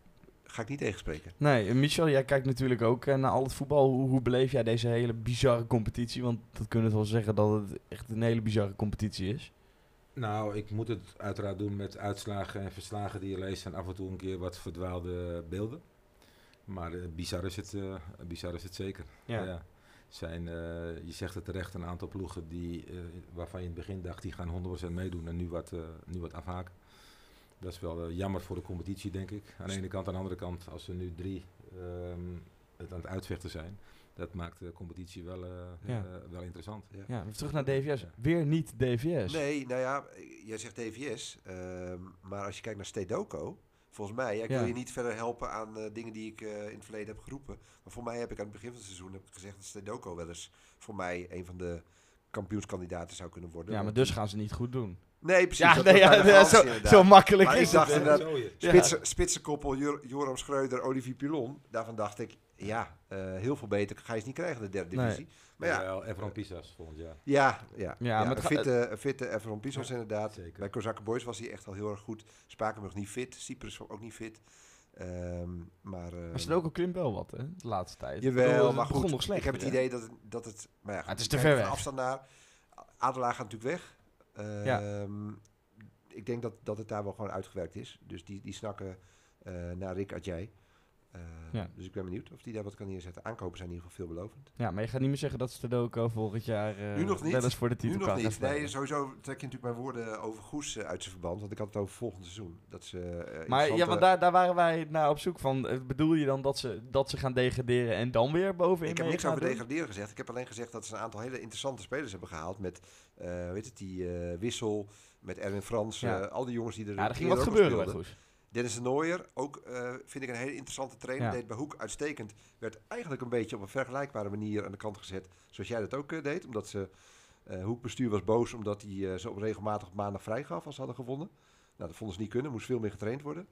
ga ik niet tegenspreken. Nee, Michel, jij kijkt natuurlijk ook naar al het voetbal. Hoe, hoe beleef jij deze hele bizarre competitie? Want dat kunnen we wel zeggen dat het echt een hele bizarre competitie is. Nou, ik moet het uiteraard doen met uitslagen en verslagen die je leest en af en toe een keer wat verdwaalde beelden. Maar uh, bizar, is het, uh, bizar is het zeker. Ja. Ja. Zijn, uh, je zegt het terecht, een aantal ploegen die, uh, waarvan je in het begin dacht die gaan honderd procent meedoen en nu wat, uh, nu wat afhaken. Dat is wel uh, jammer voor de competitie, denk ik. Aan de ene kant, aan de andere kant, als er nu drie um, het aan het uitvechten zijn, dat maakt de competitie wel, uh, ja. uh, wel interessant. Ja. Ja, terug naar D V S. Ja. Weer niet D V S. Nee, nou ja, jij zegt D V S, uh, maar als je kijkt naar Stedoco, volgens mij, ja, ik ja. wil je niet verder helpen aan uh, dingen die ik uh, in het verleden heb geroepen. Maar voor mij heb ik aan het begin van het seizoen heb ik gezegd dat Stedoco wel eens voor mij een van de kampioenskandidaten zou kunnen worden. Ja, maar dus gaan ze niet goed doen. Nee, precies. Ja, nee, ja, ja, zo, zo makkelijk maar is ik dacht het. Inderdaad, spitsen, spitsenkoppel Jor, Joram Schreuder, Olivier Pilon. Daarvan dacht ik, ja, uh, heel veel beter ga je het niet krijgen in de derde divisie. Nee. Maar ja, ja Efron Pisas volgend jaar. Ja, ja, ja, ja maar een fitte, een fitte Efron Pisas ja, inderdaad. Zeker. Bij Kozakke Boys was hij echt al heel erg goed. Spakenburg niet fit, Cyprus ook niet fit. Um, maar uh, maar ze ook al klimpt wel wat, hè, de laatste tijd. Jawel, bedoel, maar goed, nog slecht, ik heb het hè? idee dat het, dat het maar ja, ah, het is te ver weg. Afstand naar Adelaar gaat natuurlijk weg. Uh, ja. um, ik denk dat, dat het daar wel gewoon uitgewerkt is. Dus die, die snakken uh, naar Rick Adjei. Uh, ja. Dus ik ben benieuwd of die daar wat kan neerzetten. Aankopen zijn in ieder geval veelbelovend. Ja, maar je gaat niet meer zeggen dat Stedoco volgend jaar uh, nu nog niet. wel eens voor de titel nu kan nog niet. Nee, sowieso trek je natuurlijk mijn woorden over Goes uh, uit zijn verband. Want ik had het over volgend seizoen. Dat ze, uh, maar ja, want daar, daar waren wij naar op zoek van. Uh, bedoel je dan dat ze, dat ze gaan degraderen en dan weer bovenin Ik heb niks over doen? degraderen gezegd. Ik heb alleen gezegd dat ze een aantal hele interessante spelers hebben gehaald. Met, uh, weet het, die uh, Wissel, met Erwin Frans. Ja. Uh, al die jongens die er Ja, er ging wat gebeuren bij Goes. Dennis de Nooijer, ook uh, vind ik een hele interessante trainer. Ja. Deed bij Hoek uitstekend. Werd eigenlijk een beetje op een vergelijkbare manier aan de kant gezet. Zoals jij dat ook uh, deed. Omdat ze, uh, Hoekbestuur was boos omdat hij uh, ze op regelmatig op maandag vrij gaf als ze hadden gewonnen. Nou, dat vonden ze niet kunnen. Moest veel meer getraind worden.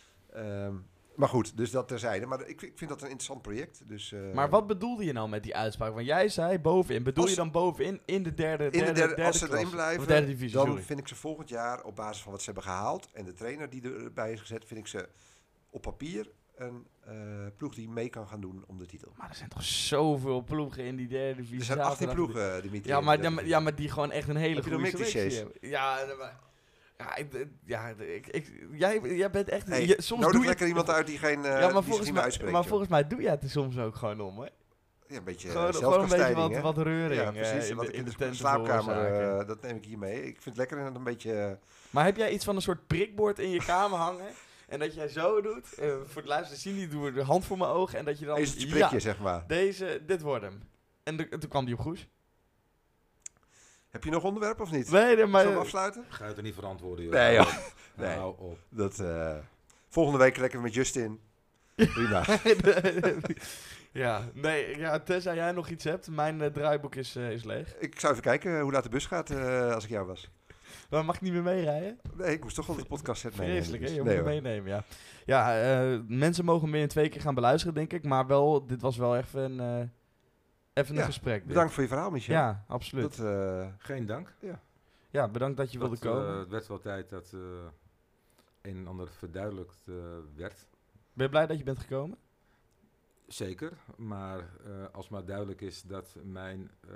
Um, maar goed, dus dat terzijde. Maar ik, ik vind dat een interessant project. Dus, uh, maar wat bedoelde je nou met die uitspraak? Want jij zei bovenin. Bedoel als, je dan bovenin in de derde, derde, in de derde, derde als ze klasse, erin blijven, derde divisie, dan sorry. vind ik ze volgend jaar op basis van wat ze hebben gehaald en de trainer die erbij is gezet, vind ik ze op papier een uh, ploeg die mee kan gaan doen om de titel. Maar er zijn toch zoveel ploegen in die derde divisie. Er zijn achttien ploegen, Dimitri. Ja, maar, ja, ja, maar die gewoon echt een hele Heb goede selectie hebben. Ja, maar... Ja, ik, ja ik, ik, jij, jij bent echt... Hey, je, soms nodig doe je lekker het, iemand uit die geen, uh, ja, maar die volgens geen mij, uitspreekt. Maar joh. volgens mij doe jij het er soms ook gewoon om, hè? Ja, een beetje gewoon, uh, gewoon een beetje wat, hè? wat reuring. Ja, precies. Uh, in wat de, ik in de, in de slaapkamer, uh, dat neem ik hier mee. Ik vind het lekker en een beetje... Uh, maar heb jij iets van een soort prikbord in je kamer hangen? En dat jij zo doet, uh, voor het luisteren zien die doe de hand voor mijn ogen en dat je dan... Is het prikje, ja, zeg maar. Deze, dit wordt hem. En de, toen kwam die op Goes. Heb je nog onderwerpen of niet? Nee, nee maar... Zullen we afsluiten? Ga je het er niet verantwoorden, joh. Nee, joh. Nee. Hou op. Dat, uh, volgende week lekker met Justin. Prima. ja, nee, ja, tenzij jij nog iets hebt. Mijn uh, draaiboek is, uh, is leeg. Ik zou even kijken hoe laat de bus gaat uh, als ik jou was. Maar mag ik niet meer meerijden? Nee, ik moest toch wel de podcast set meenemen. Vreselijk, dus. hè? Je nee, moet hem meenemen, ja. Ja, uh, mensen mogen meer in twee keer gaan beluisteren, denk ik. Maar wel, dit was wel even een, uh, even ja, een gesprek. Dit. Bedankt voor je verhaal, Michel. Ja, absoluut. Dat, uh, Geen dank. Ja. ja, bedankt dat je dat, wilde komen. Uh, het werd wel tijd dat uh, een en ander verduidelijkt uh, werd. Ben je blij dat je bent gekomen? Zeker, maar uh, als maar duidelijk is dat, mijn, uh,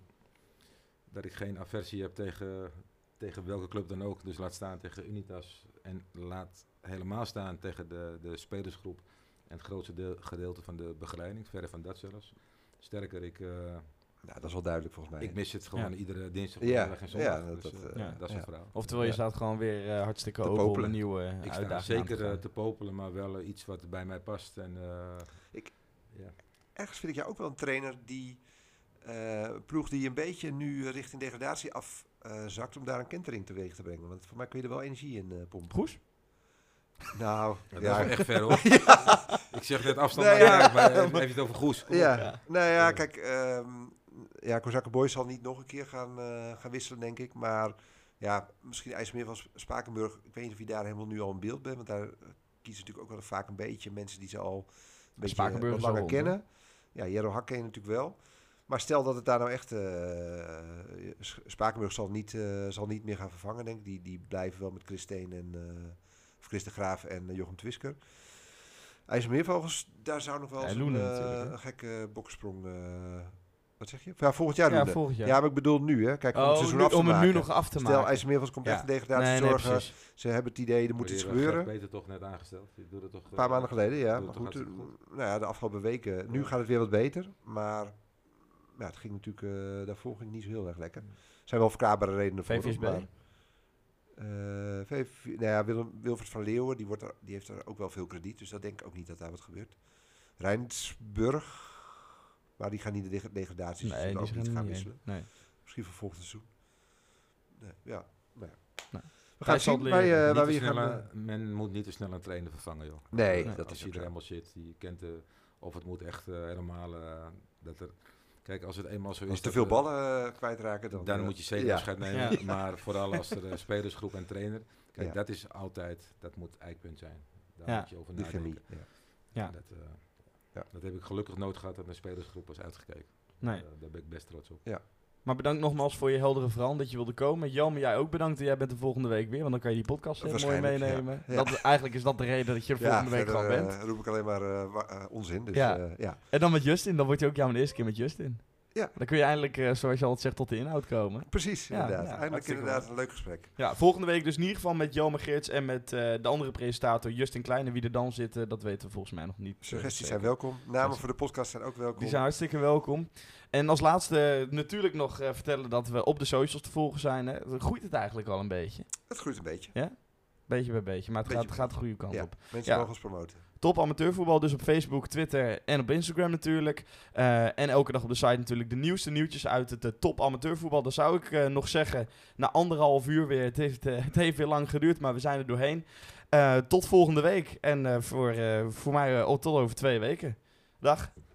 dat ik geen aversie heb tegen, tegen welke club dan ook. Dus laat staan tegen Unitas en laat helemaal staan tegen de, de spelersgroep en het grootste deel, gedeelte van de begeleiding. Verre van dat zelfs. Sterker, ik... Uh, Ja, dat is wel duidelijk volgens mij. Ik mis het gewoon ja. iedere dinsdag ja. en zondag. Ja, dat, dus, dat, uh, ja. dat is ja. het verhaal. Oftewel, je ja. staat gewoon weer uh, hartstikke te open popelen. om een nieuwe uh, ik uitdaging sta zeker te, uh, te popelen, maar wel uh, iets wat bij mij past. En, uh, ik, ja. Ergens vind ik jou ook wel een trainer die uh, ploeg die een beetje nu richting degradatie afzakt uh, om daar een kentering teweeg te brengen. Want voor mij kun je er wel energie in uh, pompen. Goes? Nou, ja, ja. dat is echt ver hoor. ja. Ik zeg net afstand, nee, maar, ja. maar uh, heb je het over Goes? Ja. ja, nou ja, kijk, um, ja, Kozakke Boys zal niet nog een keer gaan, uh, gaan wisselen, denk ik. Maar ja, misschien IJsselmeer van Spakenburg. Ik weet niet of je daar helemaal nu al in beeld bent. Want daar uh, kiezen natuurlijk ook wel vaak een beetje mensen die ze al een beetje uh, wat langer kennen. Rond, ja, Jero Hak ken je natuurlijk wel. Maar stel dat het daar nou echt... Uh, Spakenburg zal niet, uh, zal niet meer gaan vervangen, denk ik. Die, die blijven wel met Christeen en... Uh, of Chris de Graaf en uh, Jochem Twisker. IJsselmeervogels, daar zou nog wel Ja, eens Loenen een, natuurlijk, uh, hè? een gekke boksprong... Uh, wat zeg je? Ja, volgend jaar Ja, Loenen. volgend jaar. Ja, maar ik bedoel nu, hè. Kijk, om Oh, het seizoen nu, af te om het maken. nu nog af te Stel, maken. IJsselmeervogels komt Ja. echt in degradatie Nee, nee, zorgen. precies. Ze hebben het idee, er moet iets gebeuren. Peter toch net aangesteld. Die doet het toch, Een paar maanden geleden, ja. Maar goed, goed, goed. Nou ja, de afgelopen weken. Nu gaat het weer wat beter. Maar ja, het ging natuurlijk, uh, daarvoor ging het niet zo heel erg lekker. Er zijn wel verklaarbare redenen voor. V V S B? Maar, uh, V V, nou ja, Willem, Wilfred van Leeuwen, die, wordt er, die heeft er ook wel veel krediet. Dus dat denk ik ook niet dat daar wat gebeurt. Rijnsburg, maar die gaan niet de degradatie. Nee, die ook niet gaan wisselen. Nee. Misschien voor volgend seizoen. Nee, ja, nou ja. Nee. We gaan het zien waar, uh, waar we hier gaan... Uh, men moet niet te snel een trainer vervangen, joh. Nee, uh, dat als is je er helemaal zit, die kent uh, of het moet echt uh, helemaal... Uh, dat er, kijk, als het eenmaal zo is... Als te veel ballen uh, kwijtraken, dan... Dan uh, moet je zeker ja. afscheid nemen. Ja. Maar vooral als er uh, spelersgroep en trainer... Kijk, ja. dat is altijd... Dat moet eikpunt zijn. Daar ja. moet je over die nadenken. chemie. Ja. Ja. Dat, uh, ja. dat heb ik gelukkig nooit gehad dat mijn spelersgroep was uitgekeken. Nee. Uh, daar ben ik best trots op. Ja. Maar bedankt nogmaals voor je heldere verhaal dat je wilde komen. Jan, jij ook bedankt. Jij bent de volgende week weer, want dan kan je die podcast uh, mooi meenemen. Ja. Dat, eigenlijk is dat de reden dat je de volgende ja, week gewoon bent. Uh, roep ik alleen maar uh, uh, onzin. Dus, ja. Uh, ja. En dan met Justin, dan word je ook jouw eerste keer met Justin. Ja. Dan kun je eindelijk, uh, zoals je altijd zegt, tot de inhoud komen. Precies, ja, inderdaad. Ja, eindelijk inderdaad wel. Een leuk gesprek. Ja, volgende week dus in ieder geval met Jelmer Geerts en met uh, de andere presentator Justin Klein. En wie er dan zit, uh, dat weten we volgens mij nog niet. Suggesties uh, zijn welkom. Namen voor de podcast zijn ook welkom. Die zijn hartstikke welkom. En als laatste uh, natuurlijk nog uh, vertellen dat we op de socials te volgen zijn. Hè. Groeit het eigenlijk al een beetje? Het groeit een beetje. Ja? Beetje bij beetje, maar het beetje gaat, gaat de goede kant ja, op. Mensen ja. mogen ons promoten. Top amateurvoetbal, dus op Facebook, Twitter en op Instagram natuurlijk. Uh, en elke dag op de site natuurlijk de nieuwste nieuwtjes uit het uh, top amateurvoetbal. Dan zou ik uh, nog zeggen, na anderhalf uur weer, het heeft, uh, het heeft weer lang geduurd, maar we zijn er doorheen. Uh, tot volgende week en uh, voor, uh, voor mij uh, tot over twee weken. Dag.